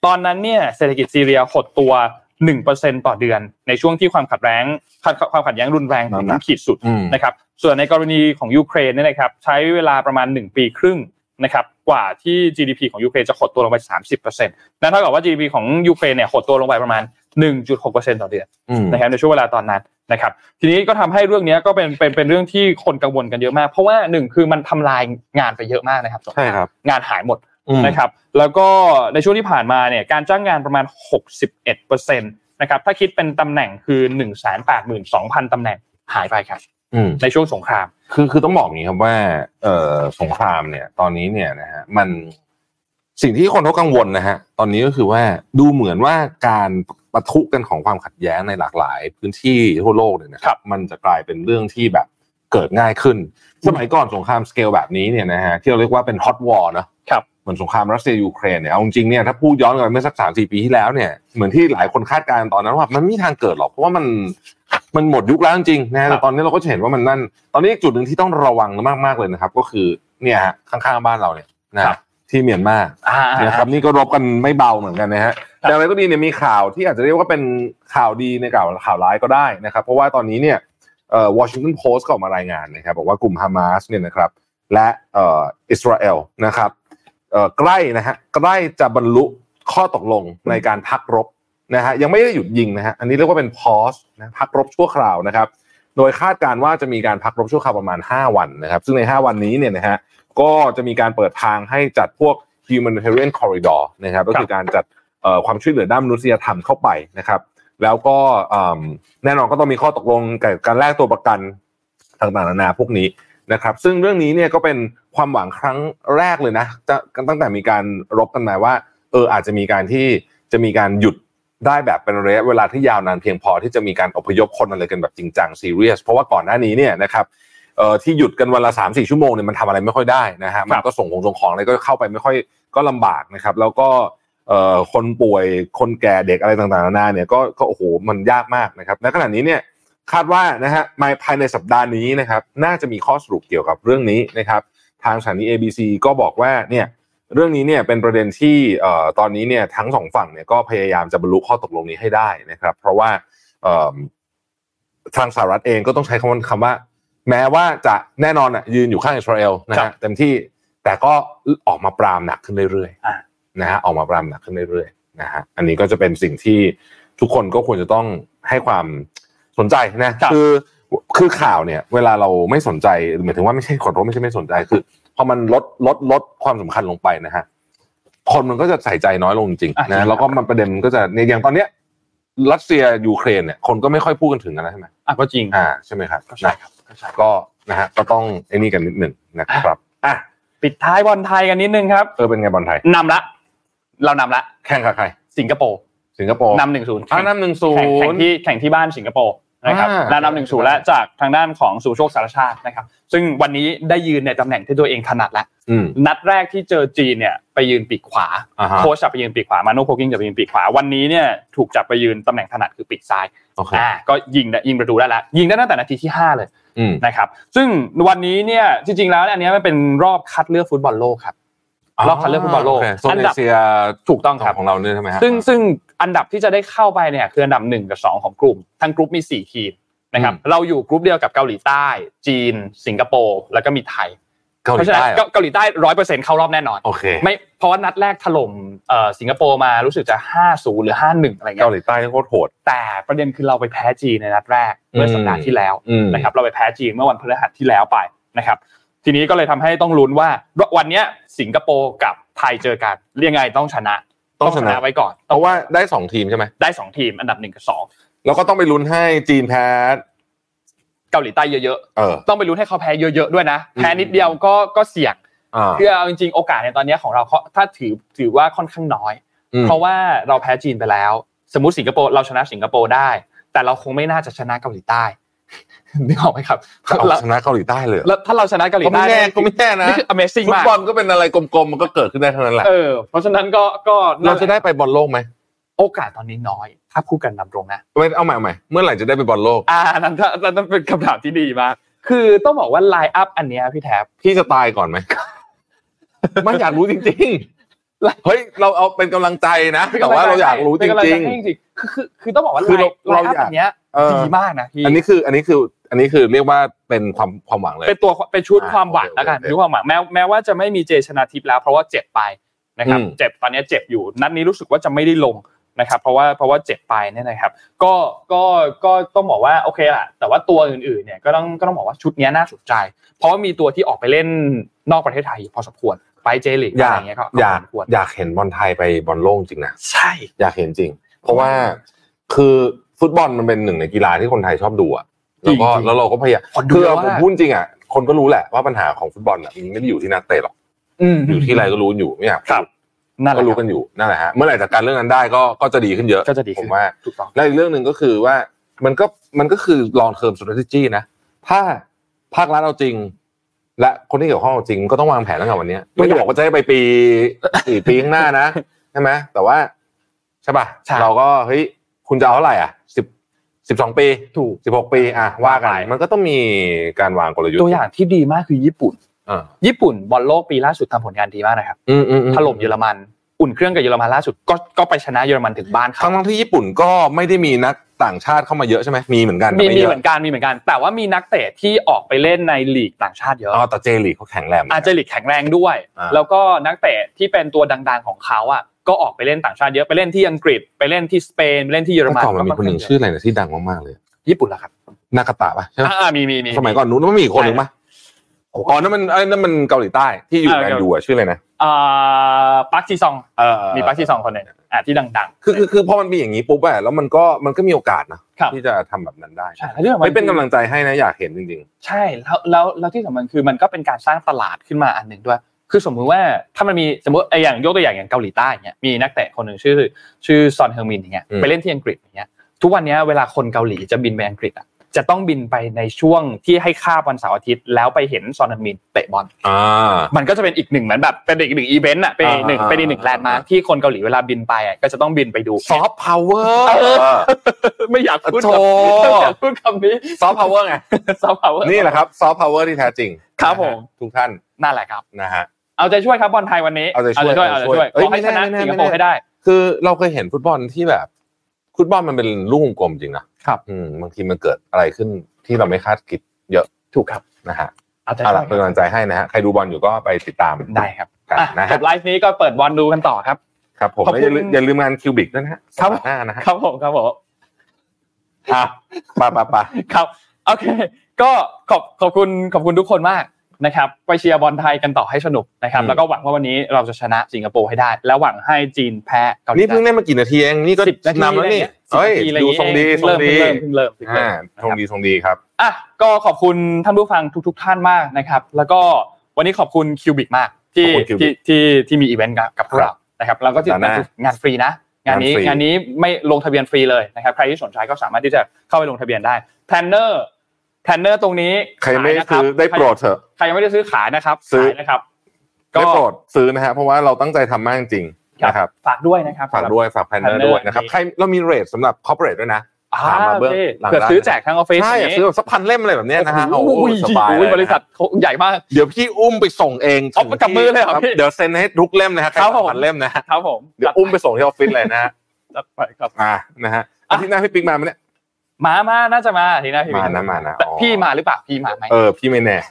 B: ตอนนั้นเนี่ยเศรษฐกิจซีเรียหดตัว หนึ่งเปอร์เซ็นต์ ต่อเดือนในช่วงที่ความขัดแย้งความขัดแย้งรุนแรงถึงขีดสุดนะครับส่วนในกรณีของยูเครนเนี่ยนะครับใช้เวลาประมาณหนึ่งปีครึ่งนะครับกว่าที่ จี ดี พี ของยูเครนจะหดตัวลงไป สามสิบเปอร์เซ็นต์ นั่นเท่ากับว่า จี ดี พี ของยูเครนเนี่ยหดตัวลงไปประมาณ หนึ่งจุดหกเปอร์เซ็นต์ ต่อเดือนนะครับในช่วงเวลาตอนนั้นนะครับทีนี้ก็ทำให้เรื่องนี้ก็เป็นเป็นเป็นเรื่องที่คนกังวลกันเยอะมากเพราะว่าหนึ่งคือมันทำลายงานไปเยอะมากนะครับ
A: ใช่ครับ
B: งานหายหมดนะครับแล้วก็ในช่วงที่ผ่านมาเนี่ยการจ้างงานประมาณ หกสิบเอ็ดเปอร์เซ็นต์ นะครับถ้าคิดเป็นตำแหน่งคือ หนึ่งแสนแปดหมื่นสองพัน ตำแหน่งหายไปครับในช่วงสงคราม
A: คือคือต้องบอกอย่างนี้ครับว่าเอ่อสงครามเนี่ยตอนนี้เนี่ยนะฮะมันสิ่งที่คนเขากังวลนะฮะตอนนี้ก็คือว่าดูเหมือนว่าการปะทุกันของความขัดแย้งในหลากหลายพื้นที่ทั่วโลกเนี่ยนะครับมันจะกลายเป็นเรื่องที่แบบเกิดง่ายขึ้นสมัยก่อนสงครามสเกลแบบนี้เนี่ยนะฮะที่เราเรียกว่าเป็นฮอตวอร์เนาะเหมือนสงครามรัสเซียยูเครนเนี่ยเอาจริงๆเนี่ยถ้าพูดย้อนกลับไปเมื่อสัก สามสี่ ปีที่แล้วเนี่ยเหมือนที่หลายคนคาดการณ์ตอนนั้นว่ามันไม่มีทางเกิดหรอกเพราะว่ามันมันหมดยุคแล้วจริงๆนะแต่ตอนนี้เราก็จะเห็นว่ามันนั่นตอนนี้จุดนึงที่ต้องระวังมากๆเลยนะครับก็คือเนี่ยฮะข้างๆบ้านเราเนี่ยนะที่เมียนมานะครับนี่ก็รบกันไม่เบาเหมือนกันนะฮะแต่อะไรก็ดีเนี่ยมีข่าวที่อาจจะเรียกว่าเป็นข่าวดีในข่าวข่าวร้ายก็ได้นะครับเพราะว่าตอนนี้เนี่ยเอ่อ Washington Post ก็ออกมารายงานนะครับบอกว่ากลุ่มฮามาสเนี่ยนะครับและเอ่ออิสราเอลนะครับเอ่อใกล้นะฮะใกล้จะบรรลุข้อตกลงในการพักรบนะฮะยังไม่ได้หยุดยิงนะฮะอันนี้เรียกว่าเป็น pause นะพักรบชั่วคราวนะครับโดยคาดการณ์ว่าจะมีการพักรบชั่วคราวประมาณห้าวันนะครับซึ่งในห้าวันนี้เนี่ยนะฮะก็จะมีการเปิดทางให้จัดพวก humanitarian corridor นะครับก็คือการจัดเอ่อความช่วยเหลือด้านมนุษยธรรมเข้าไปนะครับแล้วก็แน่นอนก็ต้องมีข้อตกลงการแลกตัวประกันต่างๆนานาพวกนี้นะครับซึ่งเรื่องนี้เนี่ยก็เป็นความหวังครั้งแรกเลยนะตั้งแต่มีการรบกันมาว่าเอออาจจะมีการที่จะมีการหยุดได้แบบเป็นระยะเวลาที่ยาวนานเพียงพอที่จะมีการอพยพคนอะไรกันแบบจริงจังซีเรียสเพราะว่าก่อนหน้านี้เนี่ยนะครับเอ่อที่หยุดกันวันละ สามสี่ ชั่วโมงเนี่ยมันทำอะไรไม่ค่อยได้นะฮะมันก็ส่งของส่งของอะไรก็เข้าไปไม่ค่อยก็ลำบากนะครับแล้วก็เอ่อคนป่วยคนแก่เด็กอะไรต่างๆนานาเนี่ยก็ก็โอ้โหมันยากมากนะครับในขณะนี้เนี่ยคาดว่านะฮะภายในสัปดาห์นี้นะครับน่าจะมีข้อสรุปเกี่ยวกับเรื่องนี้นะครับทางสถานี เอ บี ซี ก็บอกว่าเนี่ยเรื่องนี้เนี่ยเป็นประเด็นที่เอ่อตอนนี้เนี่ยทั้งสองฝั่งเนี่ยก็พยายามจะบรรลุข้อตกลงนี้ให้ได้นะครับเพราะว่าเอ่อทางสหรัฐเองก็ต้องใช้คำว่าคำว่าแม้ว่าจะแน่นอนอ่ะยืนอยู่ข้างอิสราเอลนะฮะเต็มที่แต่ก็ออกมาปรามหนักขึ้นเรื่อยๆนะฮะออกมาปรามหนักขึ้นเรื่อยๆนะฮะอันนี้ก็จะเป็นสิ่งที่ทุกคนก็ควรจะต้องให้ความสนใจนะคือคือข่าวเนี่ยเวลาเราไม่สนใจหมายถึงว่าไม่ใช่ขอโทษไม่ใช่ไม่สนใจคือพอมันลดลดลดความสำคัญลงไปนะฮะคนมันก็จะใส่ใจน้อยลงจริงๆนะแล้วก็มันประเด็นก็จะเนี่ยอย่างตอนเนี้ยรัสเซียยูเครนเนี่ยคนก็ไม่ค่อยพูดกันถึงกันแล้วใช่ไหม
B: อ่ะก็จริง
A: อ่าใช่ไหมครับใช่ครับก็นะฮะก็ต้องไอ้นี่กันนิดหนึ่งนะครับอ่ะ
B: ปิดท้ายบอลไทยกันนิดนึงครับ
A: เออเป็นไงบอลไทย
B: นำละเรานำละ
A: แข่งกับใคร
B: สิงคโปร์
A: สิงคโปร์
B: นำหนึ่งศูนย์
A: อ่านำหนึ่งศูนย์
B: แข่งที่แข่งที่บ้านสิงคโปร์นะครับและนำหนึ่งศูนย์และจากทางด้านของสุโชคสารชาตินะครับซึ่งวันนี้ได้ยืนในตำแหน่งที่ตัวเองถนัดแล้วนัดแรกที่เจอจีนเนี่ยไปยืนปีกขวาโค้ชจับไปยืนปีกขวามาโนโพกิ้งจับไปยืนปีกขวาวันนี้เนี่ยถูกจับไปยืนตำแหน่งถนัดคือปีกซ้ายอ่าก็ยิงยิงประตูได้แล้วยิงได้ตั้งแต่นาทีที่ห้าเลยนะครับซึ่งวันนี้เนี่ยจริงๆแล้วอันนี้มันเป็นรอบคัดเลือกฟุตบอลโลกครับรอบคัดเลือกฟุตบอลโลก
A: อันดับ
B: ถูกต้องครับ
A: ของเราเนี่ยใช่ไหมครับ
B: ซึ่งซึ่งอันดับที่จะได้เข้าไปเนี่ยคืออันดับหนึ่งกับสองของกลุ่มทั้งกลุ่มมีสี่ทีมนะครับเราอยู่กลุ่มเดียวกับเกาหลีใต้จีนสิงคโปร์แล้วก็มีไทย
A: เพราะฉะนั้น
B: เกาหลีใต้ ร้อยเปอร์เซ็นต์ เข้ารอบแน่นอนไม่เพราะว่านัดแรกถล่มเอ่อสิงคโปร์มารู้สึกจะห้าศูนย์หรือห้าหนึ่งอะไรเงี้ย
A: เกาหลีใต้โคตรโหด
B: แต่ประเด็นคือเราไปแพ้จีนในนัดแรกเมื่อสัปดาห์ที่แล้วนะครับเราไปแพ้จีนเมื่อวันพฤหัสที่แล้วไปนะครับทีนี้ก็เลยทำให้ต้องลุ้นว่าวันนี้สิงคโปร์กับไทยเจอกันยังไงต้องชนะ
A: ต้องชนะ
B: ไว้ก่อน
A: เพราะว่าได้สองทีมใช่ไหม
B: ได้สองทีมอันดับหนึ่งกับสอง
A: แล้วก็ต้องไปลุ้นให้จีนแพ้
B: เกาหลีใต้เยอะๆต้องไปลุ้นให้เขาแพ้เยอะๆด้วยนะแพ้นิดเดียวก็ก็เสี่ยงคือเอาจริงๆโอกาสในตอนนี้ของเราถ้าถือถือว่าค่อนข้างน้อยเพราะว่าเราแพ้จีนไปแล้วสมมุติสิงคโปร์เราชนะสิงคโปร์ได้แต่เราคงไม่น่าจะชนะเกาหลีใต้นึกออกไหมครับ
A: เราชนะเกาหลีใต้เลย
B: แล้วถ้าเราชนะเกาหลีใต้
A: ก็ไม่แน่ก็ไม่แน่นะ
B: นี่คือ Amazing
A: มากฟุตบอลก็เป็นอะไรกลมๆมันก็เกิดขึ้นได้เท่านั้นแหละ
B: เออเพราะฉะนั้นก็ก็
A: เราจะได้ไปบอลโลกไหม
B: โอกาสตอนนี้น้อยถ้าพูดกันตามตรงนะ
A: ไม่เอาใหม่เอาใหม่เมื่อไหร่จะได้ไปบอลโลก
B: อ่านั่นนั่นเป็นคำถามที่ดีมากคือต้องบอกว่าไลน์อัพอันเนี้ยพี่แท็บ
A: พี่จะตายก่อนไหมไม่อยากรู้จริง
B: ไ
A: เฮ้ยเราเอาเป็นกำลังใจนะแต่ว่าเราอยากรู้จริง
B: ๆคือคือคือต้องบอกว่าคือเราอยากเนี้ยดีมากนะพี่
A: อันนี้คืออันนี้คืออันนี้คือเรียกว่าเป็นความความหวังเลย
B: เป็นตัวเป็นชุดความหวังแล้วกันชุดความหวังแม้แม้ว่าจะไม่มีเจชนาทิพย์แล้วเพราะว่าเจ็บไปนะครับเจ็บตอนนี้เจ็บอยู่นัดนี้รู้สึกว่าจะไม่ได้ลงนะครับเพราะว่าเพราะว่าเจ็บไปเนี่ยนะครับก็ก็ก็ต้องบอกว่าโอเคล่ะแต่ว่าตัวอื่นๆเนี่ยก็ต้องก็ต้องบอกว่าชุดนี้น่าสนใจเพราะว่ามีตัวที่ออกไปเล่นนอกประเทศไทยพอสมควรไปเจลีกอะไรอย่างเงี้ยก็
A: อยากอยากเห็นบอลไทยไปบอลโลกจริงนะ
B: ใช่
A: อยากเห็นจริงเพราะว่าคือฟุตบอลมันเป็นหนึ่งในกีฬาที่คนไทยชอบดูอ่ะแล้วก็แล้วเราก็พยายามคือผมพูดจริงอ่ะคนก็รู้แหละว่าปัญหาของฟุตบอลอ่ะมันไม่ได้อยู่ที่นักเตะหรอกอยู่ที่อะไรก็รู้อยู่ไม่อยาก
B: นั่นแหละ
A: ก็รู้กันอยู่นั่นแหละฮะเมื่อไหร่จัดการเรื่องนั้นได้ก็ก็จะดีขึ้นเยอะผมว่า
B: ถูกต้อง
A: และอีกเรื่องนึงก็คือว่ามันก็มันก็คือ long term strategy นะถ้าภาครัฐเอาจริงและคนที่เกี่ยวข้องเอาจริงก็ต้องวางแผนตั้งแต่วันนี้ไม่ได้บอกว่าจะให้ไปปีสี่ปีข้างหน้านะใช่ไหมแต่ว่าใช่ป่ะเราก็เฮ้ยคุณจะเอาเท่าไหร่อ่ะสิบ สิบสองปี
B: ถูก
A: สิบหกปีอ่ะว่ากันมันก็ต้องมีการวางกลยุทธ์
B: ตัวอย่างที่ดีมากคือญี่ปุ่นญี่ปุ่นบอลโลกปีล่าสุดทำผลงานดีมากนะครับถล่มเยอรมันอุ่นเครื่องกับเยอรมันล่าสุดก็ก็ไปชนะเยอรมันถึงบ้านเขา
A: ทั้งที่ญี่ปุ่นก็ไม่ได้มีนักต่างชาติเข้ามาเยอะใช่ไหมมีเหมือนกัน
B: มีมีเหมือนกันมีเหมือนกันแต่ว่ามีนักเตะที่ออกไปเล่นในลีกต่างชาติเยอะ
A: อ๋อแต่เจลีกเขาแข็งแรง
B: อ่าเจลีกแข็งแรงด้วยแล้วก็นักเตะที่เป็นตัวดังๆของเขาอ่ะก็ออกไปเล่นต่างชาติเยอะไปเล่นที่อังกฤษไปเล่นที่สเปนไปเล่นที่เยอรมัน
A: ก็มันมีคนหนึ่งชื่ออะไรนะที่ดังมากๆเลย
B: ญี่ปุ่นล่ะครับ
A: นากาตะป่ะใช่มั้ย
B: อ่ามีๆๆ
A: สมัยก่อนนู้นมันมีอีกคนนึงป่ะอ๋อนั่นมันไอ้นั่นมันเกาหลีใต้ที่อยู่ในยูอ่ะชื่ออะไรนะ
B: อ่าปักจีซองเออมีปักจีซองคนนึงอ่ะที่ดัง
A: ๆคือคือคือพอมันมีอย่างงี้ปุ๊บอ่ะแล้วมันก็มันก็มีโอกาสนะที่จะทำแบบนั้นได้
B: ใช่เรื่อง
A: มันเป็นกำลังใจให้นะอยากเห็นจริง
B: ๆใช่แล้วแล้วแล้วที่สำคัญคือมันก็เป็นการสร้างตลาดขึ้นมาอันนึงด้วยคือสมมุติว่าถ้ามันมีสมมุติไอ้อย่างยกตัวอย่างอย่างเกาหลีใต้อย่างเงี้ยมีนักเตะคนนึงชื่อชื่อซอนเฮอร์มินอย่างเงี้ยไปเล่นที่อังกฤษอย่างเงี้ยทุกวันนี้เวลาคนเกาหลีจะบินไปอังกฤษอ่ะจะต้องบินไปในช่วงที่ให้คาบวันเสาร์อาทิตย์แล้วไปเห็นซอนเฮอร์มินเตะบอล
A: อ่า
B: มันก็จะเป็นอีกหนึ่งเหมือนแบบเป็นอีกหนึ่งอีเวนต์อ่ะเป็นหนึ่งเป็นอีกหนึ่งแลนด์มาร์คที่คนเกาหลีเวลาบินไปอ่ะก็จะต้องบินไปดู
A: ซอฟต์พาวเวอร์
B: ไม่อยากพูดโธ่อยากพูดคำนี้
A: ซอฟต์พาวเวอร์ไง
B: ซอฟต์พาวเวอร์
A: นี่แหละครับซอฟต์พาวเวอร์ที่แท้จริง
B: ครับผม
A: ทุกท่าน
B: นั่นแหละครับ
A: นะฮะ
B: เอาใจช่วยครับบอลไทยวันนี้
A: เอาใจช่วย
B: เอาใจช่วยขอให้ชนะสิงคโปร์ให้ได้
A: คือเราเคยเห็นฟุตบอลที่แบบฟุตบอลมันเป็นลูกกลมจริงนะครับอืมบางทีมันเกิดอะไรขึ้นที่เราไม่คาดคิดเยอะ
B: ถูกครับ
A: นะฮะเอาล่ะเป็นกำลังใจให้นะฮะใครดูบอลอยู่ก็ไปติดตาม
B: ได้ครับ
A: นะ
B: จบไลฟ์นี้ก็เปิดบอลดูกันต่อครับ
A: ครับผมอย่าลืมงานคิวบิกด้วยนะฮะ
B: ครับ
A: หน้านะฮะ
B: ครับผมครับผม
A: ครับปะๆ
B: ครับโอเคก็ขอบขอบคุณขอบคุณทุกคนมากนะครับไปเชียร์บอลไทยกันต่อให้สนุกนะครับแล้วก็หวังว่าวันนี้เราจะชนะสิงคโปร์ให้ได้แล้วหวังให้จีนแพ้เกาหลี
A: นี่เพิ่งได้มากี่นาทีเองนี่ก็นำแล้วนี่เฮ้ยดูทรงดีทรงดี
B: เพิ่งเริ่มเพิ่งเริ่ม
A: ทรงดีทรงดีครับ
B: อ่ะก็ขอบคุณท่านผู้ฟังทุกๆท่านมากนะครับแล้วก็วันนี้ขอบคุณคิวบิกมากที่ที่ที่ที่มีอีเวนต์กับพวกเรานะครับแล้วก็ที่งานฟรีนะงานนี้งานนี้ไม่ลงทะเบียนฟรีเลยนะครับใครที่สนใจก็สามารถที่จะเข้าไปลงทะเบียนได้แพลนเนอร์แพลนเนอร์ตรงนี้
A: ใครไม่ซื้อได้โปรดเถอะ
B: ใครยังไม่ได้ซื้อขายนะครับขายนะครับ
A: ก็ได้โปรดซื้อนะฮะเพราะว่าเราตั้งใจทำมากจริงนะครับ
B: ฝากด้วยนะครับ
A: ฝากด้วยฝากแพลนเนอร์ด้วยนะครับใครเรามีเรทสำหรับคอร์ปอเรทด้วยนะ
B: ถามมาเบื้องหลังซื้อแจกทั้งออฟฟิศ
A: ใช่ซื้อแบบสักพันเล่มอะไรแบบนี้นะฮะโอ้โหสบาย
B: บริษัทเขาใหญ่มาก
A: เดี๋ยวพี่อุ้มไปส่งเอง
B: เอากับมือเลยครับ
A: เดี๋ยวเซ็นให้ทุกเล่มนะฮะใครพันเล่มนะฮะ
B: ครับผม
A: เดี๋ยวอุ้มไปส่งที่ออฟฟิศเลยนะฮะ
B: จัดไปครับ
A: อ่านะฮะอาทิตย์หน้าพี่ปิ๊กมาไหมเนี่ย
B: มามาน่าจะมาทีหน้าพี่
A: มานะมานะ
B: พี่มาหรือเปล่าพี่มาไหม
A: เออพี่ไม่แน่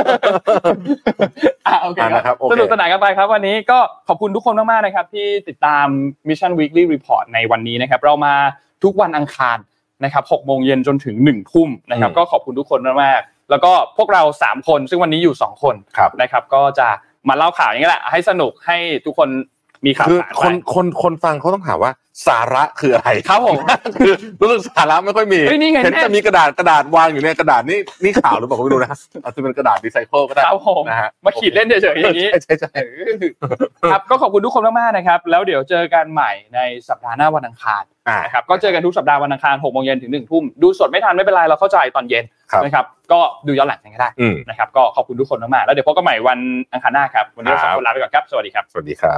B: อ่าโอเคครับสนุกสนานกันไปครับวันนี้ก็ขอบคุณทุกคนมากๆนะครับที่ติดตาม Mission Weekly Report ในวันนี้นะครับเรามาทุกวันอังคารนะครับหกโมงเย็นจนถึงหนึ่งทุ่มนะครับก็ขอบคุณทุกคนมากๆแล้วก็พวกเราสามคนซึ่งวันนี้อยู่สองคนนะครับก็จะมาเล่าข่าวอย่างนี้แหละให้สนุกให้ทุกคนมีข่าวสาร
A: คนคนคนฟังเขาต้องถามว่าสาระคืออะไร
B: ครับผม
A: คือรู้สึกสาระไม่ค่อยมีเห็นจะมีกระดาษกระดาษวางอยู่เนี่ยกระดาษนี่นี่ข่าวหรือเปล่าไม่รู้นะอาจจะเป็นกระดาษรีไซเคิลก็ได้
B: นะฮะมาขีดเล่นเฉยๆอย่างนี้
A: ใช่
B: ๆครับก็ขอบคุณทุกคนมากๆนะครับแล้วเดี๋ยวเจอกันใหม่ในสัปดาห์หน้าวันอังคารนะครับก็เจอกันทุกสัปดาห์วันอังคารหกโมงเย็นถึงหนึ่งทุ่มดูสดไม่ทันไม่เป็นไรเราเข้าใจตอนเย็นนะครับก็ดูย้อนหลังกันก็ได้นะครับก็ขอบคุณทุกคนมากๆแล้วเดี๋ยวพบกันใหม่วันอังคารหน้าครับวันนี้เราสองคนลาไปก่อนครับสวัสดีครับ
A: สวัสดีครับ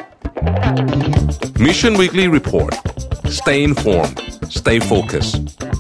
A: Mission Weekly Report Stay informed Stay focused